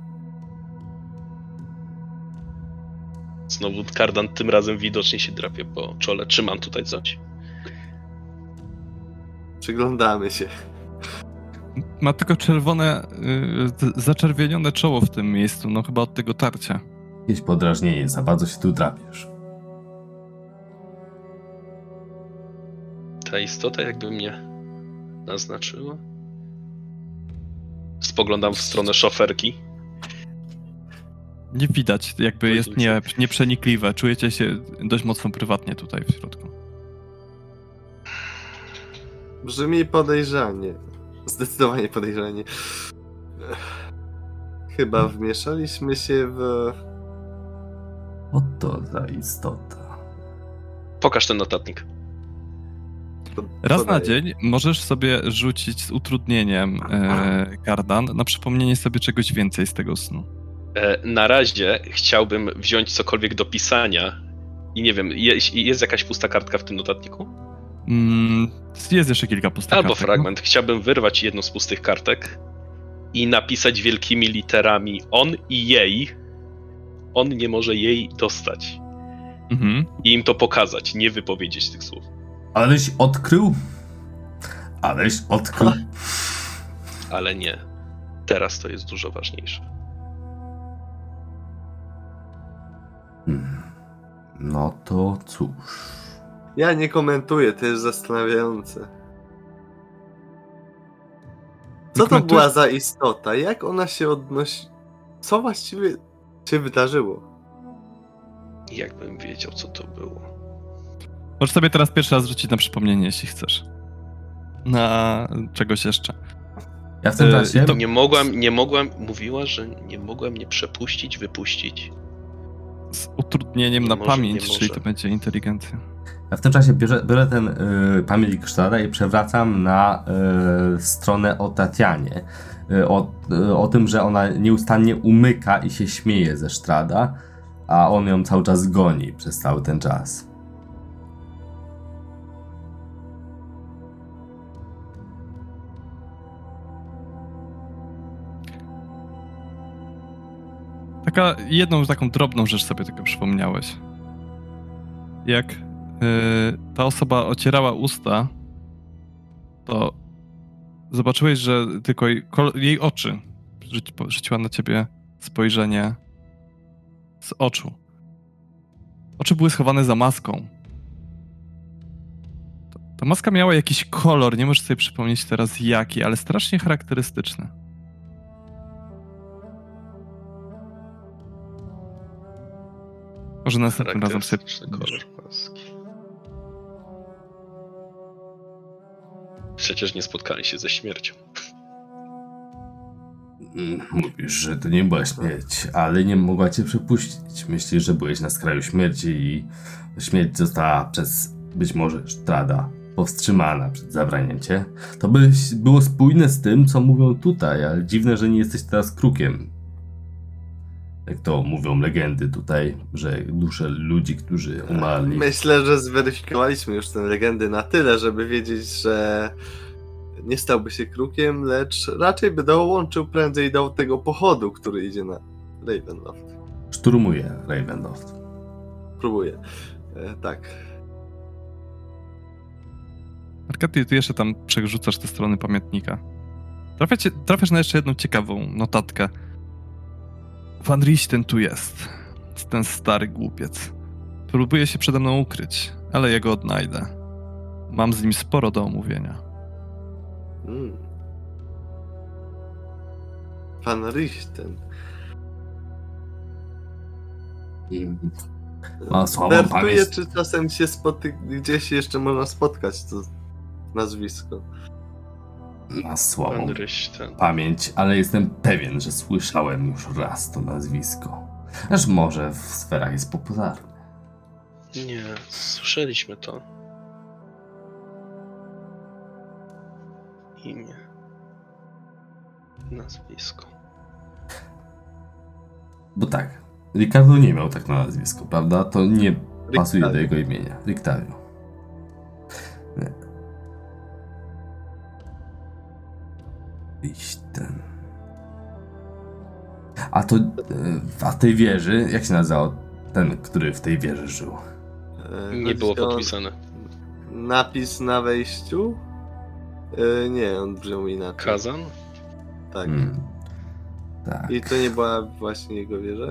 Znowu Kardan tym razem widocznie się drapie po czole. Trzymam tutaj coś. Przyglądamy się. Ma tylko czerwone, zaczerwienione czoło w tym miejscu, no chyba od tego tarcia. Jakieś podrażnienie, za bardzo się tu drapiesz. Ta istota jakby mnie naznaczyła. Spoglądam w stronę szoferki. Nie widać, jakby jest nieprzenikliwe. Czujecie się dość mocno prywatnie tutaj w środku. Brzmi podejrzanie. Zdecydowanie podejrzanie. Chyba wmieszaliśmy się w... Oto za istota. Pokaż ten notatnik. Raz na dzień możesz sobie rzucić z utrudnieniem, Kardan, na przypomnienie sobie czegoś więcej z tego snu. Na razie chciałbym wziąć cokolwiek do pisania i nie wiem, jest jakaś pusta kartka w tym notatniku? Jest jeszcze kilka pustych Albo kartek. fragment. Chciałbym wyrwać jedną z pustych kartek i napisać wielkimi literami on i jej. On nie może jej dostać. I im to pokazać, nie wypowiedzieć tych słów. Aleś odkrył. ale nie. Teraz to jest dużo ważniejsze. No to cóż. Ja nie komentuję, to jest zastanawiające. Co to była za istota? Jak ona się odnosi? Co właściwie się wydarzyło? Jakbym wiedział, co to było. Możesz sobie teraz pierwszy raz rzucić na przypomnienie, jeśli chcesz. Na czegoś jeszcze. Ja w tym czasie... Nie mogłam, mówiła, że nie mogła mnie przepuścić, wypuścić. Z utrudnieniem Nie na może, pamięć, nie czyli może. to będzie inteligencja. Ja w tym czasie biorę ten pamiętnik Krzysztofa i przewracam na stronę o Tatianie. O tym, że ona nieustannie umyka i się śmieje ze Sztrada, a on ją cały czas goni przez cały ten czas. Jedną taką drobną rzecz sobie tylko przypomniałeś. Jak ta osoba ocierała usta, to zobaczyłeś, że tylko jej oczy rzuciła na ciebie spojrzenie z oczu. Oczy były schowane za maską. Ta maska miała jakiś kolor, nie możesz sobie przypomnieć teraz jaki, ale strasznie charakterystyczny. Może następnym razem sobie... kolor maski. Przecież nie spotkali się ze śmiercią. Mówisz, że to nie była śmierć, ale nie mogła cię przepuścić. Myślisz, że byłeś na skraju śmierci i śmierć została przez być może Sztrada powstrzymana przed zabraniem cię. To by było spójne z tym, co mówią tutaj, ale dziwne, że nie jesteś teraz krukiem. Jak to mówią legendy tutaj, że dusze ludzi, którzy umarli... Myślę, że zweryfikowaliśmy już te legendy na tyle, żeby wiedzieć, że nie stałby się krukiem, lecz raczej by dołączył prędzej do tego pochodu, który idzie na Ravenloft. Szturmuje Ravenloft. Próbuję. Tak. Arkady, ty jeszcze tam przerzucasz te strony pamiętnika. Trafiasz na jeszcze jedną ciekawą notatkę. Van Richten tu jest. Ten stary głupiec. Próbuje się przede mną ukryć, ale ja go odnajdę. Mam z nim sporo do omówienia. Van Richten. Ma słabą Wertuję, pamięć. czy czasem się gdzieś jeszcze można spotkać to nazwisko. Ma słabą Ten. pamięć, ale jestem pewien, że słyszałem już raz to nazwisko. Aż może w sferach jest popularne. Nie, słyszeliśmy to. Imię. Nazwisko. Bo tak, Ricardo nie miał tak na nazwisko, prawda? To nie pasuje do jego imienia. Rictario. Nie. Ten. A to w tej wieży, jak się nazywał ten, który w tej wieży żył? Nie było podpisane. Napis na wejściu? Nie, on brzmiał inaczej. Kazan? Tak. Tak. I to nie była właśnie jego wieża?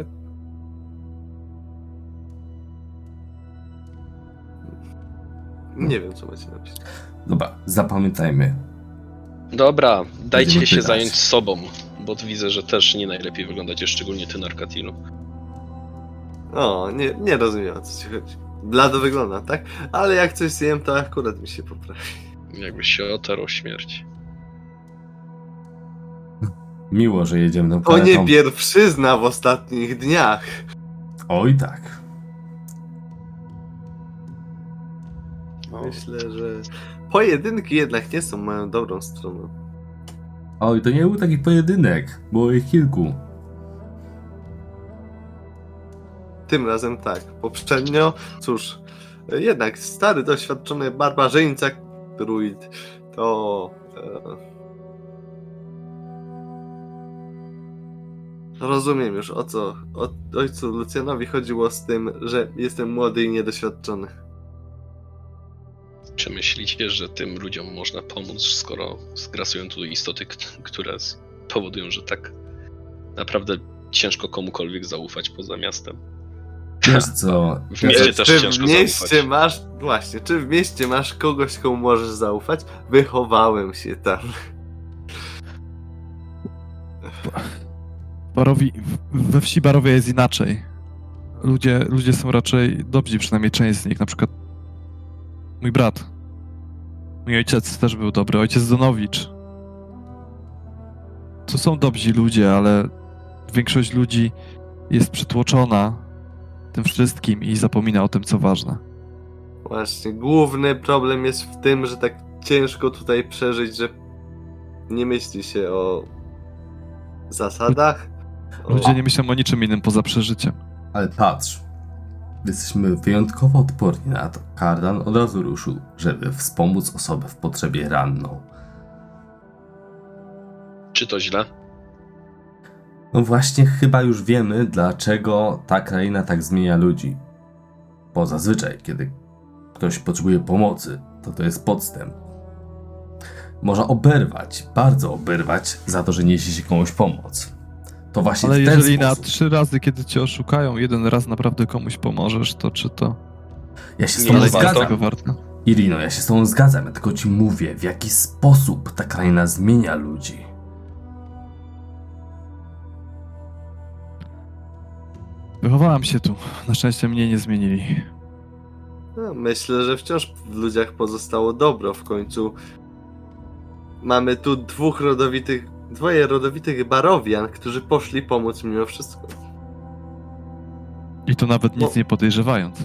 Nie wiem, co macie napisać. Dobra, zapamiętajmy. Dobra, dajcie Będziemy się pytać. zająć sobą, bo widzę, że też nie najlepiej wyglądacie, szczególnie ty, Narkatilu. O, nie rozumiem, o co ci chodzi. Blado wygląda, tak? Ale jak coś zjem, to akurat mi się poprawi. Jakbyś się otarł o śmierć. Miło, że jedziemy do To nie pierwszyzna w ostatnich dniach. Oj tak. Myślę, że pojedynki jednak nie są moją dobrą stroną. Oj, to nie był taki pojedynek. Było ich kilku. Tym razem tak. Poprzednio, cóż, jednak stary, doświadczony barbarzyńca druid to... rozumiem już, o co ojcu Lucjanowi chodziło z tym, że jestem młody i niedoświadczony. Czy myślicie, że tym ludziom można pomóc, skoro grasują tu istoty, które powodują, że tak naprawdę ciężko komukolwiek zaufać poza miastem? Wiesz co? W mieście też Czy w ciężko mieście zaufać. masz... Właśnie, czy w mieście masz kogoś, komu możesz zaufać? Wychowałem się tam. We wsi Barowie jest inaczej. Ludzie są raczej dobrzy, przynajmniej część z nich. Na przykład mój brat. Mój ojciec też był dobry. Ojciec Donowicz. To są dobrzy ludzie, ale większość ludzi jest przytłoczona tym wszystkim i zapomina o tym, co ważne. Właśnie, główny problem jest w tym, że tak ciężko tutaj przeżyć, że nie myśli się o zasadach. Ludzie nie myślą o niczym innym poza przeżyciem. Ale patrz, jesteśmy wyjątkowo odporni na to. Kardan od razu ruszył, żeby wspomóc osobę w potrzebie ranną. Czy to źle? No właśnie, chyba już wiemy, dlaczego ta kraina tak zmienia ludzi. Bo zazwyczaj, kiedy ktoś potrzebuje pomocy, to jest podstęp. Można oberwać, bardzo oberwać za to, że niesie się komuś pomoc. To właśnie Ale w ten jeżeli sposób. na 3 razy, kiedy cię oszukają, jeden raz naprawdę komuś pomożesz, to czy to Ja się z Nie tobą jest zgadzam. tego warte? Irino, ja się z tobą zgadzam, ja tylko ci mówię, w jaki sposób ta kraina zmienia ludzi. Wychowałem się tu. Na szczęście mnie nie zmienili. No, myślę, że wciąż w ludziach pozostało dobro. W końcu mamy tu dwoje rodowitych barowian, którzy poszli pomóc mimo wszystko. I to nawet nic No. nie podejrzewając.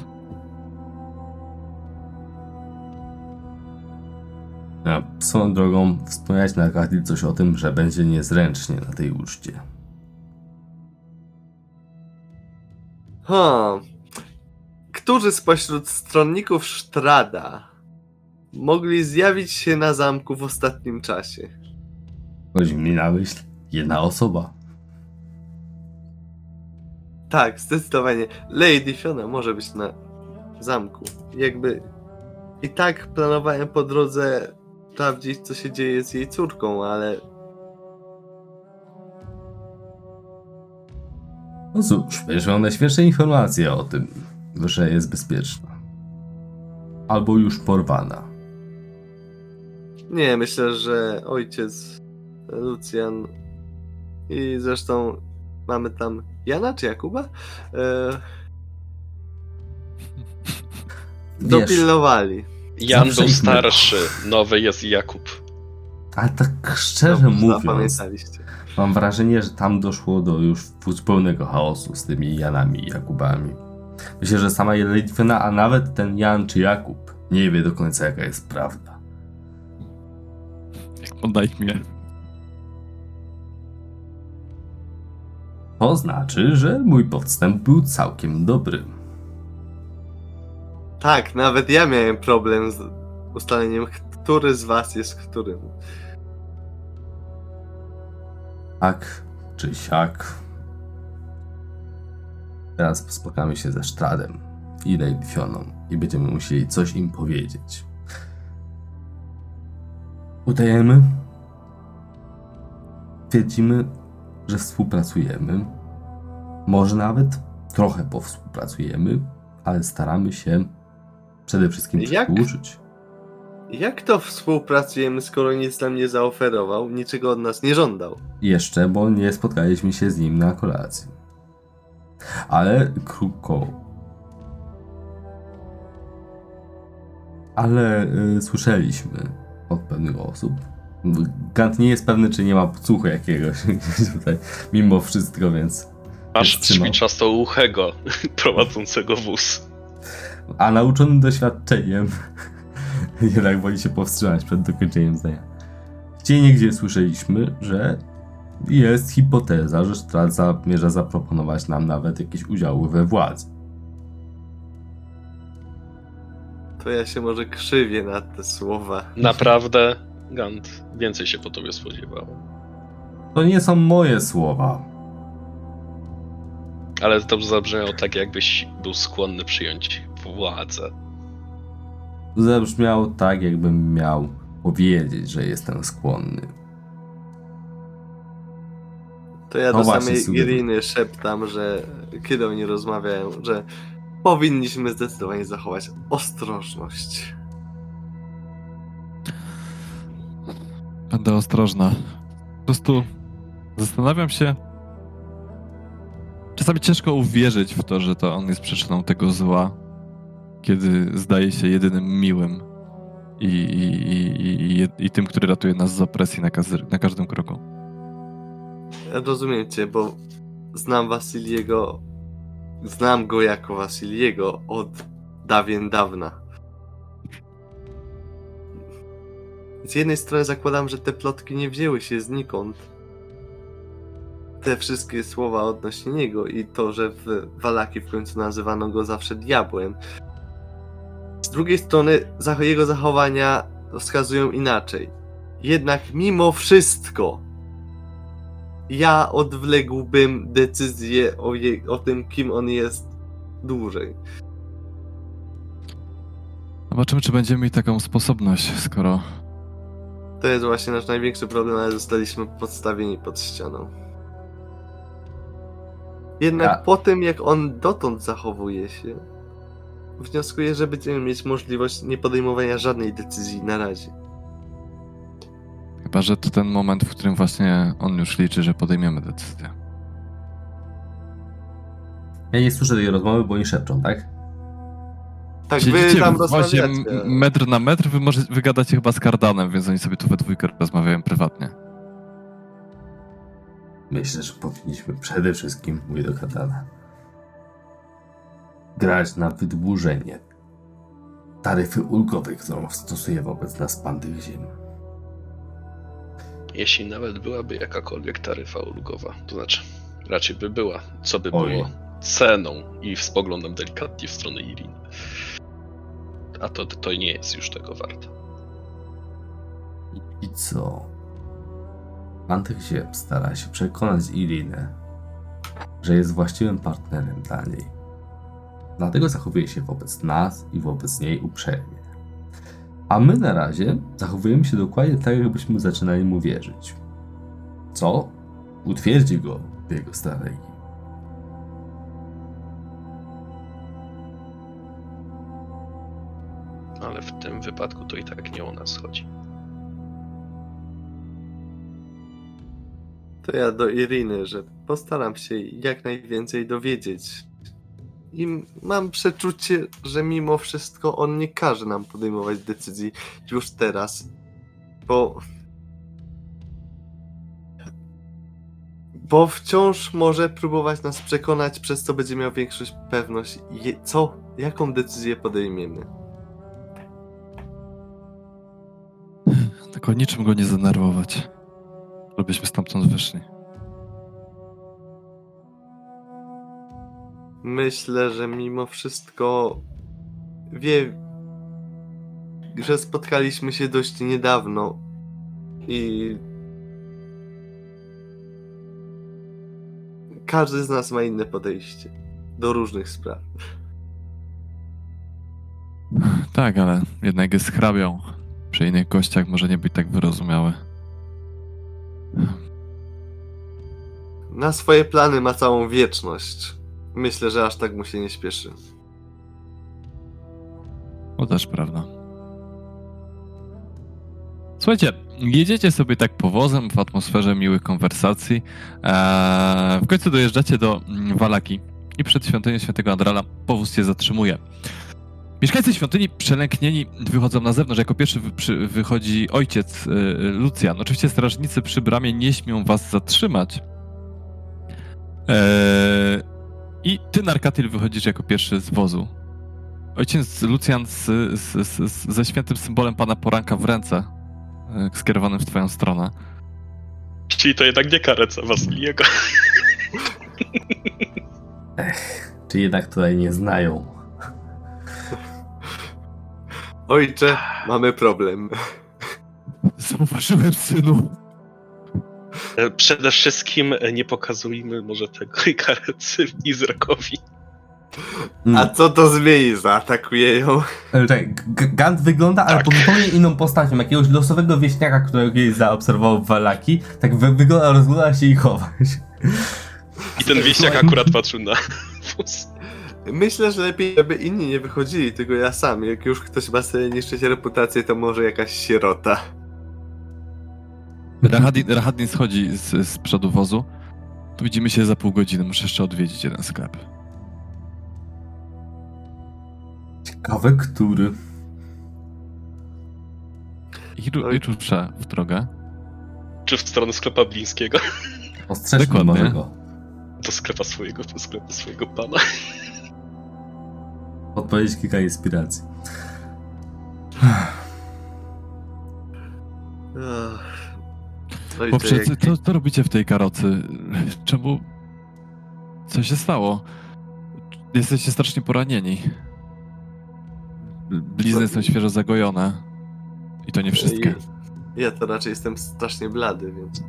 Ja, swoją drogą, wspomniałeś na Akadii coś o tym, że będzie niezręcznie na tej uczcie. Którzy spośród stronników Strada mogli zjawić się na zamku w ostatnim czasie? Chodzi mi na myśl jedna osoba. Tak, zdecydowanie. Lady Fiona może być na zamku. Jakby i tak planowałem po drodze sprawdzić, co się dzieje z jej córką, ale No cóż, będziesz miał najświeższe informacje o tym, że jest bezpieczna. Albo już porwana. nie, myślę, że ojciec Lucjan i zresztą mamy tam Jana czy Jakuba? Wiesz, Dopilnowali. Jan Zawsze był ich starszy, nowy jest Jakub. ale tak szczerze No, mówiąc, zapamiętaliście. mam wrażenie, że tam doszło do już zupełnego chaosu z tymi Janami i Jakubami. Myślę, że sama Litwina, a nawet ten Jan czy Jakub nie wie do końca, jaka jest prawda. Oddaj mnie. To znaczy, że mój podstęp był całkiem dobry. Tak, nawet ja miałem problem z ustaleniem, który z was jest którym. Tak czy siak. Teraz spotkamy się ze Stradem i Lady Fioną i będziemy musieli coś im powiedzieć. Udajemy, twierdzimy, że współpracujemy. Może nawet trochę powspółpracujemy, ale staramy się przede wszystkim Jak? przyuczyć. Jak to współpracujemy, skoro nic nam nie zaoferował, niczego od nas nie żądał? Jeszcze, bo nie spotkaliśmy się z nim na kolacji. Ale krótko. Ale słyszeliśmy od pewnych osób. Gant nie jest pewny, czy nie ma podsłuchu jakiegoś tutaj, mimo wszystko, więc. Masz trzymał. świczastouchego prowadzącego wóz. A nauczony doświadczeniem, jednak woli się powstrzymać przed dokończeniem zdania. Gdzieniegdzie słyszeliśmy, że jest hipoteza, że Strad zamierza zaproponować nam nawet jakieś udziały we władzy. To ja się może krzywię na te słowa. Naprawdę, Gant, więcej się po tobie spodziewałem. To nie są moje słowa. Ale to zabrzmiało tak, jakbyś był skłonny przyjąć władzę. zabrzmiał tak, jakbym miał powiedzieć, że jestem skłonny. To ja do samej Iriny szeptam, że kiedy oni rozmawiają, że powinniśmy zdecydowanie zachować ostrożność. Będę ostrożna. Po prostu zastanawiam się. Czasami ciężko uwierzyć w to, że to on jest przyczyną tego zła, kiedy zdaje się jedynym miłym i tym, który ratuje nas z opresji na każdym kroku. Ja rozumiem cię, bo znam go jako Wasiliego od dawien dawna. Z jednej strony zakładam, że te plotki nie wzięły się znikąd. Te wszystkie słowa odnośnie niego i to, że w Vallaki w końcu nazywano go zawsze diabłem. Z drugiej strony jego zachowania wskazują inaczej. Jednak mimo wszystko ja odwległbym decyzję o tym, kim on jest dłużej. Zobaczymy, czy będziemy mieli taką sposobność, skoro... To jest właśnie nasz największy problem, ale zostaliśmy podstawieni pod ścianą. Jednak po tym, jak on dotąd zachowuje się, wnioskuję, że będziemy mieć możliwość nie podejmowania żadnej decyzji na razie. Chyba że to ten moment, w którym właśnie on już liczy, że podejmiemy decyzję. Ja nie słyszę tej rozmowy, bo oni szepczą, tak? Tak, wy tam właśnie rozmawiacie. metr na metr, wy gadacie chyba z Kardanem, więc oni sobie tu we dwójkę rozmawiają prywatnie. Myślę, że powinniśmy przede wszystkim, mówię do Kardana, grać na wydłużenie taryfy ulgowej, którą stosuje wobec nas pan tych ziem. Jeśli nawet byłaby jakakolwiek taryfa ulgowa, to znaczy raczej by była, co by było ceną i spoglądam delikatnie w stronę Iriny. A to nie jest już tego warte. I co? Pan tych ziem stara się przekonać Irinę, że jest właściwym partnerem dla niej. Dlatego zachowuje się wobec nas i wobec niej uprzejmie. A my na razie zachowujemy się dokładnie tak, jakbyśmy zaczynali mu wierzyć. Co utwierdzi go w jego strategii. Ale w tym wypadku to i tak nie o nas chodzi. To ja do Iriny, że postaram się jak najwięcej dowiedzieć. I mam przeczucie, że mimo wszystko on nie każe nam podejmować decyzji już teraz. Bo wciąż może próbować nas przekonać, przez co będzie miał większą pewność, jaką decyzję podejmiemy. Tylko niczym go nie zdenerwować, żebyśmy stamtąd wyszli. Myślę, że mimo wszystko wie, że spotkaliśmy się dość niedawno i każdy z nas ma inne podejście do różnych spraw. Tak, ale jednak jest hrabią. Przy innych gościach może nie być tak wyrozumiały. Na swoje plany ma całą wieczność. Myślę, że aż tak mu się nie śpieszy. To też prawda. Słuchajcie, jedziecie sobie tak powozem w atmosferze miłych konwersacji. W końcu dojeżdżacie do Vallaki i przed świątynią świętego Andrala powóz się zatrzymuje. Mieszkańcy świątyni przelęknieni wychodzą na zewnątrz. Jako pierwszy wychodzi ojciec Lucjan. Oczywiście strażnicy przy bramie nie śmią was zatrzymać. I ty, Narkatil, wychodzisz jako pierwszy z wozu. Ojciec Lucjan ze świętym symbolem Pana Poranka w ręce, skierowanym w twoją stronę. Czyli to jednak nie kareca Wasiliego. Czy jednak tutaj nie znają? Ojcze, mamy problem. Zauważyłem, synu. Przede wszystkim nie pokazujmy może tego karecy Izrakowi. A co to zmieni? Zaatakuje ją? Gant wygląda, ale pod zupełnie inną postacią. Jakiegoś losowego wieśniaka, którego kiedyś zaobserwował Wallaki. Tak wygląda, rozgląda się i chowa się. I ten wieśniak akurat patrzył na wóz. Myślę, że lepiej, żeby inni nie wychodzili, tylko ja sam. Jak już ktoś ma sobie niszczyć reputację, to może jakaś sierota. Rahadin schodzi z przodu wozu. Tu widzimy się za pół godziny. Muszę jeszcze odwiedzić jeden sklep. Ciekawe, który. I ruszę w drogę. Czy w stronę sklepa Blińskiego? Ostrzeżmy Dokładnie. może go. Do sklepu swojego pana. Odpowiedzieć kilka inspiracji. Chłopcze, co robicie w tej karocy? Czemu? Co się stało? Jesteście strasznie poranieni. Blizny są świeżo zagojone. I to nie wszystkie. Ja to raczej jestem strasznie blady, więc...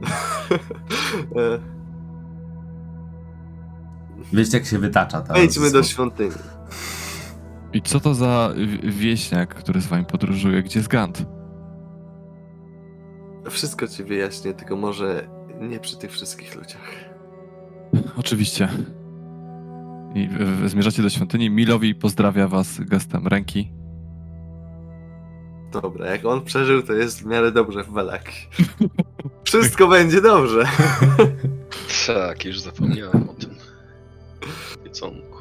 Wiecie, jak się wytacza ta. Wejdźmy do świątyni. I co to za wieśniak, który z wami podróżuje? Gdzie jest Gant? Wszystko ci wyjaśnię, tylko może nie przy tych wszystkich ludziach. Oczywiście. I zmierzacie do świątyni. Milowi pozdrawia was gestem ręki. Dobra, jak on przeżył, to jest w miarę dobrze w Wallaki. Wszystko będzie dobrze. Tak, już zapomniałem o tym wiedzonku.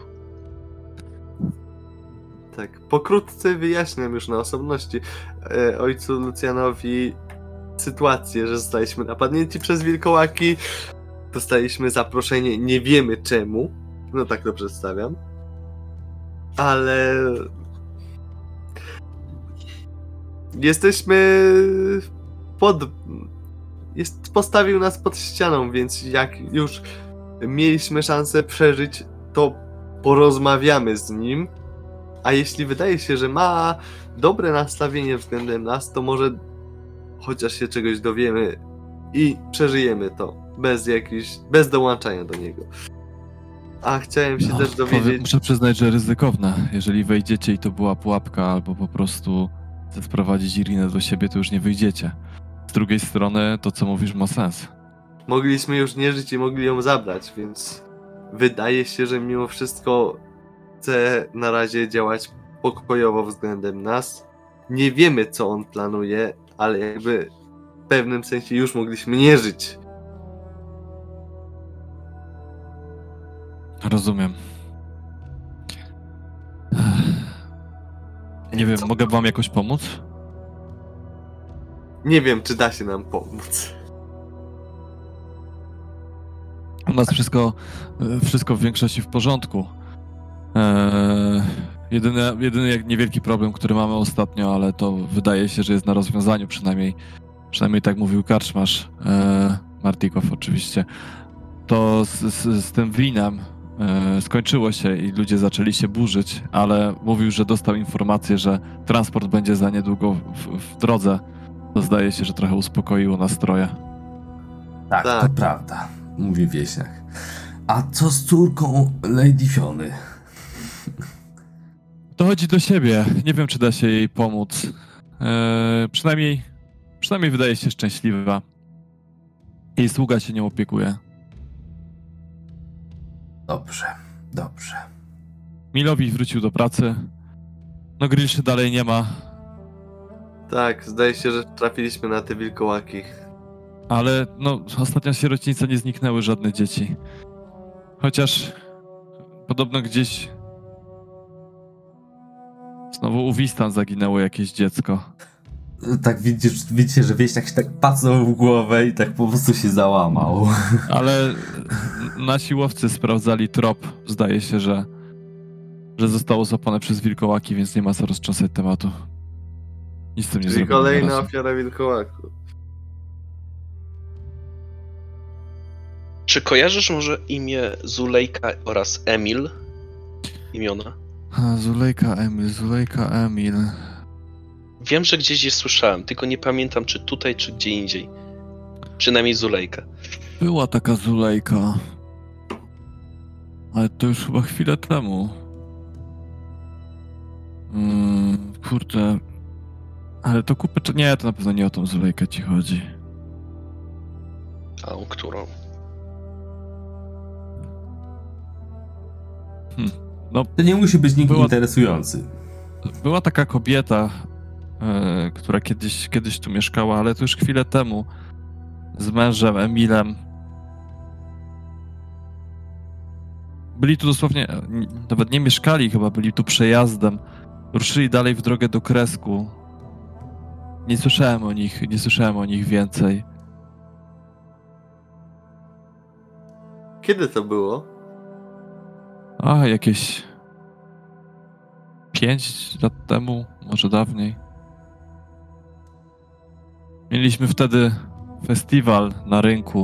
Tak, pokrótce wyjaśniam już na osobności ojcu Lucjanowi sytuację, że zostaliśmy napadnięci przez wilkołaki. Dostaliśmy zaproszenie, nie wiemy czemu. No tak to przedstawiam. Ale... Jesteśmy postawił nas pod ścianą, więc jak już mieliśmy szansę przeżyć, to porozmawiamy z nim. A jeśli wydaje się, że ma dobre nastawienie względem nas, to może chociaż się czegoś dowiemy i przeżyjemy to bez dołączania do niego. A chciałem się też dowiedzieć... Muszę przyznać, że ryzykowne. Jeżeli wejdziecie i to była pułapka, albo po prostu chce sprowadzić Irinę do siebie, to już nie wyjdziecie. Z drugiej strony, to co mówisz ma sens. Mogliśmy już nie żyć i mogli ją zabrać, więc wydaje się, że mimo wszystko chce na razie działać pokojowo względem nas. Nie wiemy, co on planuje, ale jakby w pewnym sensie już mogliśmy nie żyć. Rozumiem. Nie wiem, mogę wam jakoś pomóc? Nie wiem, czy da się nam pomóc. U nas wszystko w większości w porządku. Jedyny niewielki problem, który mamy ostatnio, ale to wydaje się, że jest na rozwiązaniu, przynajmniej tak mówił karczmarz, Martikow oczywiście, to z tym winem skończyło się i ludzie zaczęli się burzyć, ale mówił, że dostał informację, że transport będzie za niedługo w drodze. To zdaje się, że trochę uspokoiło nastroje. Tak, to prawda, mówi wieśniak. A co z córką Lady Fiony? Dochodzi do siebie. Nie wiem, czy da się jej pomóc. Przynajmniej wydaje się szczęśliwa. Jej sługa się nią opiekuje. Dobrze. Milowi wrócił do pracy. No Grillszy dalej nie ma. Tak, zdaje się, że trafiliśmy na te wilkołaki. Ale no, ostatnio sierocińce nie zniknęły żadne dzieci. Chociaż podobno gdzieś znowu u Wistan zaginęło jakieś dziecko. Tak widzicie, że wieśniak się tak pacnął w głowę i tak po prostu się załamał. Ale nasi łowcy sprawdzali trop. Zdaje się, że zostało złapane przez wilkołaki, więc nie ma co roztrząsać tematu. Nic z tym nie Czyli zrobimy. kolejna ofiara wilkołaku. Czy kojarzysz może imię Zulejka oraz Emil? Imiona? Zulejka Emil. Wiem, że gdzieś je słyszałem, tylko nie pamiętam, czy tutaj, czy gdzie indziej. Przynajmniej Zulejka. Była taka Zulejka. Ale to już chyba chwilę temu. Kurde. Ale to kupy... Nie, to na pewno nie o tą Zulejkę ci chodzi. A o którą? No, To nie musi być nikt interesujący. była taka kobieta, która kiedyś tu mieszkała, ale to już chwilę temu. Z mężem, Emilem. Byli tu dosłownie... Nawet nie mieszkali chyba, byli tu przejazdem. Ruszyli dalej w drogę do Kresku. Nie słyszałem o nich więcej. Kiedy to było? Jakieś 5 lat temu, może dawniej. Mieliśmy wtedy festiwal na rynku.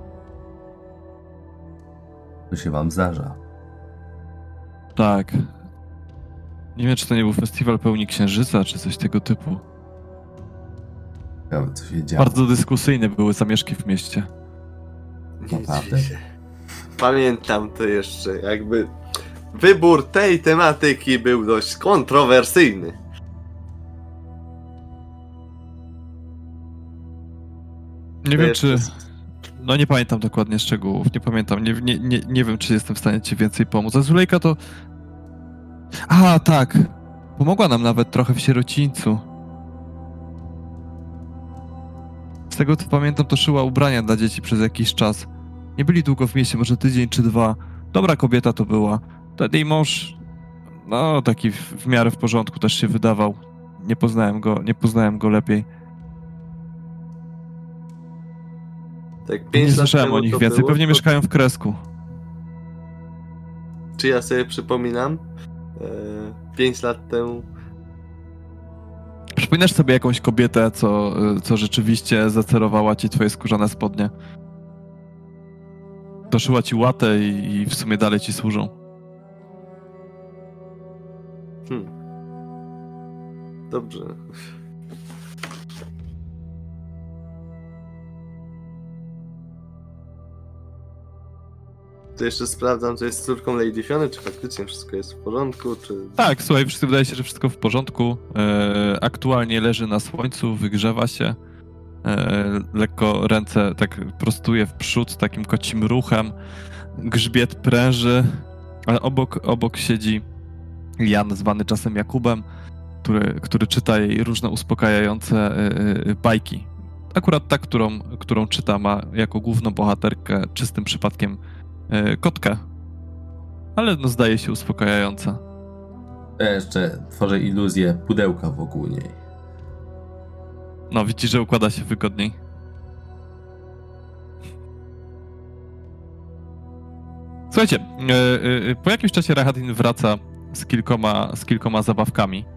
To się wam zdarza. Tak. Nie wiem, czy to nie był festiwal pełni księżyca, czy coś tego typu. Ciekawe, co się działo. Bardzo dyskusyjne były zamieszki w mieście. Nie Naprawdę? dziwię się. Pamiętam to jeszcze, jakby wybór tej tematyki był dość kontrowersyjny. Nie wiem, czy... No nie pamiętam dokładnie szczegółów, nie pamiętam, nie wiem, czy jestem w stanie ci więcej pomóc. A Zulejka to... Tak. Pomogła nam nawet trochę w sierocińcu. Z tego co pamiętam, to szyła ubrania dla dzieci przez jakiś czas. Nie byli długo w mieście, może tydzień czy 2. Dobra kobieta to była. Wtedy jej mąż, no taki w miarę w porządku też się wydawał. Nie poznałem go lepiej. Tak 5 Nie lat słyszałem temu o nich to więcej, było, pewnie to- mieszkają w Kresku. Czy ja sobie przypominam? 5 lat temu. Przypominasz sobie jakąś kobietę, co rzeczywiście zacerowała ci twoje skórzane spodnie? Doszyła ci łatę i w sumie dalej ci służą. Dobrze. To jeszcze sprawdzam, co jest z córką Lady Fiony, czy faktycznie wszystko jest w porządku, czy... Tak, słuchaj, wydaje się, że wszystko w porządku. Aktualnie leży na słońcu, wygrzewa się. Lekko ręce tak prostuje w przód takim kocim ruchem. Grzbiet pręży, ale obok siedzi Jan, zwany czasem Jakubem, który czyta jej różne uspokajające bajki. Akurat ta, którą czyta, ma jako główną bohaterkę czystym przypadkiem kotkę. Ale no zdaje się uspokajająca. Ja jeszcze tworzę iluzję pudełka wokół niej. No, widzisz, że układa się wygodniej. Słuchajcie, po jakimś czasie Rahadin wraca z kilkoma zabawkami.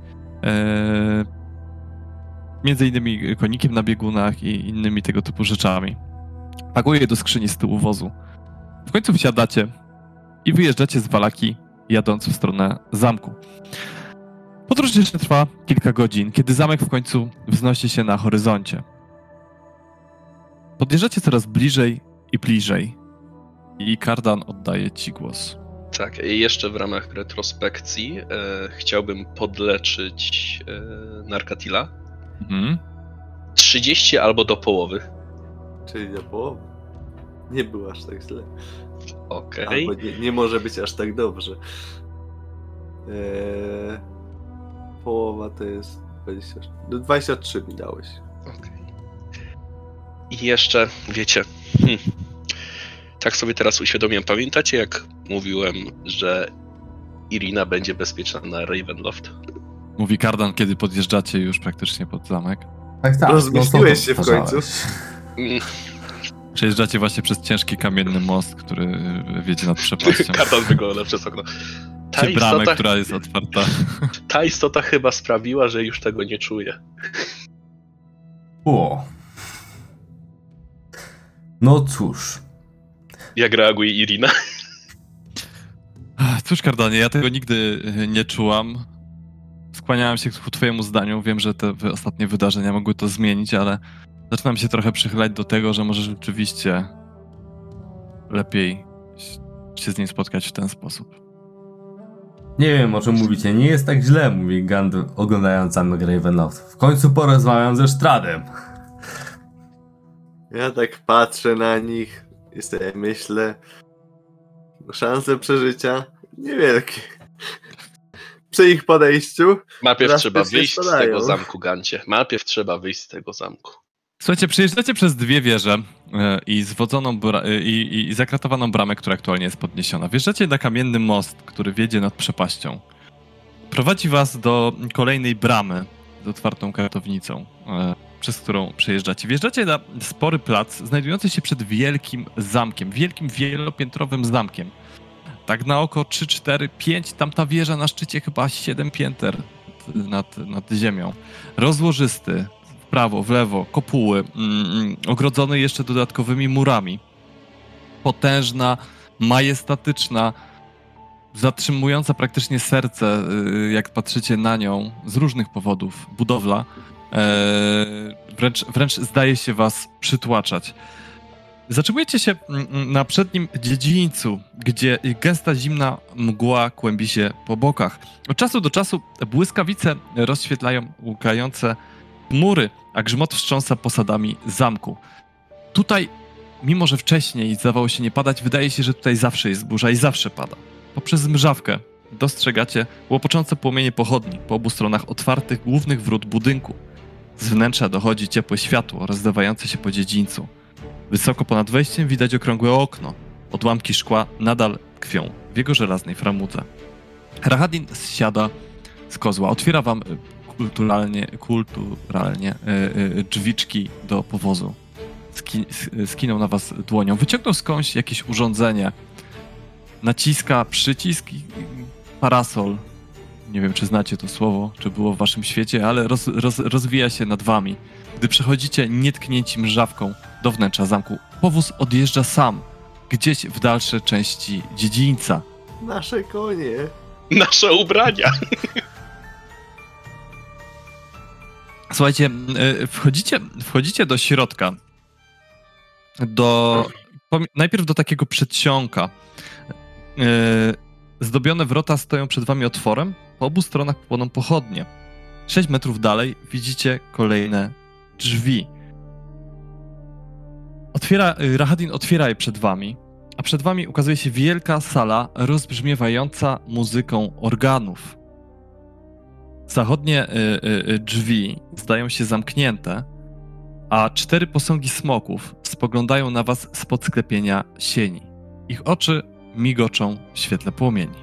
Między innymi konikiem na biegunach i innymi tego typu rzeczami. Pakuje je do skrzyni z tyłu wozu. W końcu wsiadacie i wyjeżdżacie z Vallaki, jadąc w stronę zamku. Podróż jeszcze trwa kilka godzin, kiedy zamek w końcu wznosi się na horyzoncie. Podjeżdżacie coraz bliżej i bliżej i Kardan oddaje ci głos. Tak, i jeszcze w ramach retrospekcji chciałbym podleczyć Narkatila. 30 albo do połowy. Czyli do połowy. Nie było aż tak źle. Okej. Albo nie może być aż tak dobrze. Połowa to jest 20, 23 mi dałeś. Okej. I jeszcze, wiecie, tak sobie teraz uświadomiłem. Pamiętacie, jak mówiłem, że Irina będzie bezpieczna na Ravenloft? Mówi Kardan, kiedy podjeżdżacie już praktycznie pod zamek. Tak. Rozmyśliłeś się w końcu. Mm, Przejeżdżacie właśnie przez ciężki kamienny most, który wiedzie nad przepaścią. Kardan wygląda przez okno. Czy bramę, która jest otwarta. Ta istota chyba sprawiła, że już tego nie czuję. O. No cóż. Jak reaguje Irina? Cóż, Kardanie, ja tego nigdy nie czułam. Skłaniałem się ku twojemu zdaniu. Wiem, że te ostatnie wydarzenia mogły to zmienić, ale zaczynam się trochę przychylać do tego, że może rzeczywiście lepiej się z nim spotkać w ten sposób. Nie wiem, o czym mówicie, nie jest tak źle, mówi Gandalf, oglądając za mną Ravenloft. W końcu porozmawiam ze Stradem. Ja tak patrzę na nich i sobie myślę, szanse przeżycia niewielkie. Przy ich podejściu. Najpierw trzeba drastycznie wyjść z spadają. tego zamku, Gancie. Najpierw trzeba wyjść z tego zamku. Słuchajcie, przejeżdżacie przez 2 wieże i zwodzoną i zakratowaną bramę, która aktualnie jest podniesiona. Wjeżdżacie na kamienny most, który wiedzie nad przepaścią. Prowadzi was do kolejnej bramy z otwartą kartownicą, przez którą przejeżdżacie. Wjeżdżacie na spory plac, znajdujący się przed wielkim zamkiem, wielkim wielopiętrowym zamkiem. Tak na oko 3, 4, 5, tamta wieża na szczycie chyba 7 pięter nad ziemią. Rozłożysty, w prawo, w lewo, kopuły, ogrodzony jeszcze dodatkowymi murami. Potężna, majestatyczna, zatrzymująca praktycznie serce, jak patrzycie na nią, z różnych powodów, budowla, wręcz zdaje się was przytłaczać. Zatrzymujecie się na przednim dziedzińcu, gdzie gęsta zimna mgła kłębi się po bokach. Od czasu do czasu błyskawice rozświetlają łukające chmury, a grzmot wstrząsa posadami zamku. Tutaj, mimo że wcześniej zdawało się nie padać, wydaje się, że tutaj zawsze jest burza i zawsze pada. Poprzez mrzawkę dostrzegacie łopoczące płomienie pochodni po obu stronach otwartych głównych wrót budynku. Z wnętrza dochodzi ciepłe światło rozdawające się po dziedzińcu. Wysoko ponad wejściem widać okrągłe okno. Odłamki szkła nadal tkwią w jego żelaznej framudze. Rahadin zsiada z kozła. Otwiera wam kulturalnie drzwiczki do powozu. Skinął na was dłonią. Wyciągnął skądś jakieś urządzenie. Naciska przycisk i parasol. Nie wiem, czy znacie to słowo, czy było w waszym świecie, ale rozwija się nad wami. Gdy przechodzicie nietknięci mrzawką do wnętrza zamku, powóz odjeżdża sam, gdzieś w dalsze części dziedzińca. Nasze konie. Nasze ubrania. Słuchajcie, wchodzicie do środka. Najpierw do takiego przedsionka. Zdobione wrota stoją przed wami otworem. Po obu stronach płoną pochodnie. 6 metrów dalej widzicie kolejne drzwi. Rahadin otwiera je przed wami, a przed wami ukazuje się wielka sala rozbrzmiewająca muzyką organów. Zachodnie drzwi zdają się zamknięte, a 4 posągi smoków spoglądają na was spod sklepienia sieni. Ich oczy migoczą w świetle płomieni.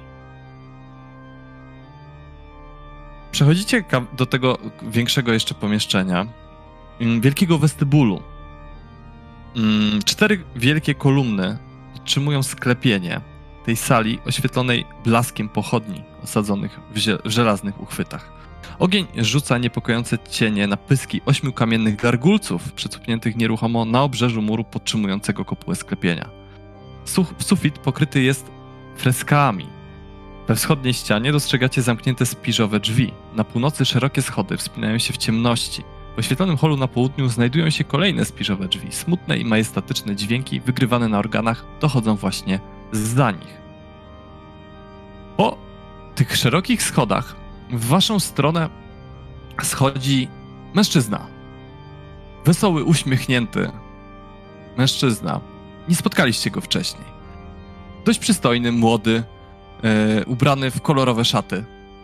Przechodzicie do tego większego jeszcze pomieszczenia, wielkiego westybulu. 4 wielkie kolumny podtrzymują sklepienie tej sali oświetlonej blaskiem pochodni osadzonych w żelaznych uchwytach. Ogień rzuca niepokojące cienie na pyski 8 kamiennych gargulców przycupniętych nieruchomo na obrzeżu muru podtrzymującego kopułę sklepienia. Sufit pokryty jest freskami. We wschodniej ścianie dostrzegacie zamknięte spiżowe drzwi. Na północy szerokie schody wspinają się w ciemności. W oświetlonym holu na południu znajdują się kolejne spiżowe drzwi. Smutne i majestatyczne dźwięki wygrywane na organach dochodzą właśnie zza nich. Po tych szerokich schodach w waszą stronę schodzi mężczyzna. Wesoły, uśmiechnięty mężczyzna. Nie spotkaliście go wcześniej. Dość przystojny, młody, ubrany w kolorowe szaty.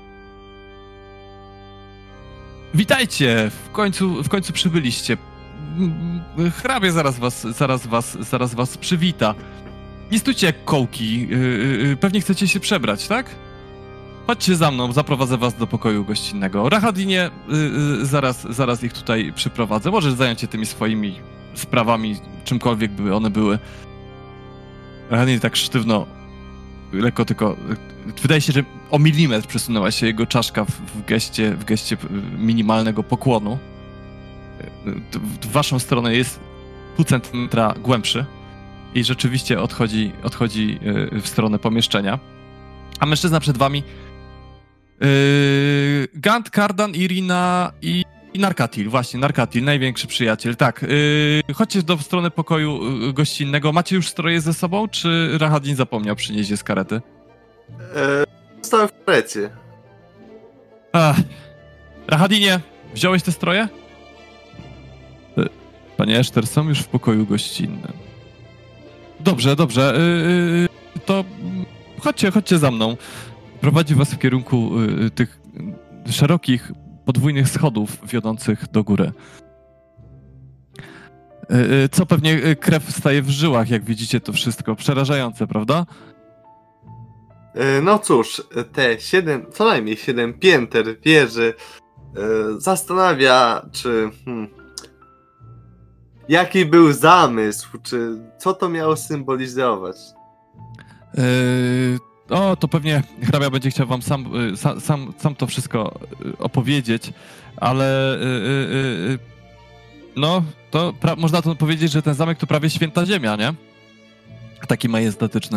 Witajcie! W końcu przybyliście. Hrabia zaraz was przywita. Nie stójcie jak kołki. Pewnie chcecie się przebrać, tak? Chodźcie za mną, zaprowadzę was do pokoju gościnnego. Rahadinie, zaraz ich tutaj przyprowadzę. Możesz zająć się tymi swoimi sprawami, czymkolwiek by one były. Rahadin tak sztywno, lekko tylko... Wydaje się, że o milimetr przesunęła się jego czaszka w geście minimalnego pokłonu. W waszą stronę jest pół centymetra głębszy i rzeczywiście odchodzi w stronę pomieszczenia. A mężczyzna przed wami Gant, Kardan, Irina i Narkatil. Właśnie, Narkatil, największy przyjaciel. Tak, chodźcie w stronę pokoju gościnnego. Macie już stroje ze sobą, czy Rahadin zapomniał przynieść je z karety? zostałem w karecie. Rahadinie, wziąłeś te stroje? Panie Eszter, są już w pokoju gościnnym. Dobrze. To chodźcie za mną. Prowadzi was w kierunku tych szerokich, podwójnych schodów wiodących do góry. Co pewnie krew staje w żyłach, jak widzicie to wszystko. Przerażające, prawda? No cóż, te co najmniej 7 pięter wieży zastanawia, czy... Jaki był zamysł, czy co to miało symbolizować? To pewnie hrabia będzie chciał wam sam to wszystko opowiedzieć, ale to można to powiedzieć, że ten zamek to prawie święta ziemia, nie? Taki majestatyczny.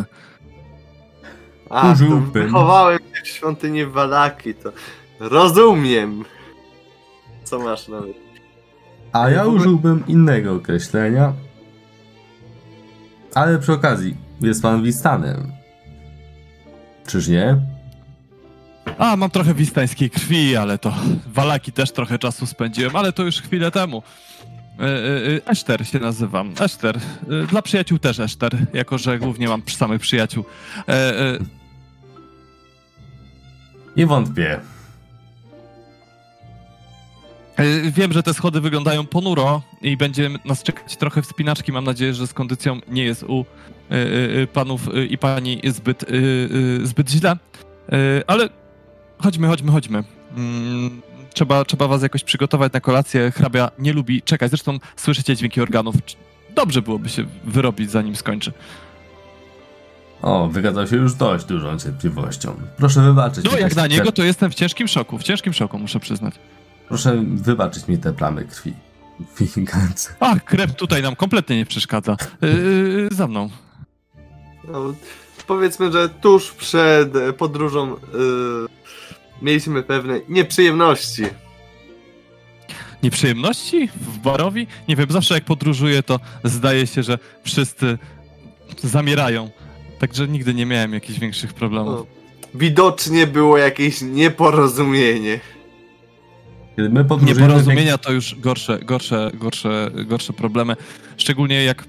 Wychowałem się w świątyni Vallaki, to rozumiem, co masz na myśli. A ja użyłbym innego określenia, ale przy okazji jest pan Wistanem. Czyż nie? Mam trochę wistańskiej krwi, ale to w Vallaki też trochę czasu spędziłem, ale to już chwilę temu. Eszter się nazywam. Eszter. Dla przyjaciół też Eszter, jako że głównie mam samych przyjaciół. Nie wątpię. Wiem, że te schody wyglądają ponuro i będzie nas czekać trochę wspinaczki. Mam nadzieję, że z kondycją nie jest u panów i pani zbyt źle. Ale chodźmy. Trzeba was jakoś przygotować na kolację. Hrabia nie lubi czekać. Zresztą słyszycie dźwięki organów. Dobrze byłoby się wyrobić, zanim skończy. Wykazał się już dość dużą cierpliwością. Proszę wybaczyć. No jak na niego, to jestem w ciężkim szoku, muszę przyznać. Proszę wybaczyć mi te plamy krwi. Krew tutaj nam kompletnie nie przeszkadza. Za mną. No, powiedzmy, że tuż przed podróżą mieliśmy pewne nieprzyjemności. Nieprzyjemności? W Barowi? Nie wiem, zawsze jak podróżuję, to zdaje się, że wszyscy zamierają. Także nigdy nie miałem jakichś większych problemów. Widocznie było jakieś nieporozumienie. Kiedy my podróżujemy... Nieporozumienia to już gorsze problemy. Szczególnie jak...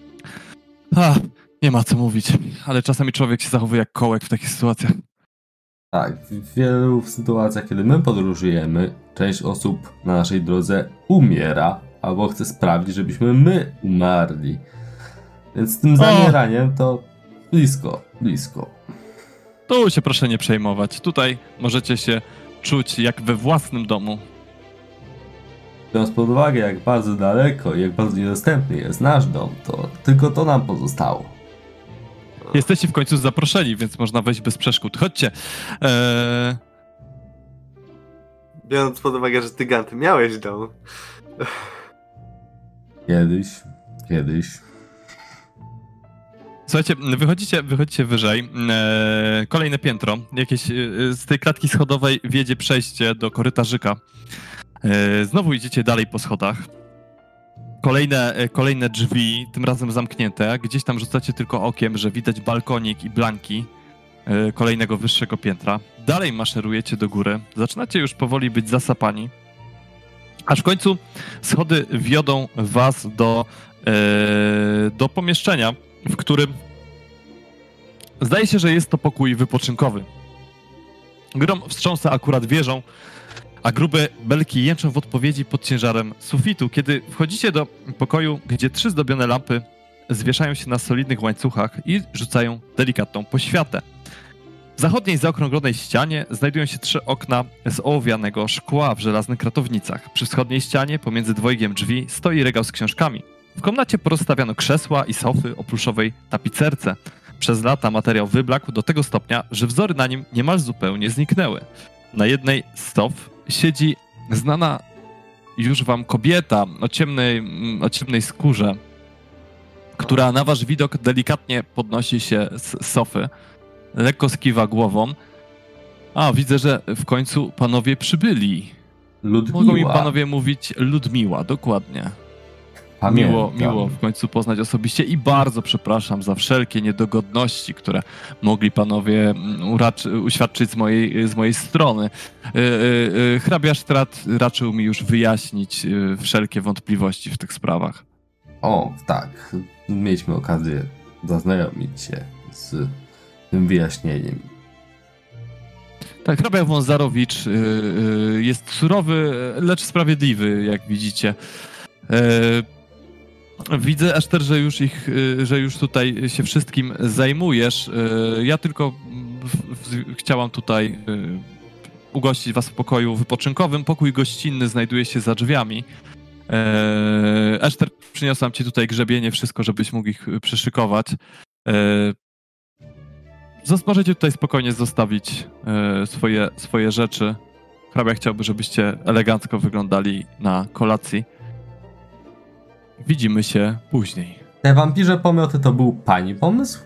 nie ma co mówić, ale czasami człowiek się zachowuje jak kołek w takich sytuacjach. Tak, w wielu sytuacjach, kiedy my podróżujemy, część osób na naszej drodze umiera, albo chce sprawić, żebyśmy my umarli. Więc z tym zamieraniem to blisko. Tu się proszę nie przejmować. Tutaj możecie się czuć jak we własnym domu. Biorąc pod uwagę, jak bardzo daleko i jak bardzo niedostępny jest nasz dom, to tylko to nam pozostało. Jesteście w końcu zaproszeni, więc można wejść bez przeszkód. Chodźcie. Biorąc pod uwagę, że ty, Ganty, miałeś dom. Kiedyś. Słuchajcie, wychodzicie wyżej. Kolejne piętro. Jakieś z tej klatki schodowej wiedzie przejście do korytarzyka. Znowu idziecie dalej po schodach. Kolejne drzwi, tym razem zamknięte. Gdzieś tam rzucacie tylko okiem, że widać balkonik i blanki kolejnego wyższego piętra. Dalej maszerujecie do góry. Zaczynacie już powoli być zasapani. Aż w końcu schody wiodą was do pomieszczenia, w którym zdaje się, że jest to pokój wypoczynkowy. Grom wstrząsa akurat wieżą, a grube belki jęczą w odpowiedzi pod ciężarem sufitu, kiedy wchodzicie do pokoju, gdzie 3 zdobione lampy zwieszają się na solidnych łańcuchach i rzucają delikatną poświatę. W zachodniej zaokrąglonej ścianie znajdują się 3 okna z ołowianego szkła w żelaznych kratownicach. Przy wschodniej ścianie, pomiędzy dwojgiem drzwi, stoi regał z książkami. W komnacie porozstawiano krzesła i sofy o pluszowej tapicerce. Przez lata materiał wyblakł do tego stopnia, że wzory na nim niemal zupełnie zniknęły. Na jednej z sof siedzi znana już wam kobieta o ciemnej skórze, która na wasz widok delikatnie podnosi się z sofy. Lekko skiwa głową. Widzę, że w końcu panowie przybyli. Ludmiła. Mogą mi panowie mówić Ludmiła, dokładnie. Miło w końcu poznać osobiście i bardzo przepraszam za wszelkie niedogodności, które mogli panowie uświadczyć z mojej strony. Hrabia Strat raczył mi już wyjaśnić wszelkie wątpliwości w tych sprawach. O, tak. Mieliśmy okazję zaznajomić się z tym wyjaśnieniem. Tak, hrabia Wązarowicz jest surowy, lecz sprawiedliwy, jak widzicie. Widzę, Eszter, że już tutaj się wszystkim zajmujesz. Ja tylko chciałam tutaj ugościć was w pokoju wypoczynkowym. Pokój gościnny znajduje się za drzwiami. Eszter, przyniosłam ci tutaj grzebienie, wszystko, żebyś mógł ich przyszykować. Możecie tutaj spokojnie zostawić swoje rzeczy. Hrabia chciałby, żebyście elegancko wyglądali na kolacji. Widzimy się później. Te wampirze pomioty to był pani pomysł?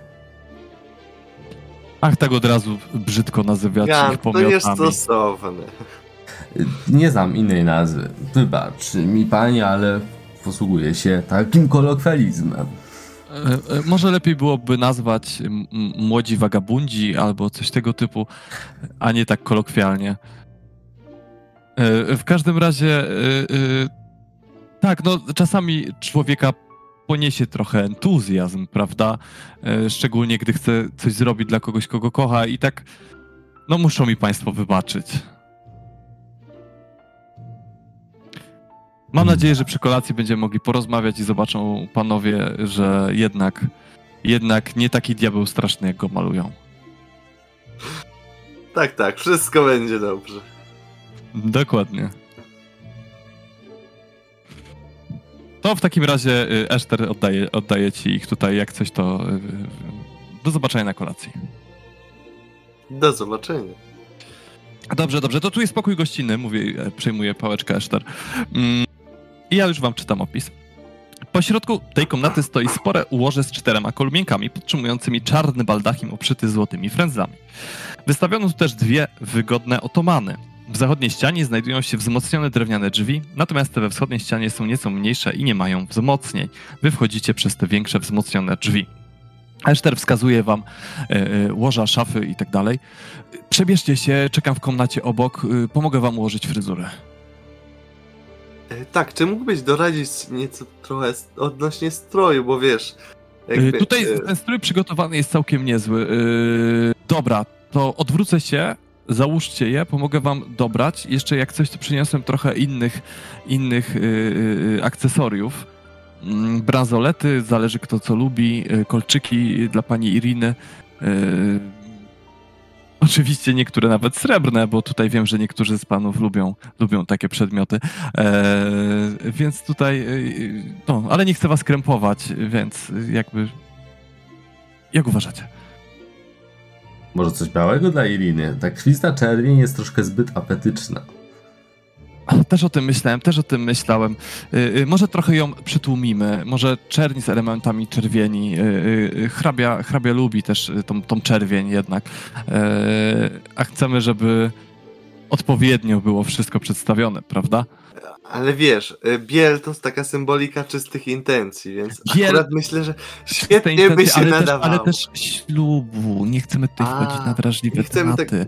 Ach, tak od razu brzydko nazywać ich pomiotami. To jest stosowne. Nie znam innej nazwy. Wybacz mi pani, ale posługuje się takim kolokwializmem. Może lepiej byłoby nazwać młodzi wagabundzi albo coś tego typu, a nie tak kolokwialnie. W każdym razie tak, no czasami człowieka poniesie trochę entuzjazm, prawda? Szczególnie gdy chce coś zrobić dla kogoś, kogo kocha i tak, no muszą mi państwo wybaczyć. Mam nadzieję, że przy kolacji będziemy mogli porozmawiać i zobaczą panowie, że jednak nie taki diabeł straszny, jak go malują. Tak, wszystko będzie dobrze. Dokładnie. To w takim razie Eszter oddaje ci ich tutaj, jak coś to do zobaczenia na kolacji. Do zobaczenia. Dobrze, to tu jest pokój gościnny, przejmuje pałeczkę Eszter. I ja już wam czytam opis. Po środku tej komnaty stoi spore ułoże z 4 kolumienkami podtrzymującymi czarny baldachim obszyty złotymi frędzlami. Wystawiono tu też 2 wygodne otomany. W zachodniej ścianie znajdują się wzmocnione drewniane drzwi, natomiast te we wschodniej ścianie są nieco mniejsze i nie mają wzmocnień. Wy wchodzicie przez te większe wzmocnione drzwi. Eszter wskazuje wam łoża, szafy i tak dalej. Przebierzcie się, czekam w komnacie obok, pomogę wam ułożyć fryzurę. Tak, czy mógłbyś doradzić nieco trochę odnośnie stroju, bo wiesz... Jakby, tutaj ten strój przygotowany jest całkiem niezły. Dobra, to odwrócę się, załóżcie je, pomogę wam dobrać. Jeszcze jak coś, to przyniosłem trochę innych akcesoriów. Bransolety, zależy kto co lubi, kolczyki dla pani Iriny. Oczywiście niektóre nawet srebrne, bo tutaj wiem, że niektórzy z panów lubią takie przedmioty. Więc tutaj, no, ale nie chcę was krępować, więc jakby, jak uważacie? Może coś białego dla Iriny? Ta krwista czerwień jest troszkę zbyt apetyczna. Też o tym myślałem. Może trochę ją przytłumimy. Może czerni z elementami czerwieni. Hrabia lubi też tą czerwień jednak. A chcemy, żeby odpowiednio było wszystko przedstawione, prawda? Ale wiesz, biel to jest taka symbolika czystych intencji, więc akurat myślę, że świetnie by się nadawało. Ale też ślubu. Nie chcemy tutaj wchodzić na drażliwe tematy.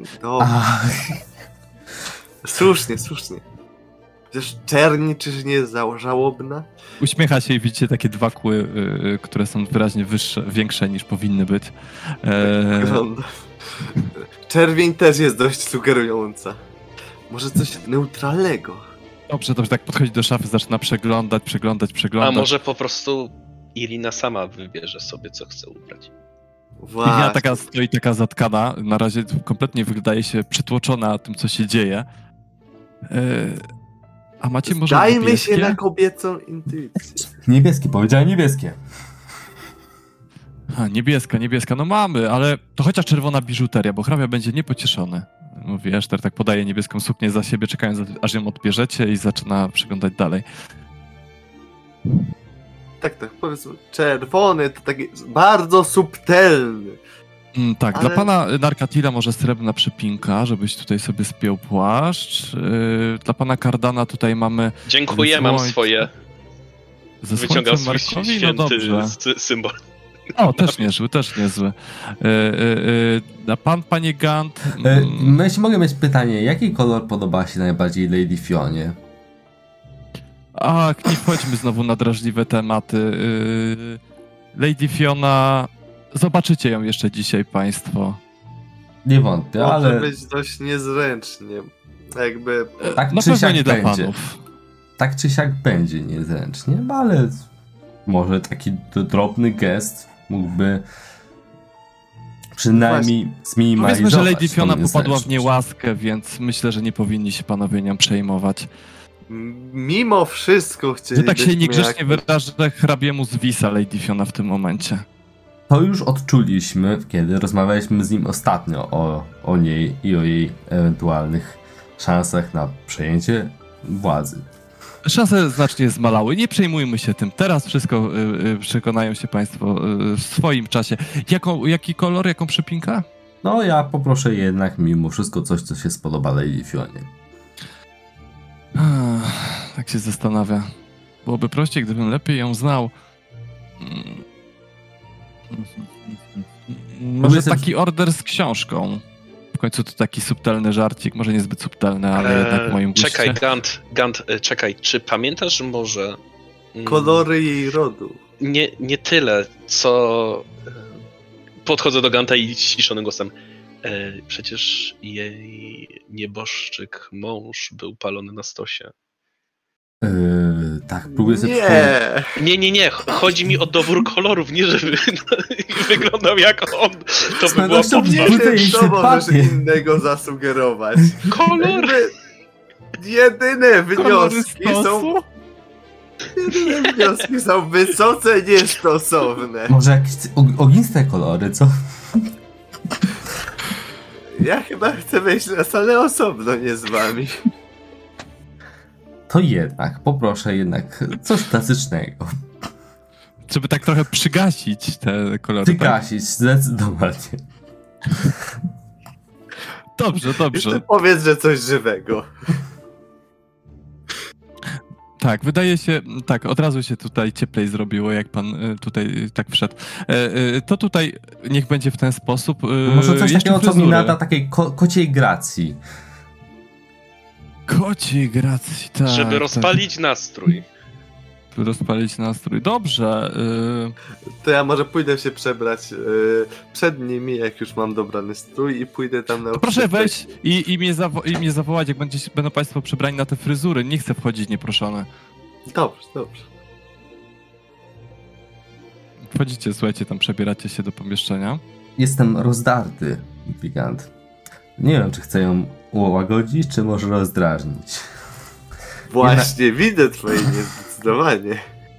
Słusznie. Przecież czerni, czyż nie jest żałobna? Uśmiecha się i widzicie takie 2 kły, które są wyraźnie większe niż powinny być. Czerwień też jest dość sugerująca. Może coś neutralnego? Dobrze, tak podchodzi do szafy, zaczyna przeglądać. A może po prostu Irina sama wybierze sobie, co chce ubrać. Właśnie. Irina stoi taka zatkana, na razie kompletnie wydaje się przytłoczona tym, co się dzieje. A macie może Dajmy niebieskie? się na kobiecą intuicję. Niebieskie, powiedziałem niebieskie. Niebieska, no mamy, ale to chociaż czerwona biżuteria, bo hrabia będzie niepocieszony. Mówi Eszter, tak podaje niebieską suknię za siebie, czekając aż ją odbierzecie i zaczyna przeglądać dalej. Tak, powiedzmy, czerwony to taki bardzo subtelny. Tak, ale... dla pana Narkatila może srebrna przypinka, żebyś tutaj sobie spiął płaszcz. Dla pana Kardana tutaj mamy... Dziękuję, mam swoje. Ze Wyciągał słońcem swój Markowi? No święty dobrze. symbol. O, też niezły, też niezły. A pan, panie Gant... Jeśli mogę mieć pytanie, jaki kolor podoba się najbardziej Lady Fionie? Ach, nie wchodźmy znowu na drażliwe tematy. Lady Fiona... Zobaczycie ją jeszcze dzisiaj, państwo. Nie wątpię, Może ale być dość niezręcznie. Jakby... tak Na czy pewno siak nie dla będzie. panów. Tak czy siak będzie niezręcznie, ale może taki drobny gest mógłby przynajmniej zminimalizować. Powiedzmy, że Lady tą Fiona popadła w niezręczność. niełaskę, więc myślę, że nie powinni się panowie nią przejmować. Mimo wszystko Że chcielibyśmy... tak się niegrzecznie jak- wyrażę, hrabiemu zwisa Lady Fiona w tym momencie. To już odczuliśmy, kiedy rozmawialiśmy z nim ostatnio o niej i o jej ewentualnych szansach na przejęcie władzy. Szanse znacznie zmalały. Nie przejmujmy się tym. Teraz wszystko przekonają się państwo w swoim czasie. Jaki kolor, jaką przypinkę? No ja poproszę jednak mimo wszystko coś, co się spodoba Lady Fionie. Tak się zastanawia. Byłoby prościej, gdybym lepiej ją znał. Może Powiedzmy, taki order z książką. W końcu to taki subtelny żarcik, może niezbyt subtelny, ale jednak w moim guście. Czekaj, Gant, czekaj, czy pamiętasz może... Kolory jej rodu. Nie tyle, co... Podchodzę do Ganta i ściszonym głosem. Przecież jej nieboszczyk mąż był palony na stosie. Tak, próbuję sobie przypomnieć. Nie! Nie. Chodzi mi o dobór kolorów, nie żeby wyglądał jak on. To by było pewnością Nie Budzę wiem, jej co możesz sympatię. innego zasugerować. kolor. Jakby jedyne Kolory wnioski stosu? są... Jedyne wnioski są wysoce niestosowne. Może jakieś ogniste kolory, co? Ja chyba chcę wejść na salę osobno, nie z wami. To jednak, poproszę jednak coś klasycznego. Żeby tak trochę przygasić te kolory. Tak? Wygasić, zdecydowanie. Dobrze. Jeszcze powiedz, że coś żywego. Tak, wydaje się, tak, od razu się tutaj cieplej zrobiło, jak pan tutaj tak wszedł. To tutaj niech będzie w ten sposób. Może coś jeszcze takiego, co mi fryzury. nada takiej kociej gracji. Kociej gracji, tak. Żeby rozpalić nastrój. Żeby rozpalić nastrój. Dobrze. To ja może pójdę się przebrać przed nimi, jak już mam dobrany strój i pójdę tam na... To proszę wejść i mnie zawołać, jak będą państwo przebrani na te fryzury. Nie chcę wchodzić nieproszony. Dobrze. Wchodzicie, słuchajcie, tam przebieracie się do pomieszczenia. Jestem rozdarty, gigant. Nie wiem, czy chcę ją ułagodzić, czy może rozdrażnić. Właśnie, widzę twoje niezdecydowanie.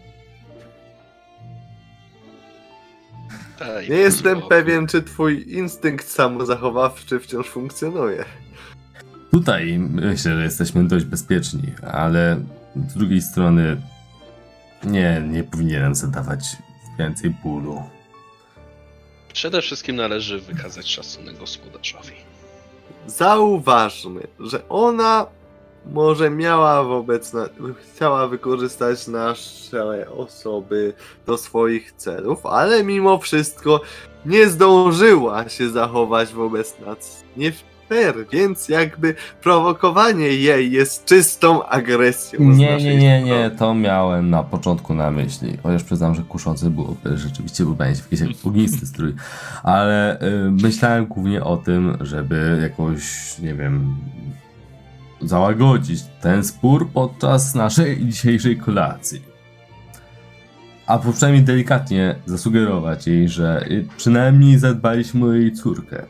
Daj, Nie jestem spokój. pewien, czy twój instynkt samozachowawczy wciąż funkcjonuje. Tutaj myślę, że jesteśmy dość bezpieczni, ale z drugiej strony nie powinienem zadawać więcej bólu. Przede wszystkim należy wykazać szacunek gospodarzowi. Zauważmy, że ona może chciała wykorzystać nasze osoby do swoich celów, ale mimo wszystko nie zdążyła się zachować wobec nas nie fair, więc jakby prowokowanie jej jest czystą agresją. z naszej Nie, strony. to miałem na początku na myśli. Chociaż przyznam, że kuszące było rzeczywiście ubranie w jakiś ognisty strój. Ale myślałem głównie o tym, żeby jakoś, nie wiem, załagodzić ten spór podczas naszej dzisiejszej kolacji. A przynajmniej delikatnie zasugerować jej, że przynajmniej zadbaliśmy o jej córkę.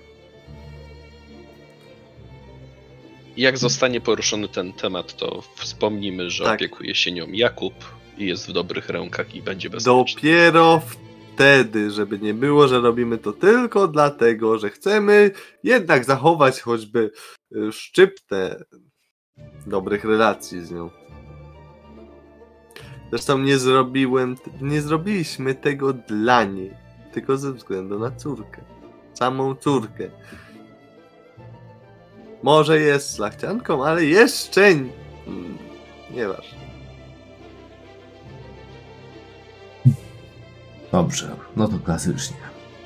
Jak zostanie poruszony ten temat, to wspomnimy, że Tak. opiekuje się nią Jakub i jest w dobrych rękach i będzie bezpieczny. Dopiero wtedy, żeby nie było, że robimy to tylko dlatego, że chcemy jednak zachować choćby szczyptę dobrych relacji z nią. Zresztą nie zrobiliśmy tego dla niej, tylko ze względu na córkę. Samą córkę. Może jest szlachcianką, ale jeszcze nieważne. Dobrze, no to klasycznie.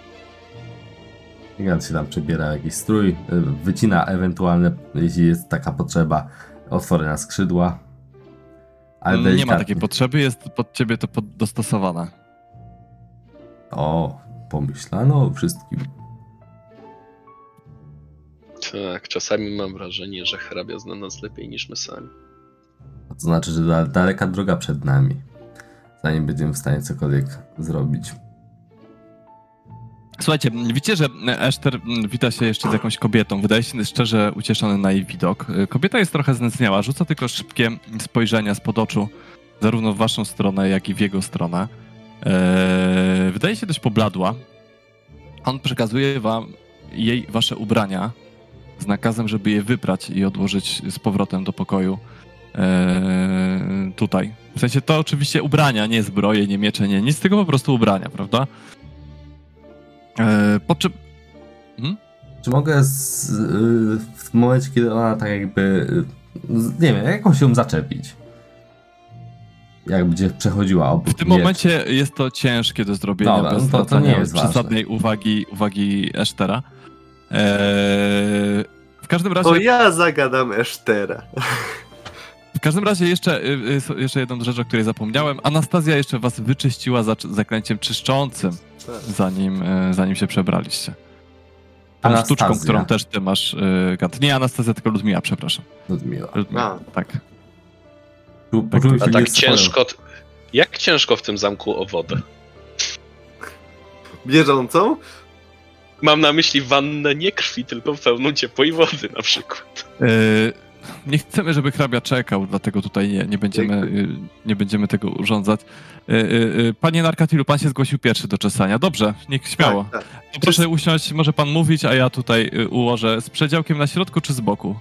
Gigant się tam przebiera jakiś strój, wycina ewentualne, jeśli jest taka potrzeba, otwory na skrzydła. Ale Nie ma delikatnie. takiej potrzeby, jest pod ciebie to dostosowane. O, pomyślano o wszystkim. Tak, czasami mam wrażenie, że hrabia zna nas lepiej niż my sami. To znaczy, że daleka droga przed nami, zanim będziemy w stanie cokolwiek zrobić. Słuchajcie, widzicie, że Eszter wita się jeszcze z jakąś kobietą. Wydaje się szczerze ucieszony na jej widok. Kobieta jest trochę znędzniała, rzuca tylko szybkie spojrzenia spod oczu, zarówno w waszą stronę, jak i w jego stronę. Wydaje się dość pobladła. On przekazuje wam jej wasze ubrania z nakazem, żeby je wyprać i odłożyć z powrotem do pokoju tutaj. W sensie to oczywiście ubrania, nie zbroje, nie miecze, nie nic, tylko po prostu ubrania, prawda? Po czym... Czy mogę w momencie, kiedy ona tak jakby, nie wiem, jakąś ją zaczepić? Jak będzie przechodziła obok W tym mnie. momencie jest to ciężkie do zrobienia. Dobra, bez no to nie zwracania jest przesadnej uwagi Esztera. W każdym razie... To ja zagadam Esztera. W każdym razie jeszcze jedną rzecz, o której zapomniałem. Anastazja jeszcze was wyczyściła zaklęciem czyszczącym, zanim się przebraliście. Tą Anastazja. sztuczką, którą też ty masz, Gant. Nie Anastazja, tylko Ludmila, przepraszam. Ludmila. Tak. Poczułem A się tak nieswojo. ciężko... Jak ciężko w tym zamku o wodę? Bieżącą? Mam na myśli wannę nie krwi, tylko pełną ciepłej wody na przykład. Nie chcemy, żeby hrabia czekał, dlatego tutaj nie będziemy tego urządzać. Panie Narkatilu, pan się zgłosił pierwszy do czesania. Dobrze, niech śmiało. Tak. To proszę usiąść, może pan mówić, a ja tutaj ułożę z przedziałkiem na środku czy z boku?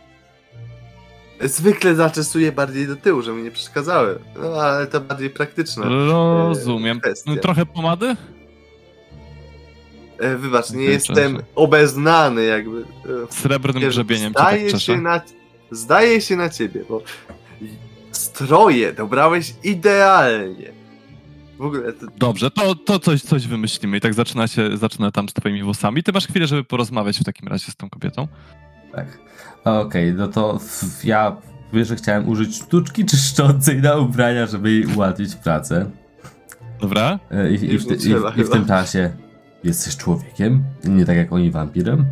Zwykle zaczesuję bardziej do tyłu, żeby mi nie przeszkadzały. No ale to bardziej praktyczne. Rozumiem. kwestia. Trochę pomady? Wybacz, nie Okej, jestem proszę. obeznany jakby. Srebrnym grzebieniem cię tak czeszę. Zdaje się na ciebie, bo stroje dobrałeś idealnie. W ogóle to... Dobrze, to coś wymyślimy i tak zacznę tam z twoimi włosami. Ty masz chwilę, żeby porozmawiać w takim razie z tą kobietą. Tak. Okej, no to ja wiesz, że chciałem użyć sztuczki czyszczącej na ubrania, żeby jej ułatwić pracę. Dobra? I w tym czasie jesteś człowiekiem, nie tak jak oni wampirem.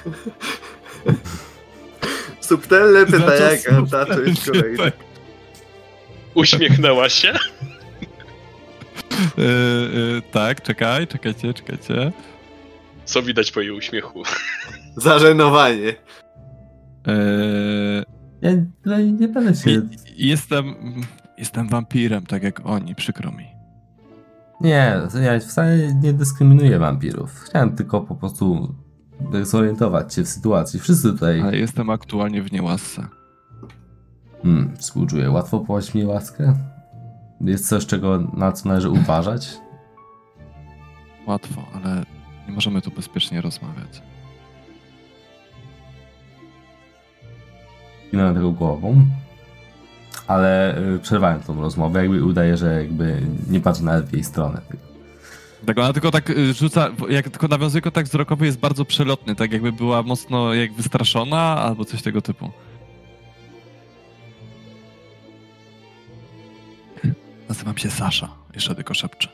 Subtelne pytania, Znaczy, Ganta, to jest kolejne. tak. Uśmiechnęła się? Tak, czekajcie. Co widać po jej uśmiechu? Zażenowanie. Ja nie będę się... Jestem wampirem, tak jak oni, przykro mi. Nie, ja wcale nie dyskryminuję wampirów. Chciałem tylko po prostu zorientować się w sytuacji. Wszyscy tutaj... Ale jestem aktualnie w niełasce. Współczuję. Łatwo połać mi łaskę? Jest coś, na co należy uważać? Łatwo, ale nie możemy tu bezpiecznie rozmawiać. Kinąłem tego głową, ale przerwałem tą rozmowę, jakby udaje, że jakby nie patrzę nawet w jej stronę. Tak, ona tylko tak rzuca, jak tylko nawiązuje kontakt wzrokowy, jest bardzo przelotny, tak jakby była mocno wystraszona albo coś tego typu. Nazywam się Sasza, jeszcze tylko szepczę.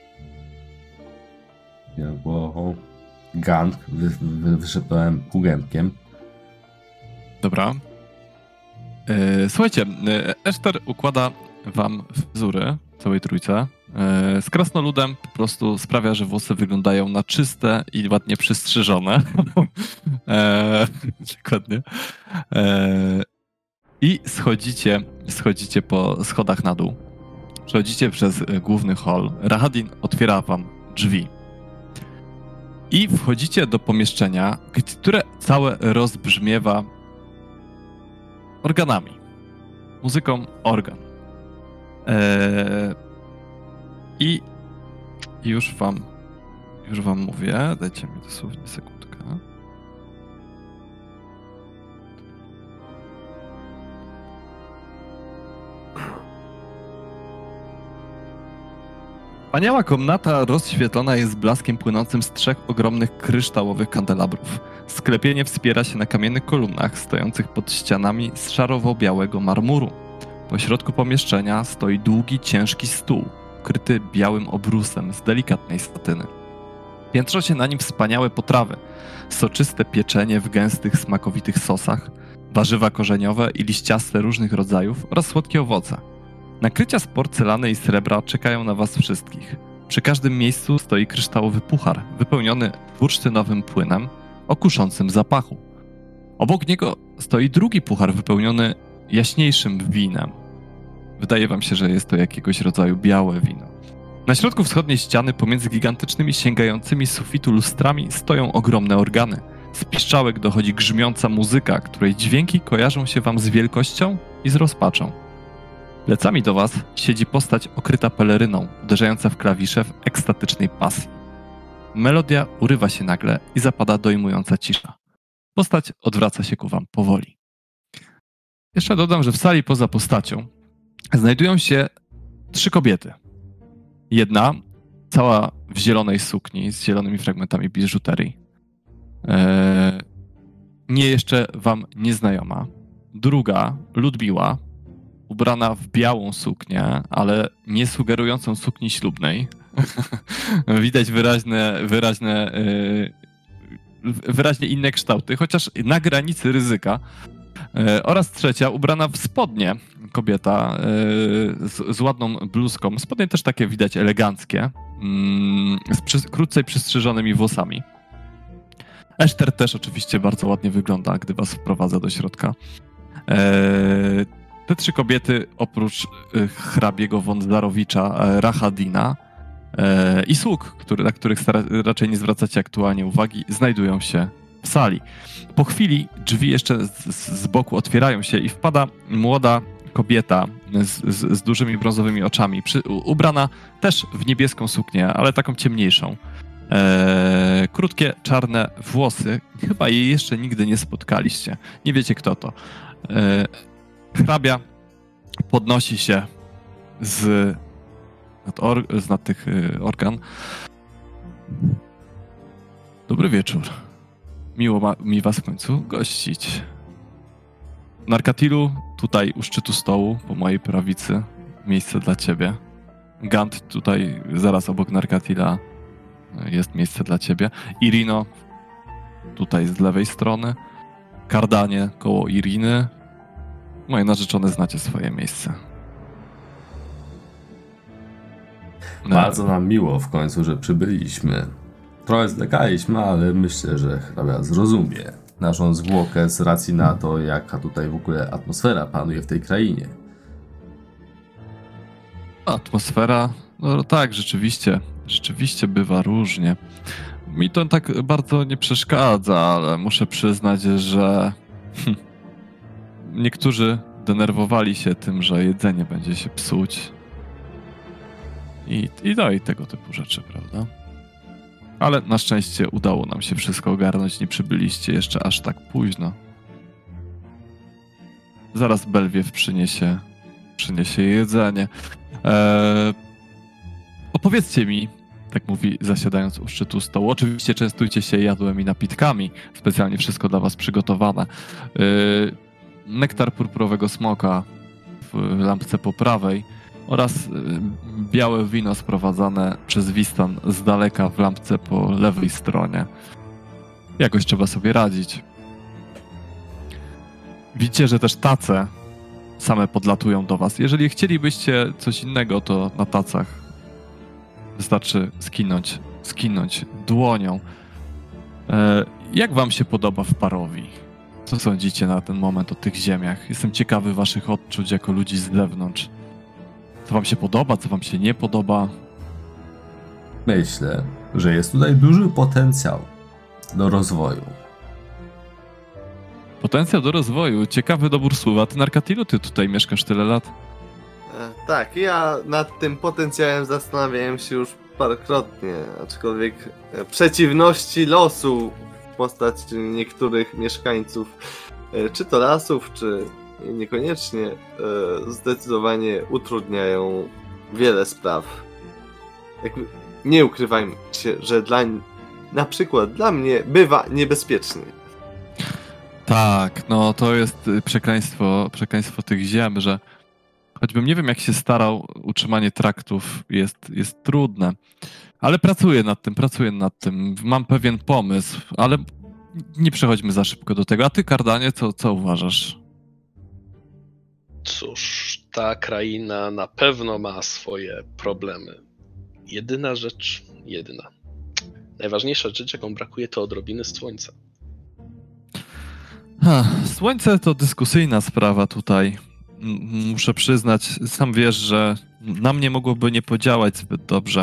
Ja głową. Gant, wyszedłem półgębkiem. Dobra. Słuchajcie, Eszter układa wam fryzury, całej trójce. Z krasnoludem po prostu sprawia, że włosy wyglądają na czyste i ładnie przystrzyżone. Dokładnie. I schodzicie po schodach na dół. Przechodzicie przez główny hol. Rahadin otwiera wam drzwi. I wchodzicie do pomieszczenia, które całe rozbrzmiewa organami. Muzyką organ. I już wam mówię. Dajcie mi dosłownie sekundkę. Wspaniała komnata rozświetlona jest blaskiem płynącym z 3 ogromnych kryształowych kandelabrów. Sklepienie wspiera się na kamiennych kolumnach stojących pod ścianami z szarowo-białego marmuru. Po środku pomieszczenia stoi długi, ciężki stół, kryty białym obrusem z delikatnej satyny. Piętrzą się na nim wspaniałe potrawy, soczyste pieczenie w gęstych, smakowitych sosach, warzywa korzeniowe i liściaste różnych rodzajów oraz słodkie owoce. Nakrycia z porcelany i srebra czekają na was wszystkich. Przy każdym miejscu stoi kryształowy puchar, wypełniony bursztynowym płynem o kuszącym zapachu. Obok niego stoi drugi puchar wypełniony jaśniejszym winem. Wydaje wam się, że jest to jakiegoś rodzaju białe wino. Na środku wschodniej ściany, pomiędzy gigantycznymi, sięgającymi sufitu lustrami, stoją ogromne organy. Z piszczałek dochodzi grzmiąca muzyka, której dźwięki kojarzą się wam z wielkością i z rozpaczą. Plecami do was siedzi postać okryta peleryną, uderzająca w klawisze w ekstatycznej pasji. Melodia urywa się nagle i zapada dojmująca cisza. Postać odwraca się ku wam powoli. Jeszcze dodam, że w sali poza postacią znajdują się 3 kobiety. Jedna, cała w zielonej sukni, z zielonymi fragmentami biżuterii. Nie jeszcze wam nieznajoma. Druga, Ludmiła, ubrana w białą suknię, ale nie sugerującą sukni ślubnej. Widać wyraźnie inne kształty, chociaż na granicy ryzyka. Oraz trzecia, ubrana w spodnie, kobieta z ładną bluzką. Spodnie też takie widać eleganckie, z krócej przystrzyżonymi włosami. Eszter też oczywiście bardzo ładnie wygląda, gdy was wprowadza do środka. Te 3 kobiety, oprócz hrabiego von Zarowicza, Rahadina i sług, na których raczej nie zwracacie aktualnie uwagi, znajdują się w sali. Po chwili drzwi jeszcze z boku otwierają się i wpada młoda kobieta z dużymi brązowymi oczami, ubrana też w niebieską suknię, ale taką ciemniejszą. Krótkie, czarne włosy. Chyba jej jeszcze nigdy nie spotkaliście. Nie wiecie, kto to. Hrabia podnosi się z nad tych organ. Dobry wieczór. Miło mi was w końcu gościć. Narkatilu, tutaj u szczytu stołu, po mojej prawicy, miejsce dla ciebie. Gant, tutaj zaraz obok Narkatila, jest miejsce dla ciebie. Irino, tutaj z lewej strony. Kardanie, koło Iriny. Moje narzeczone, znacie swoje miejsce. Bardzo nam miło w końcu, że przybyliśmy. Trochę zlekaliśmy, ale myślę, że hrabia zrozumie naszą zwłokę z racji na to, jaka tutaj w ogóle atmosfera panuje w tej krainie. Atmosfera? No tak, rzeczywiście bywa różnie. Mi to tak bardzo nie przeszkadza, ale muszę przyznać, że niektórzy denerwowali się tym, że jedzenie będzie się psuć. I tego typu rzeczy, prawda? Ale na szczęście udało nam się wszystko ogarnąć, nie przybyliście jeszcze aż tak późno. Zaraz Belwiew przyniesie jedzenie. Opowiedzcie mi, tak mówi zasiadając u szczytu stołu, oczywiście częstujcie się jadłem i napitkami, specjalnie wszystko dla was przygotowane. Nektar purpurowego smoka w lampce po prawej oraz białe wino sprowadzane przez Wistan z daleka w lampce po lewej stronie. Jakoś trzeba sobie radzić. Widzicie, że też tace same podlatują do was. Jeżeli chcielibyście coś innego, to na tacach wystarczy skinąć dłonią. Jak wam się podoba w Parowi? Co sądzicie na ten moment o tych ziemiach? Jestem ciekawy waszych odczuć jako ludzi z zewnątrz. Co wam się podoba, co wam się nie podoba? Myślę, że jest tutaj duży potencjał do rozwoju. Potencjał do rozwoju, ciekawy dobór słowa. Ty, Narkatilu, ty tutaj mieszkasz tyle lat? Tak, ja nad tym potencjałem zastanawiałem się już parokrotnie, aczkolwiek przeciwności losu w postaci niektórych mieszkańców, czy to lasów, czy niekoniecznie, zdecydowanie utrudniają wiele spraw. jakby nie ukrywajmy się, że na przykład dla mnie bywa niebezpieczny. Tak, no to jest przekleństwo tych ziem, że choćbym nie wiem jak się starał, utrzymanie traktów jest trudne. Ale pracuję nad tym. Mam pewien pomysł, ale nie przechodźmy za szybko do tego. A ty, Kardanie, co uważasz? Cóż, ta kraina na pewno ma swoje problemy. Najważniejsza rzecz, jaką brakuje, to odrobiny słońca. Słońce to dyskusyjna sprawa tutaj. Muszę przyznać, sam wiesz, że na mnie mogłoby nie podziałać zbyt dobrze.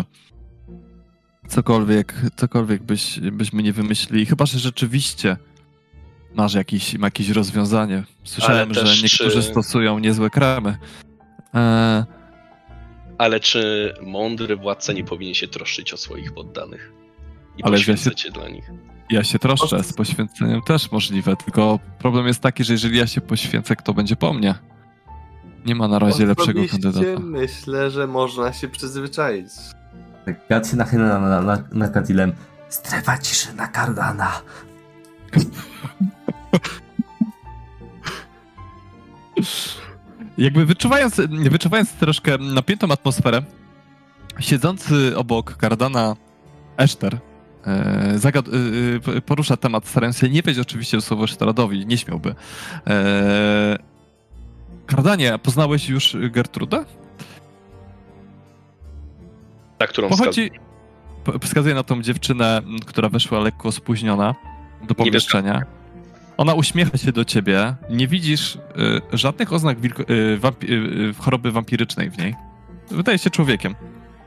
Cokolwiek byśmy nie wymyślili, chyba że rzeczywiście masz jakieś rozwiązanie. Słyszałem, że niektórzy stosują niezłe kremy. Ale czy mądry władca nie powinien się troszczyć o swoich poddanych i poświęcać się dla nich? Ja się troszczę, z poświęceniem też możliwe, tylko problem jest taki, że jeżeli ja się poświęcę, kto będzie po mnie? Nie ma na razie lepszego kandydata. Myślę, że można się przyzwyczaić. Tak, Gad się nachyla na Katilem. Strefa ciszy na Kardana. Jakby wyczuwając troszkę napiętą atmosferę, siedzący obok Kardana Eszter porusza temat, starając się nie wejść oczywiście do słowa Eszteradowi, nie śmiałby. Kardanie, poznałeś już Gertrudę? Ta, którą wskazuje na tą dziewczynę, która weszła lekko spóźniona do pomieszczenia. Ona uśmiecha się do ciebie. Nie widzisz żadnych oznak choroby wampirycznej w niej. Wydaje się człowiekiem.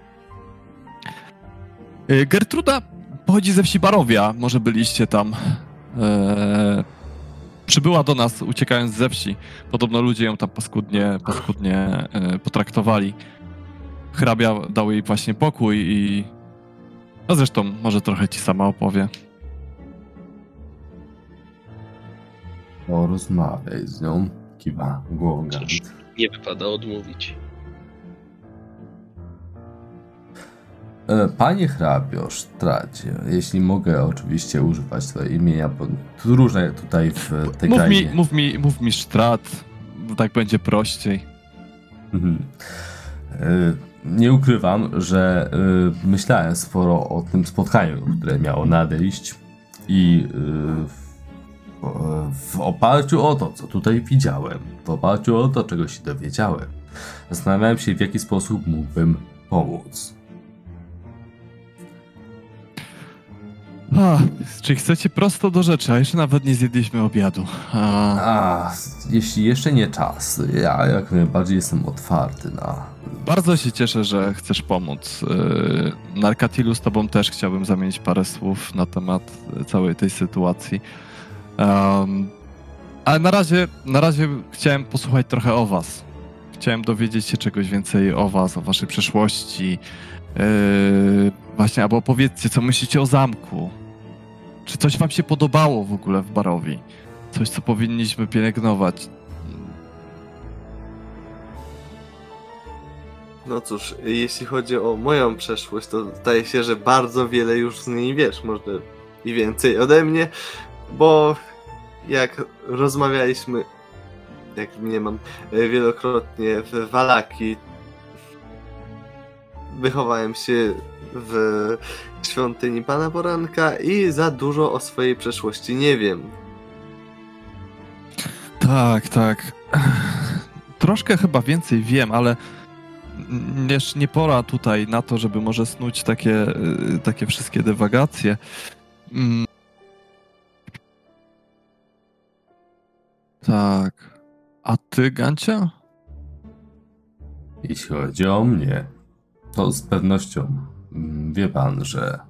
Gertruda pochodzi ze wsi Barowia. Może byliście tam. Przybyła do nas, uciekając ze wsi. Podobno ludzie ją tam paskudnie potraktowali. Hrabia dał jej właśnie pokój i... No zresztą, może trochę ci sama opowie. Rozmawiaj z nią. Kiwa głową. Nie wypada odmówić. Panie hrabio, Sztracie, jeśli mogę oczywiście używać twojego imienia, bo różne tutaj w tej krainie. Mów mi Sztrat, tak będzie prościej. Nie ukrywam, że myślałem sporo o tym spotkaniu, które miało nadejść i w oparciu o to, co tutaj widziałem, w oparciu o to, czego się dowiedziałem, zastanawiałem się, w jaki sposób mógłbym pomóc. Czyli chcecie prosto do rzeczy, a jeszcze nawet nie zjedliśmy obiadu. Jeśli jeszcze nie czas, ja jak najbardziej jestem otwarty na... Bardzo się cieszę, że chcesz pomóc. Na Arkatilu z tobą też chciałbym zamienić parę słów na temat całej tej sytuacji. Ale na razie chciałem posłuchać trochę o was. Chciałem dowiedzieć się czegoś więcej o was, o waszej przeszłości. Właśnie, albo opowiedzcie, co myślicie o zamku. Czy coś wam się podobało w ogóle w Barowi? Coś, co powinniśmy pielęgnować. No cóż, jeśli chodzi o moją przeszłość, to zdaje się, że bardzo wiele już z niej wiesz, może i więcej ode mnie, bo jak rozmawialiśmy, jak mniemam, wielokrotnie w Vallaki, wychowałem się w świątyni Pana Poranka i za dużo o swojej przeszłości nie wiem. Tak. Troszkę chyba więcej wiem, ale jeszcze nie pora tutaj na to, żeby może snuć takie wszystkie dywagacje. Tak. A ty, Gancia? Jeśli chodzi o mnie, to z pewnością wie pan, że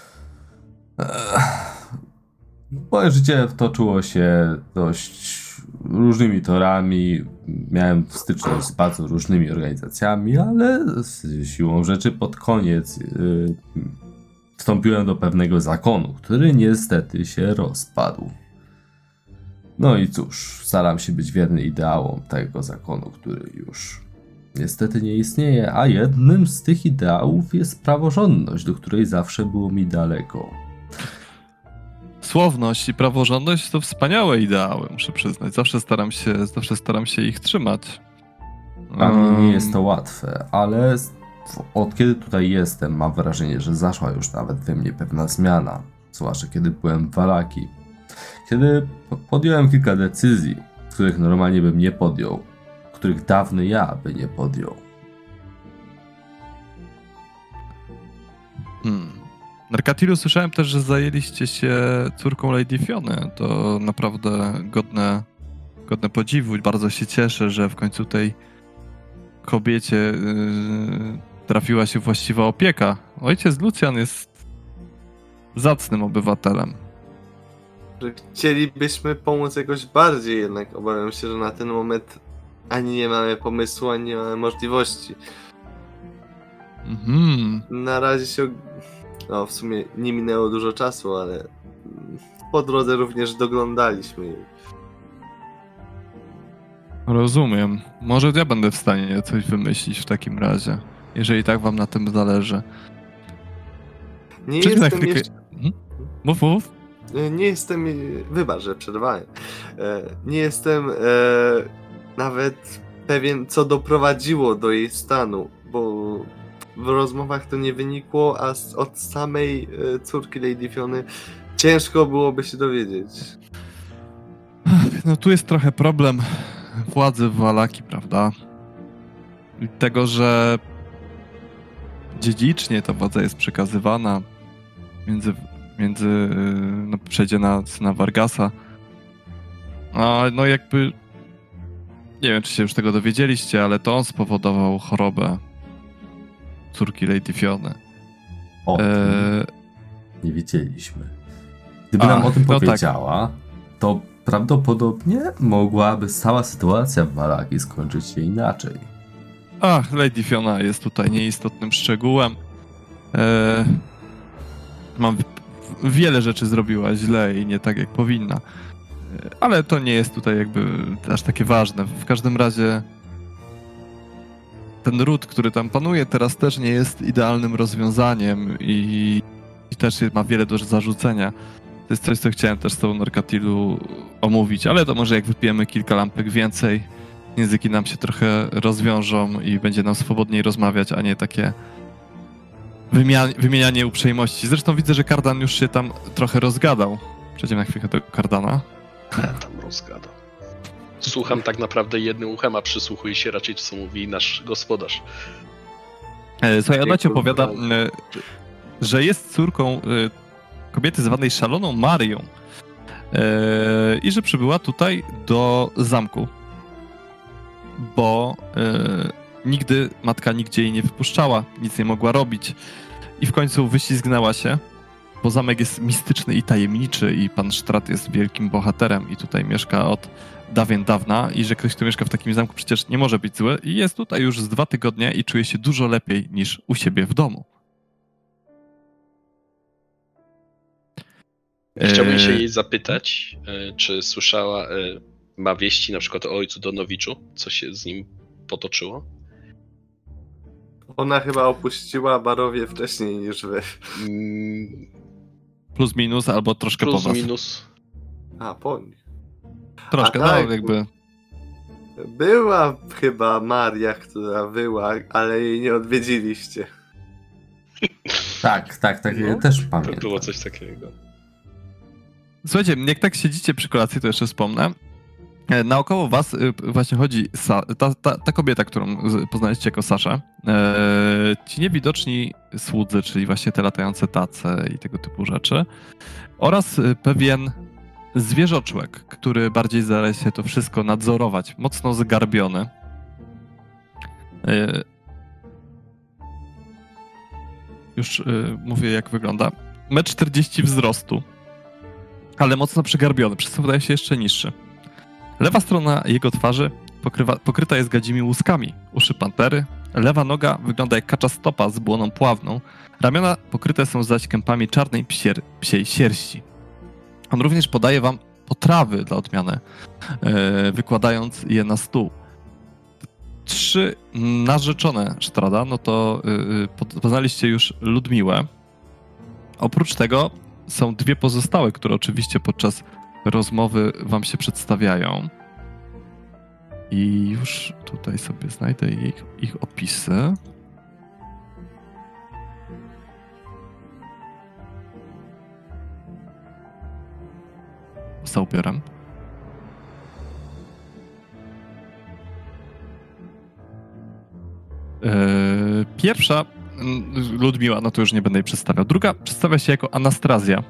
moje życie toczyło się dość różnymi torami. Miałem styczność z bardzo różnymi organizacjami, ale z siłą rzeczy pod koniec wstąpiłem do pewnego zakonu, który niestety się rozpadł. No i cóż, staram się być wierny ideałom tego zakonu, który już niestety nie istnieje, a jednym z tych ideałów jest praworządność, do której zawsze było mi daleko. Słowność i praworządność to wspaniałe ideały, muszę przyznać. Zawsze staram się ich trzymać. Dla mnie nie jest to łatwe, ale od kiedy tutaj jestem, mam wrażenie, że zaszła już nawet we mnie pewna zmiana. Zwłaszcza kiedy byłem w Vallaki. Kiedy podjąłem kilka decyzji, których normalnie bym nie podjął, których dawny ja by nie podjął. Narkatilu, słyszałem też, że zajęliście się córką Lady Fiony. To naprawdę godne podziwu. Bardzo się cieszę, że w końcu tej kobiecie trafiła się właściwa opieka. Ojciec Lucjan jest zacnym obywatelem. Chcielibyśmy pomóc jakoś bardziej, jednak obawiam się, że na ten moment ani nie mamy pomysłu, ani nie mamy możliwości. Na razie się... No, w sumie nie minęło dużo czasu, ale po drodze również doglądaliśmy jej. Rozumiem. Może ja będę w stanie coś wymyślić w takim razie, jeżeli tak wam na tym zależy. Nie Przejdźmy jestem na chwilkę... jeszcze... Mów. Nie jestem... Wybacz, że przerwałem. Nie jestem nawet pewien, co doprowadziło do jej stanu, bo w rozmowach to nie wynikło, a od samej córki Lady Fiony ciężko byłoby się dowiedzieć. No tu jest trochę problem władzy w Vallaki, prawda? I tego, że dziedzicznie ta władza jest przekazywana przejdzie na syna Vargasa. A no jakby nie wiem, czy się już tego dowiedzieliście, ale to on spowodował chorobę córki Lady Fiony. O tym nie wiedzieliśmy. Gdyby nam o tym powiedziała, to prawdopodobnie mogłaby cała sytuacja w Vallaki skończyć się inaczej. Lady Fiona jest tutaj nieistotnym szczegółem. Wiele rzeczy zrobiła źle i nie tak, jak powinna. Ale to nie jest tutaj jakby aż takie ważne. W każdym razie ten ród, który tam panuje teraz, też nie jest idealnym rozwiązaniem i też ma wiele do zarzucenia. To jest coś, co chciałem też z tobą, Narkatilu, omówić, ale to może jak wypijemy kilka lampek więcej, języki nam się trochę rozwiążą i będzie nam swobodniej rozmawiać, a nie takie wymienianie uprzejmości. Zresztą widzę, że Kardan już się tam trochę rozgadał. Przejdziemy na chwilę do Kardana. Ja tam rozgadał. Słucham tak naprawdę jednym uchem, a przysłuchuję się raczej, co mówi nasz gospodarz. Słuchaj, ona ci opowiada, że jest córką kobiety zwanej Szaloną Marią i że przybyła tutaj do zamku, bo matka nigdzie jej nie wypuszczała, nic nie mogła robić i w końcu wyślizgnęła się, bo zamek jest mistyczny i tajemniczy i pan Sztrat jest wielkim bohaterem i tutaj mieszka od dawien dawna i że ktoś, kto mieszka w takim zamku, przecież nie może być zły i jest tutaj już z 2 tygodnie i czuje się dużo lepiej niż u siebie w domu. Chciałbym się jej zapytać, czy słyszała, ma wieści na przykład o ojcu Donowiczu, co się z nim potoczyło? Ona chyba opuściła Barowię wcześniej niż wy. Plus minus, albo troszkę po was. Plus minus. Po nich. Troszkę, tak, no jakby... Była chyba Maria, która była, ale jej nie odwiedziliście. Tak, ja też pamiętam. To było coś takiego. Słuchajcie, jak tak siedzicie przy kolacji, to jeszcze wspomnę. Naokoło was właśnie chodzi ta kobieta, którą poznaliście jako Saszę. Ci niewidoczni słudzy, czyli właśnie te latające tace i tego typu rzeczy. Oraz pewien zwierzoczłek, który bardziej stara się to wszystko nadzorować. Mocno zgarbiony. Już mówię, jak wygląda. 1,40 m wzrostu, ale mocno przygarbiony, przez co wydaje się jeszcze niższy. Lewa strona jego twarzy pokryta jest gadzimi łuskami, uszy pantery, lewa noga wygląda jak kacza stopa z błoną pławną, ramiona pokryte są zaś kępami czarnej psiej sierści. On również podaje wam potrawy dla odmiany, wykładając je na stół. 3 narzeczone Sztrada, no to poznaliście już Ludmiłę. Oprócz tego są 2 pozostałe, które oczywiście podczas rozmowy wam się przedstawiają. I już tutaj sobie znajdę ich opisy. Za ubiorem. Pierwsza, Ludmiła, no to już nie będę jej przedstawiał. Druga przedstawia się jako Anastazja.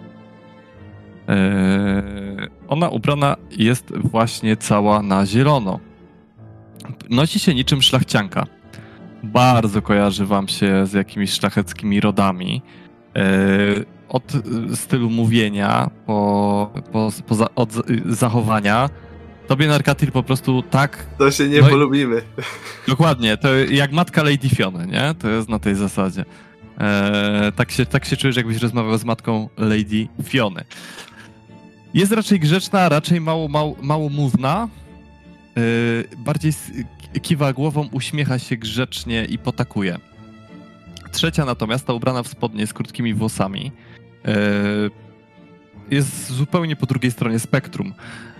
Ona ubrana jest właśnie cała na zielono. Nosi się niczym szlachcianka. Bardzo kojarzy wam się z jakimiś szlacheckimi rodami. Od stylu mówienia, od zachowania. Tobie, Narkatil, po prostu tak... To się nie polubimy. Dokładnie, to jak matka Lady Fiony, nie? To jest na tej zasadzie. Tak się czujesz, jakbyś rozmawiał z matką Lady Fiony. Jest raczej grzeczna, raczej małomówna. Bardziej kiwa głową, uśmiecha się grzecznie i potakuje. Trzecia natomiast, ta ubrana w spodnie z krótkimi włosami, jest zupełnie po drugiej stronie spektrum.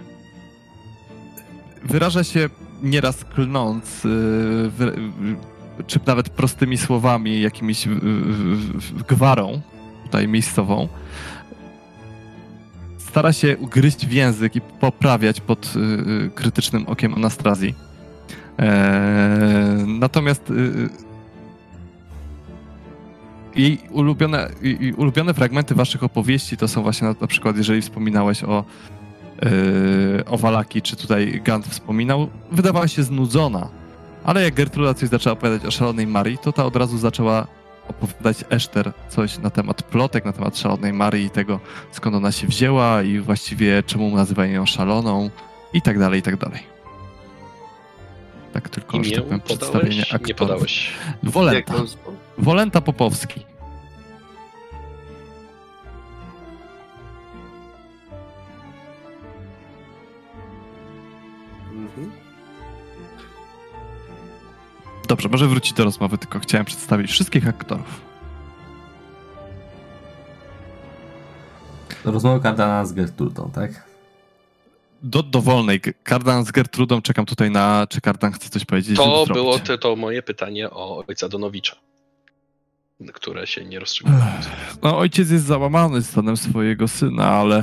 Wyraża się nieraz klnąc, czy nawet prostymi słowami, jakimiś gwarą tutaj miejscową. Stara się ugryźć w język i poprawiać pod krytycznym okiem Anastazji. Natomiast jej ulubione fragmenty waszych opowieści to są właśnie na przykład, jeżeli wspominałeś o Walaki, czy tutaj Gant wspominał, wydawała się znudzona. Ale jak Gertruda coś zaczęła opowiadać o szalonej Marii, to ta od razu zaczęła opowiadać Eszter coś na temat plotek, na temat szalonej Marii i tego, skąd ona się wzięła i właściwie czemu nazywają ją szaloną i tak dalej, i tak dalej. Tak tylko, że tak powiem, przedstawienie aktorów. Nie podałeś. Wolenta. Wolenta Popowski. Dobrze, może wrócić do rozmowy, tylko chciałem przedstawić wszystkich aktorów. Rozmowy Kardana z Gertrudą, tak? Do dowolnej. Kardan z Gertrudą, czekam tutaj na... Czy Kardan chce coś powiedzieć? To było to moje pytanie o ojca Donowicza, które się nie rozstrzygło. No, ojciec jest załamany stanem swojego syna, ale...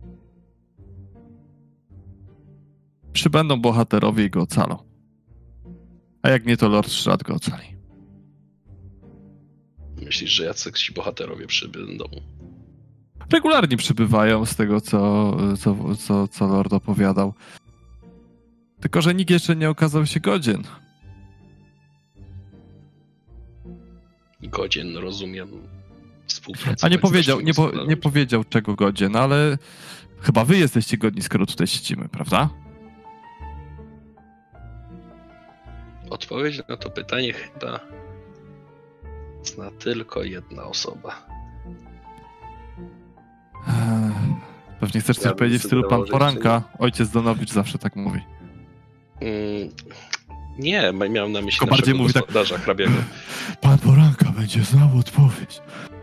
Przybędą bohaterowie i go ocalą. A jak nie, to Lord Strahd go ocali. Myślisz, że jacyś bohaterowie przybędą? Regularnie przybywają z tego, co Lord opowiadał. Tylko że nikt jeszcze nie okazał się godzien. Godzien, rozumiem, współpracować. A nie powiedział czego godzien, ale chyba wy jesteście godni, skoro tutaj siedzimy, prawda? Odpowiedź na to pytanie chyba zna tylko jedna osoba. Pewnie chcesz coś powiedzieć w stylu pan Poranka. Ojciec Donowicz zawsze tak mówi. Nie, miałem na myśli tylko bardziej mówi gospodarza hrabiego. Pan Poranka będzie znał odpowiedź.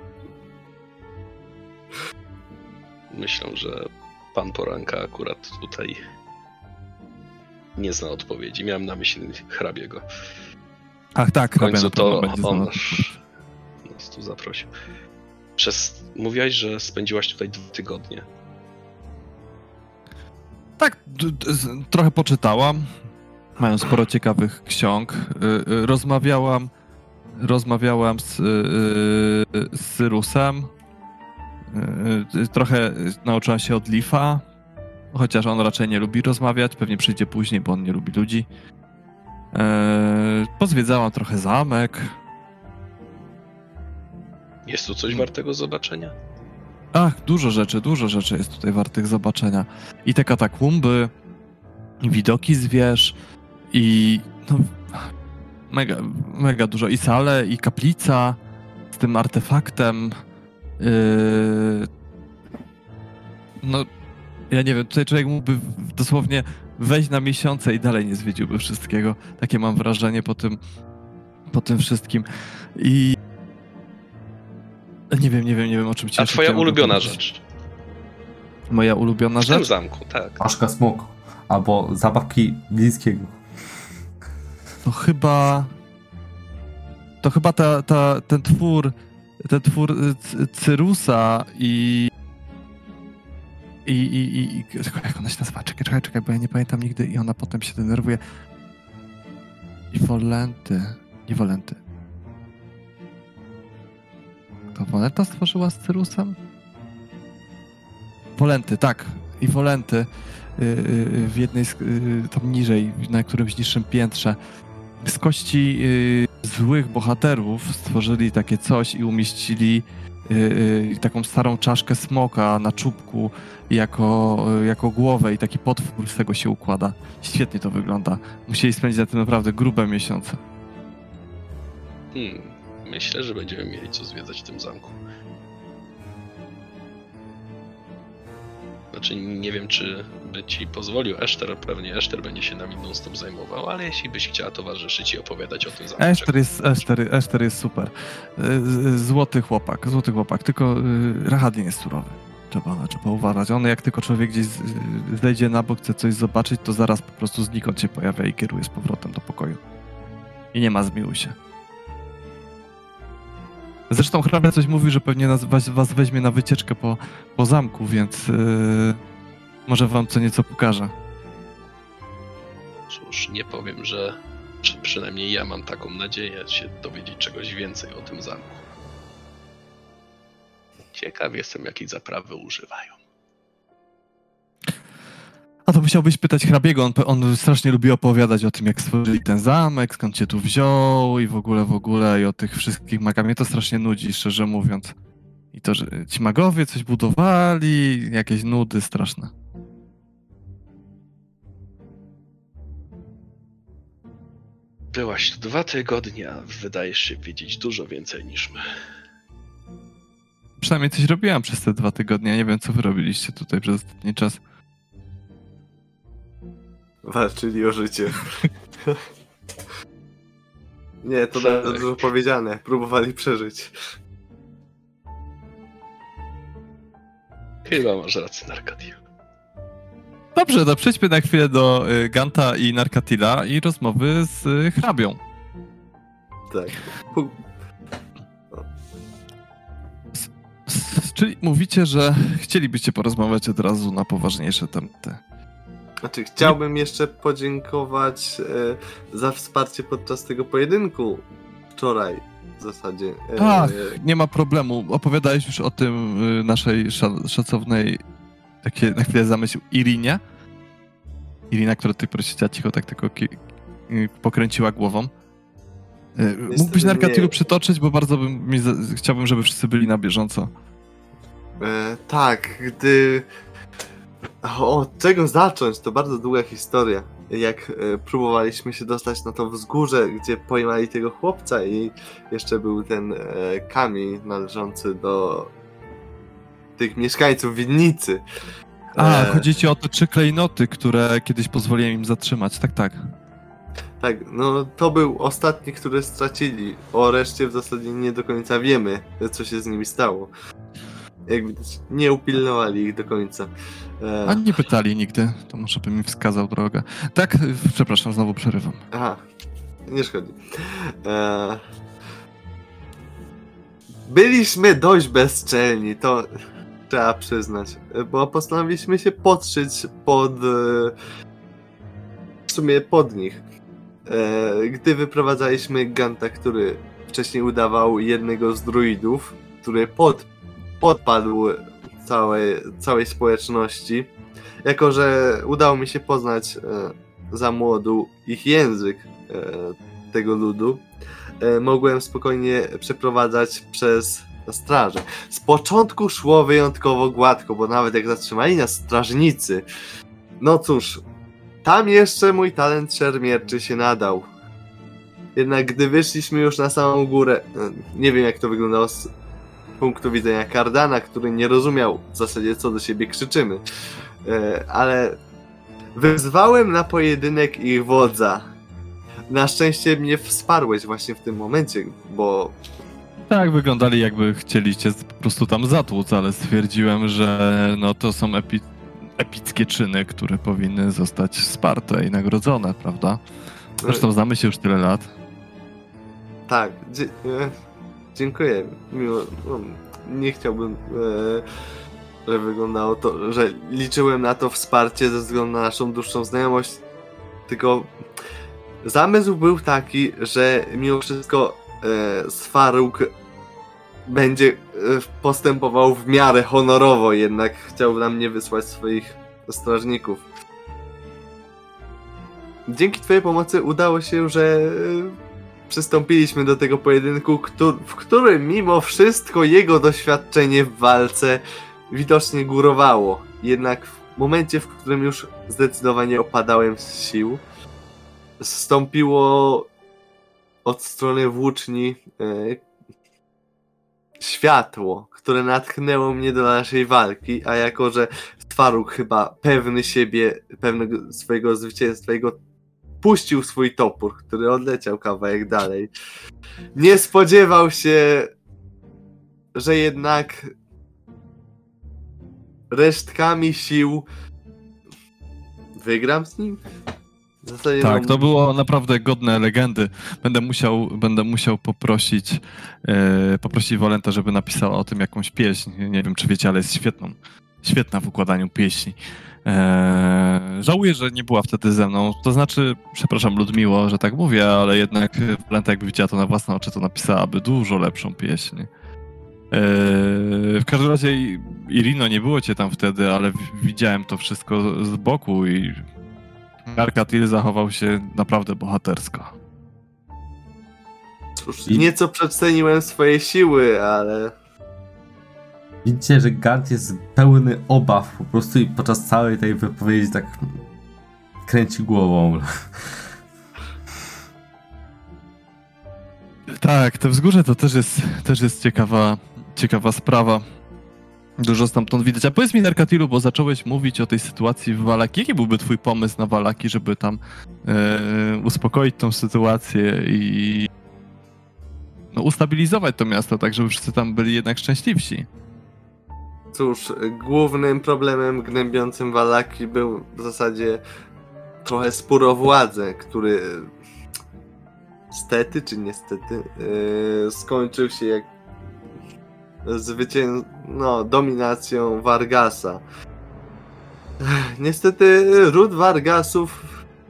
Myślę, że pan Poranka akurat tutaj nie zna odpowiedzi. Miałem na myśli hrabiego. Ach tak, w końcu to on nas tu zaprosił. Mówiłaś, że spędziłaś tutaj 2 tygodnie. Tak, trochę poczytałam. Mają sporo ciekawych ksiąg. Rozmawiałam z Cyrusem. Trochę nauczyłam się od Lifa. Chociaż on raczej nie lubi rozmawiać. Pewnie przyjdzie później, bo on nie lubi ludzi. Pozwiedzałam trochę zamek. Jest tu coś wartego zobaczenia? Ach, dużo rzeczy jest tutaj wartych zobaczenia. I te katakumby, i widoki z wież, i no, mega dużo. I sale, i kaplica z tym artefaktem. No, ja nie wiem, tutaj człowiek mógłby dosłownie wejść na miesiące i dalej nie zwiedziłby wszystkiego. Takie mam wrażenie po tym wszystkim. I nie wiem o czym ci A twoja ulubiona rzecz? Moja ulubiona w rzecz? W tym zamku, tak. Paszka smoku. Albo zabawki bliskiego. To chyba ten twór Cyrusa i jak ona się nazywa? Czekaj, bo ja nie pamiętam nigdy i ona potem się denerwuje. Nie Wolenty. To Wolenta stworzyła z Cyrusem? Wolenty, tak. I Wolenty w jednej tam niżej, na którymś niższym piętrze. Z kości złych bohaterów stworzyli takie coś i umieścili taką starą czaszkę smoka na czubku jako głowę i taki potwór z tego się układa. Świetnie to wygląda. Musieli spędzić na tym naprawdę grube miesiące. Myślę, że będziemy mieli co zwiedzać w tym zamku. Znaczy, nie wiem, czy by ci pozwolił Eszter, pewnie Eszter będzie się nami non-stop zajmował, ale jeśli byś chciała towarzyszyć i opowiadać o tym zamku. Eszter jest super. Złoty chłopak, tylko Rahadin jest surowy. Trzeba uważać. On jak tylko człowiek gdzieś zejdzie na bok, chce coś zobaczyć, to zaraz po prostu znikąd się pojawia i kieruje z powrotem do pokoju. I nie ma zmiłuj się. Zresztą hrabia coś mówi, że pewnie was weźmie na wycieczkę po zamku, więc może wam co nieco pokaże. Cóż, nie powiem, że przynajmniej ja mam taką nadzieję się dowiedzieć czegoś więcej o tym zamku. Ciekaw jestem, jakiej zaprawy używają. A to musiałbyś pytać hrabiego, on strasznie lubi opowiadać o tym, jak stworzyli ten zamek, skąd cię tu wziął i w ogóle i o tych wszystkich magach. Mnie to strasznie nudzi, szczerze mówiąc. I to, że ci magowie coś budowali, jakieś nudy straszne. Byłaś tu 2 tygodnie, a wydajesz się wiedzieć dużo więcej niż my. Przynajmniej coś robiłam przez te 2 tygodnie. Nie wiem, co wy robiliście tutaj przez ostatni czas. Walczyli o życie. Nie, to bardzo dużo powiedziane. Próbowali przeżyć. Chyba masz rację, Narkatil. Dobrze, to przejdźmy na chwilę do Ganta i Narkatila i rozmowy z hrabią. Tak. Czyli mówicie, że chcielibyście porozmawiać od razu na poważniejsze tematy. Znaczy, chciałbym jeszcze podziękować za wsparcie podczas tego pojedynku wczoraj w zasadzie. Ach, nie ma problemu. Opowiadałeś już o tym naszej szacownej, takie na chwilę zamysł, Irinie. Irina, która tutaj siedziała cicho, tak tylko pokręciła głową. Mógłbyś Narkatilu przytoczyć, bo bardzo chciałbym, żeby wszyscy byli na bieżąco. Tak, gdy... Od czego zacząć? To bardzo długa historia. Jak próbowaliśmy się dostać na to wzgórze, gdzie pojmali tego chłopca i jeszcze był ten kamień należący do tych mieszkańców winnicy. Chodzi ci o te 3 klejnoty, które kiedyś pozwoliłem im zatrzymać, tak. Tak, no to był ostatni, który stracili. O reszcie w zasadzie nie do końca wiemy, co się z nimi stało. Jak widać, nie upilnowali ich do końca. A nie pytali nigdy, to może bym mi wskazał drogę. Tak, przepraszam, znowu przerywam. Aha, nie szkodzi. Byliśmy dość bezczelni, to trzeba przyznać, bo postanowiliśmy się podszyć w sumie pod nich. Gdy wyprowadzaliśmy Ganta, który wcześniej udawał jednego z druidów, który podpadł całej społeczności. Jako że udało mi się poznać za młodu ich język tego ludu, mogłem spokojnie przeprowadzać przez strażę. Z początku szło wyjątkowo gładko, bo nawet jak zatrzymali nas strażnicy, no cóż, tam jeszcze mój talent szermierczy się nadał. Jednak gdy wyszliśmy już na samą górę, nie wiem jak to wyglądało z punktu widzenia Cardana, który nie rozumiał w zasadzie co do siebie krzyczymy, ale Wezwałem na pojedynek ich wodza. Na szczęście mnie wsparłeś właśnie w tym momencie, bo... Tak, wyglądali jakby chcieliście po prostu tam zatłuc, ale stwierdziłem, że no to są epickie czyny, które powinny zostać wsparte i nagrodzone, prawda? Zresztą znamy się już tyle lat. Tak, dziękuję. Miło, no, nie chciałbym, że wyglądało to, że liczyłem na to wsparcie ze względu na naszą dłuższą znajomość, tylko zamysł był taki, że mimo wszystko Sfaruk będzie postępował w miarę honorowo, jednak chciał na mnie wysłać swoich strażników. Dzięki twojej pomocy udało się, że przystąpiliśmy do tego pojedynku, w którym mimo wszystko jego doświadczenie w walce widocznie górowało. Jednak w momencie, w którym już zdecydowanie opadałem z sił, zstąpiło od strony włóczni światło, które natchnęło mnie do naszej walki, a jako, że Sfaruk chyba pewny siebie, pewnego swojego zwycięstwa, puścił swój topór, który odleciał kawałek dalej. Nie spodziewał się, że jednak resztkami sił wygram z nim? W zasadzie Tak, to było naprawdę godne legendy. Będę musiał poprosić Wolenta, żeby napisała o tym jakąś pieśń. Nie wiem, czy wiecie, ale jest świetna w układaniu pieśni. Żałuję, że nie była wtedy ze mną. To znaczy, przepraszam Ludmiło, że tak mówię, ale jednak Wolenta, jakby widziała to na własne oczy, to napisałaby dużo lepszą pieśń. W każdym razie, Irino, nie było cię tam wtedy, ale widziałem to wszystko z boku i Narkatil zachował się naprawdę bohatersko. Cóż, nieco przeceniłem swoje siły, ale... Widzicie, że Gant jest pełny obaw po prostu i podczas całej tej wypowiedzi tak kręci głową. Tak, te wzgórze to też jest ciekawa sprawa. Dużo stamtąd widać. A powiedz mi, Narkatilu, bo zacząłeś mówić o tej sytuacji w Vallaki. Jaki byłby twój pomysł na Vallaki, żeby tam uspokoić tą sytuację i ustabilizować to miasto, tak żeby wszyscy tam byli jednak szczęśliwsi? Cóż, głównym problemem gnębiącym Vallaki był w zasadzie trochę spór o władzę, który stety czy niestety skończył się jak dominacją Vargasa. Niestety ród Vargasów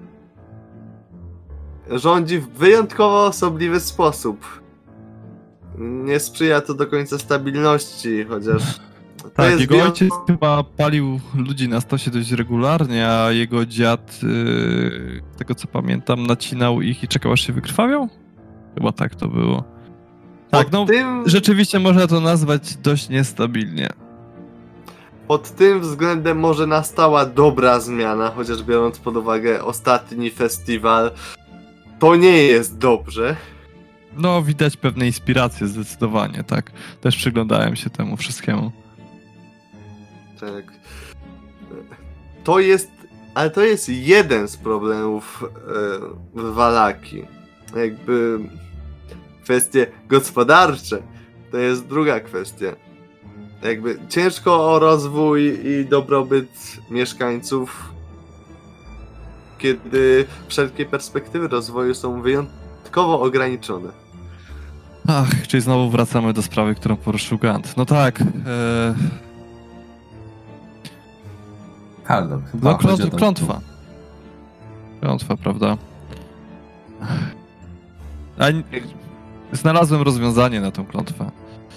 rządzi w wyjątkowo osobliwy sposób. Nie sprzyja to do końca stabilności, chociaż... Tak, jego ojciec chyba palił ludzi na stosie dość regularnie, a jego dziad, z tego co pamiętam, nacinał ich i czekał aż się wykrwawiał? Chyba tak to było. Tak, rzeczywiście można to nazwać dość niestabilnie. Pod tym względem może nastała dobra zmiana, chociaż biorąc pod uwagę ostatni festiwal, to nie jest dobrze. No, widać pewne inspiracje zdecydowanie, tak. Też przyglądałem się temu wszystkiemu. Tak. To jest jeden z problemów Vallaki. Jakby kwestie gospodarcze to jest druga kwestia. Jakby ciężko o rozwój i dobrobyt mieszkańców, kiedy wszelkie perspektywy rozwoju są wyjątkowo ograniczone. Ach, czyli znowu wracamy do sprawy, którą poruszył Gant. No tak. Halo, chyba klątwa. Klątwa, prawda? Znalazłem rozwiązanie na tą klątwę.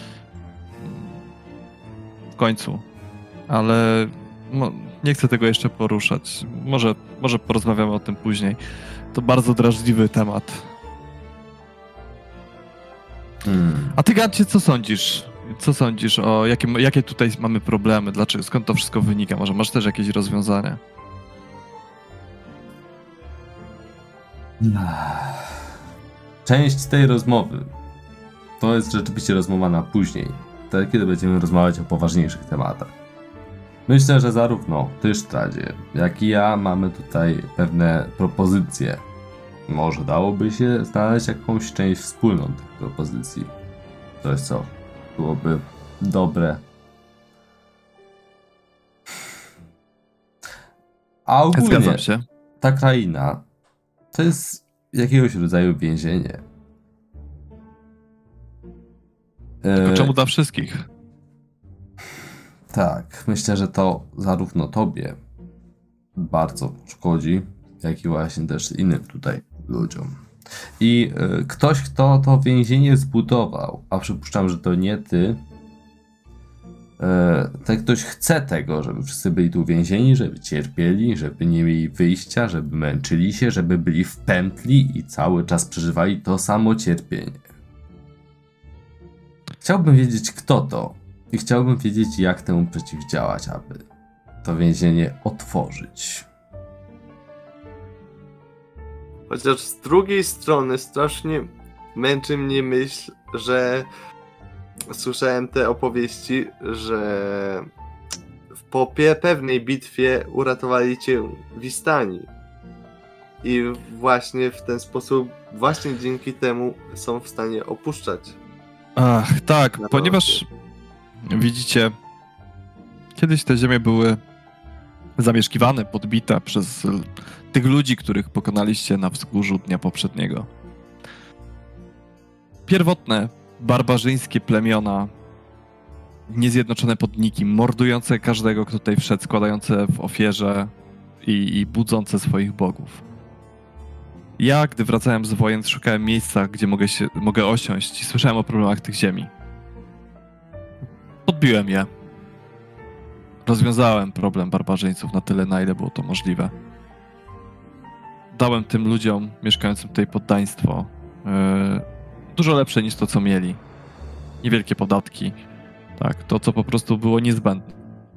W końcu. Ale nie chcę tego jeszcze poruszać. Może porozmawiamy o tym później. To bardzo drażliwy temat. A ty, Gancie, co sądzisz? Co sądzisz o jakie tutaj mamy problemy? Dlaczego? Skąd to wszystko wynika? Może masz też jakieś rozwiązania? Część tej rozmowy to jest rzeczywiście rozmowa na później. Wtedy, kiedy będziemy rozmawiać o poważniejszych tematach. Myślę, że zarówno ty, Sztradzie, jak i ja mamy tutaj pewne propozycje. Może dałoby się znaleźć jakąś część wspólną tych propozycji. Coś, co byłoby dobre. A ogólnie Zgadzam się. ta kraina to jest jakiegoś rodzaju więzienie. Tylko czemu dla wszystkich? Tak, myślę, że to zarówno tobie bardzo szkodzi, jak i właśnie też innym tutaj ludziom. I ktoś, kto to więzienie zbudował, a przypuszczam, że to nie ty, ten ktoś chce tego, żeby wszyscy byli tu więzieni, żeby cierpieli, żeby nie mieli wyjścia, żeby męczyli się, żeby byli w pętli i cały czas przeżywali to samo cierpienie. Chciałbym wiedzieć, kto to i chciałbym wiedzieć, jak temu przeciwdziałać, aby to więzienie otworzyć. Chociaż z drugiej strony strasznie męczy mnie myśl, że słyszałem te opowieści, że po pewnej bitwie uratowali cię Wistani. I właśnie w ten sposób, właśnie dzięki temu są w stanie opuszczać. Ach, tak, ponieważ widzicie, kiedyś te ziemie były zamieszkiwane, podbite przez tych ludzi, których pokonaliście na wzgórzu dnia poprzedniego. Pierwotne, barbarzyńskie plemiona, niezjednoczone pod nikim, mordujące każdego, kto tutaj wszedł, składające w ofierze i budzące swoich bogów. Ja, gdy wracałem z wojen, szukałem miejsca, gdzie mogę osiąść i słyszałem o problemach tych ziemi. Podbiłem je. Rozwiązałem problem barbarzyńców na tyle, na ile było to możliwe. Dałem tym ludziom mieszkającym tutaj poddaństwo dużo lepsze niż to, co mieli. Niewielkie podatki. Tak, to, co po prostu było niezbędne.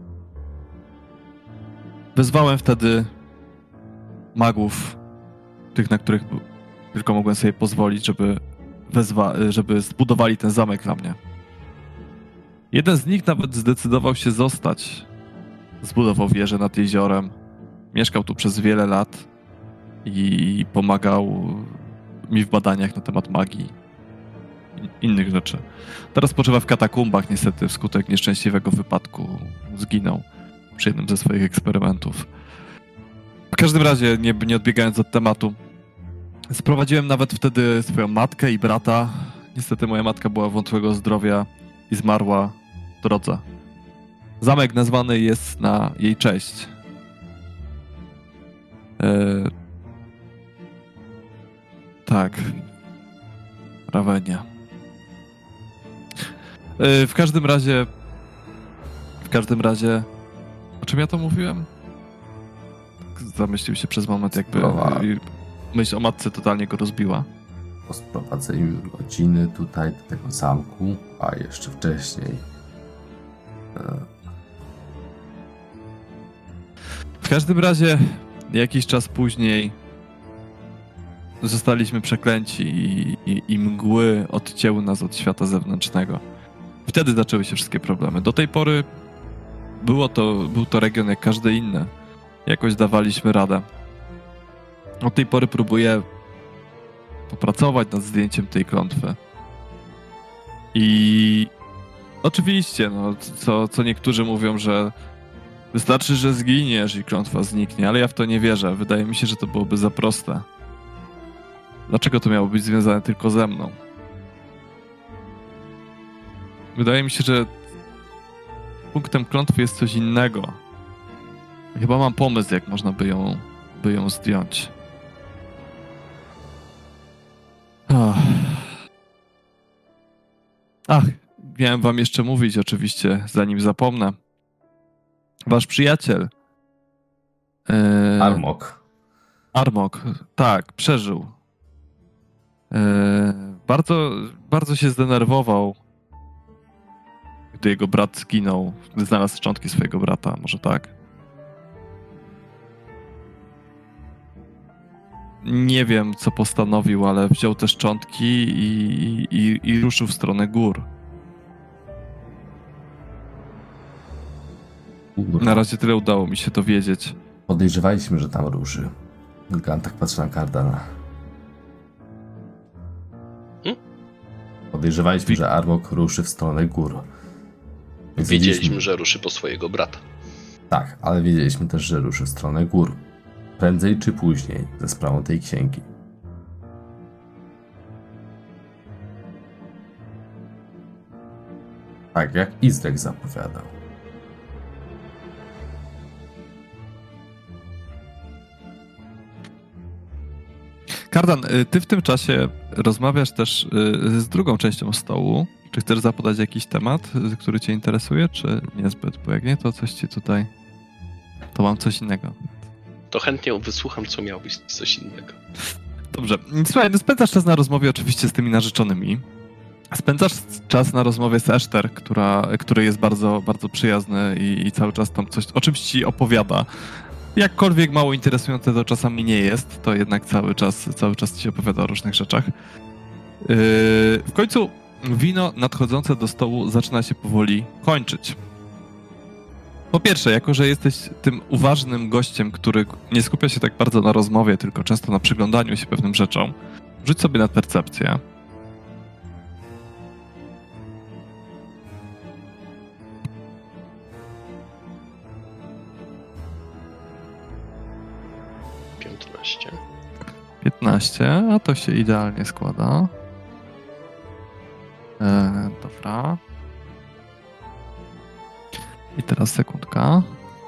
Wezwałem wtedy magów, tych, na których tylko mogłem sobie pozwolić, żeby zbudowali ten zamek dla mnie. Jeden z nich nawet zdecydował się zostać. Zbudował wieżę nad jeziorem. Mieszkał tu przez wiele lat i pomagał mi w badaniach na temat magii i innych rzeczy. Teraz spoczywa w katakumbach, niestety wskutek nieszczęśliwego wypadku zginął przy jednym ze swoich eksperymentów. W każdym razie, nie odbiegając od tematu, sprowadziłem nawet wtedy swoją matkę i brata. Niestety moja matka była wątłego zdrowia i zmarła w drodze. Zamek nazwany jest na jej cześć. Tak. Ravenia. W każdym razie... O czym ja to mówiłem? Zamyślił się przez moment, jakby myśl o matce totalnie go rozbiła. Po sprowadzeniu rodziny tutaj do tego zamku, a jeszcze wcześniej. W każdym razie jakiś czas później zostaliśmy przeklęci i mgły odcięły nas od świata zewnętrznego. Wtedy zaczęły się wszystkie problemy. Do tej pory był to region jak każdy inny. Jakoś dawaliśmy radę. Od tej pory próbuję popracować nad zdjęciem tej klątwy. I oczywiście, no, co niektórzy mówią, że wystarczy, że zginiesz i klątwa zniknie, ale ja w to nie wierzę. Wydaje mi się, że to byłoby za proste. Dlaczego to miało być związane tylko ze mną? Wydaje mi się, że punktem klątwy jest coś innego. Chyba mam pomysł, jak można by ją zdjąć. Ach, miałem wam jeszcze mówić, oczywiście, zanim zapomnę. Wasz przyjaciel. Armok, tak, przeżył. Bardzo się zdenerwował, gdy jego brat zginął. Znalazł szczątki swojego brata, może tak. Nie wiem, co postanowił, ale wziął te szczątki i ruszył w stronę gór. Na razie tyle udało mi się dowiedzieć. Podejrzewaliśmy, że tam ruszy. Gant tak patrzy na Kardana. Podejrzewaliśmy, że Armok ruszy w stronę gór. Więc Wiedzieliśmy, że ruszy po swojego brata. Tak, ale wiedzieliśmy też, że ruszy w stronę gór. Prędzej czy później, ze sprawą tej księgi. Tak jak Izdek zapowiadał. Kardan, ty w tym czasie rozmawiasz też z drugą częścią stołu. Czy chcesz zapodać jakiś temat, który cię interesuje, czy niezbyt? Bo jak nie, to coś ci tutaj... To mam coś innego. To chętnie wysłucham, co miał być coś innego. Dobrze. Słuchaj, no spędzasz czas na rozmowie oczywiście z tymi narzeczonymi. Spędzasz czas na rozmowie z Eszter, który jest bardzo, bardzo przyjazny i cały czas tam coś o czymś ci opowiada. Jakkolwiek mało interesujące to czasami nie jest, to jednak cały czas ci opowiada o różnych rzeczach. W końcu wino nadchodzące do stołu zaczyna się powoli kończyć. Po pierwsze, jako że jesteś tym uważnym gościem, który nie skupia się tak bardzo na rozmowie, tylko często na przyglądaniu się pewnym rzeczom, rzuć sobie na percepcję. Piętnaście. 15, a to się idealnie składa. Dobra. I teraz sekundka.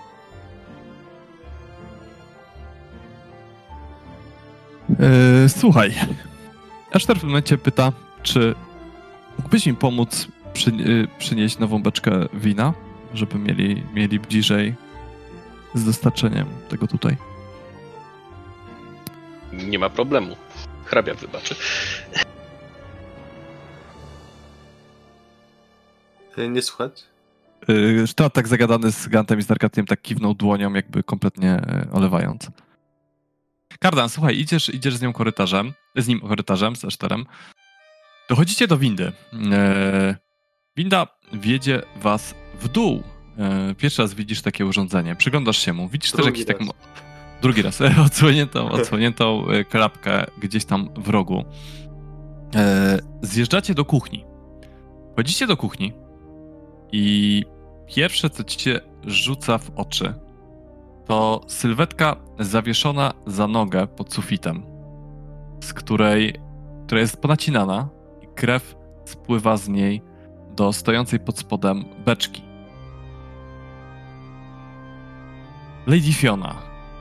Słuchaj. Eszter w tym momencie pyta, czy mógłbyś mi pomóc przynieść nową beczkę wina, żeby mieli bliżej z dostarczeniem tego tutaj. Nie ma problemu. Hrabia wybaczy. Nie słuchać? Sztat tak zagadany z Gantem i z Narkatiem tak kiwnął dłonią, jakby kompletnie olewając. Kardan, słuchaj, idziesz z nim korytarzem, z Eszterem. Dochodzicie do windy. Winda wiedzie was w dół. Pierwszy raz widzisz takie urządzenie. Przyglądasz się mu. Widzisz też jakiś tak... Drugi raz. Odsłoniętą klapkę gdzieś tam w rogu. Zjeżdżacie do kuchni. Wchodzicie do kuchni i pierwsze, co ci się rzuca w oczy, to sylwetka zawieszona za nogę pod sufitem, która jest ponacinana i krew spływa z niej do stojącej pod spodem beczki. Lady Fiona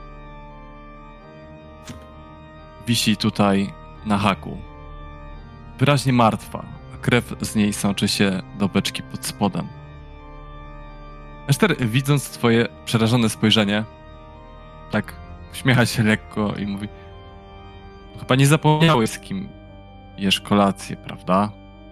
wisi tutaj na haku. Wyraźnie martwa. Krew z niej sączy się do beczki pod spodem. Eszter, widząc twoje przerażone spojrzenie, tak uśmiecha się lekko i mówi: chyba nie zapomniałeś, z kim jesz kolację, prawda?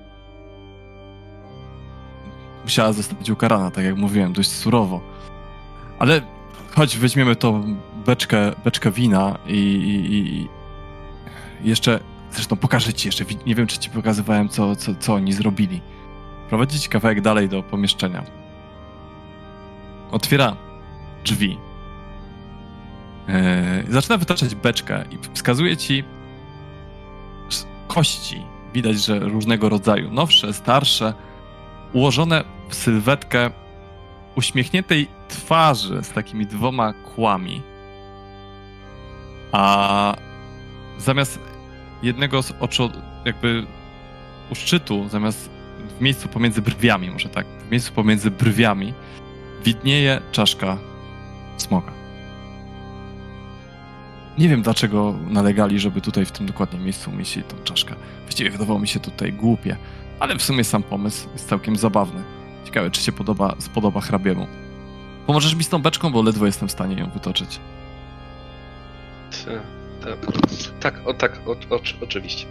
Musiała zostać ukarana, tak jak mówiłem, dość surowo. Ale chodź, weźmiemy tą beczkę wina i jeszcze, zresztą pokażę ci jeszcze, nie wiem, czy ci pokazywałem, co oni zrobili. Prowadzić kawałek dalej do pomieszczenia. Otwiera drzwi. Zaczyna wytaczać beczkę i wskazuje ci kości. Widać, że różnego rodzaju. Nowsze, starsze, ułożone w sylwetkę uśmiechniętej twarzy z takimi dwoma kłami. A zamiast jednego z oczu, jakby u szczytu, zamiast w miejscu pomiędzy brwiami, może tak, w miejscu pomiędzy brwiami widnieje czaszka smoka. Nie wiem, dlaczego nalegali, żeby tutaj w tym dokładnie miejscu umieścili tą czaszkę. Właściwie wydawało mi się tutaj głupie, ale w sumie sam pomysł jest całkiem zabawny. Ciekawe, czy się spodoba hrabiemu. Pomożesz mi z tą beczką, bo ledwo jestem w stanie ją wytoczyć. Tak, oczywiście.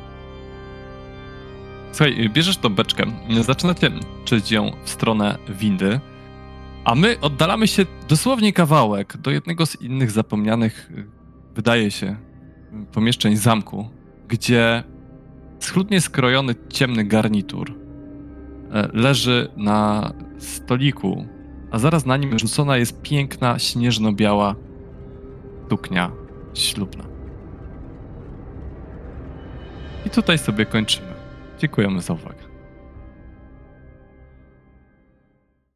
Słuchaj, bierzesz tą beczkę, zaczynacie czyć ją w stronę windy, a my oddalamy się dosłownie kawałek do jednego z innych zapomnianych, wydaje się, pomieszczeń zamku, gdzie schludnie skrojony ciemny garnitur leży na stoliku a zaraz na nim rzucona jest piękna, śnieżno-biała suknia ślubna. I tutaj sobie kończymy. Dziękujemy za uwagę.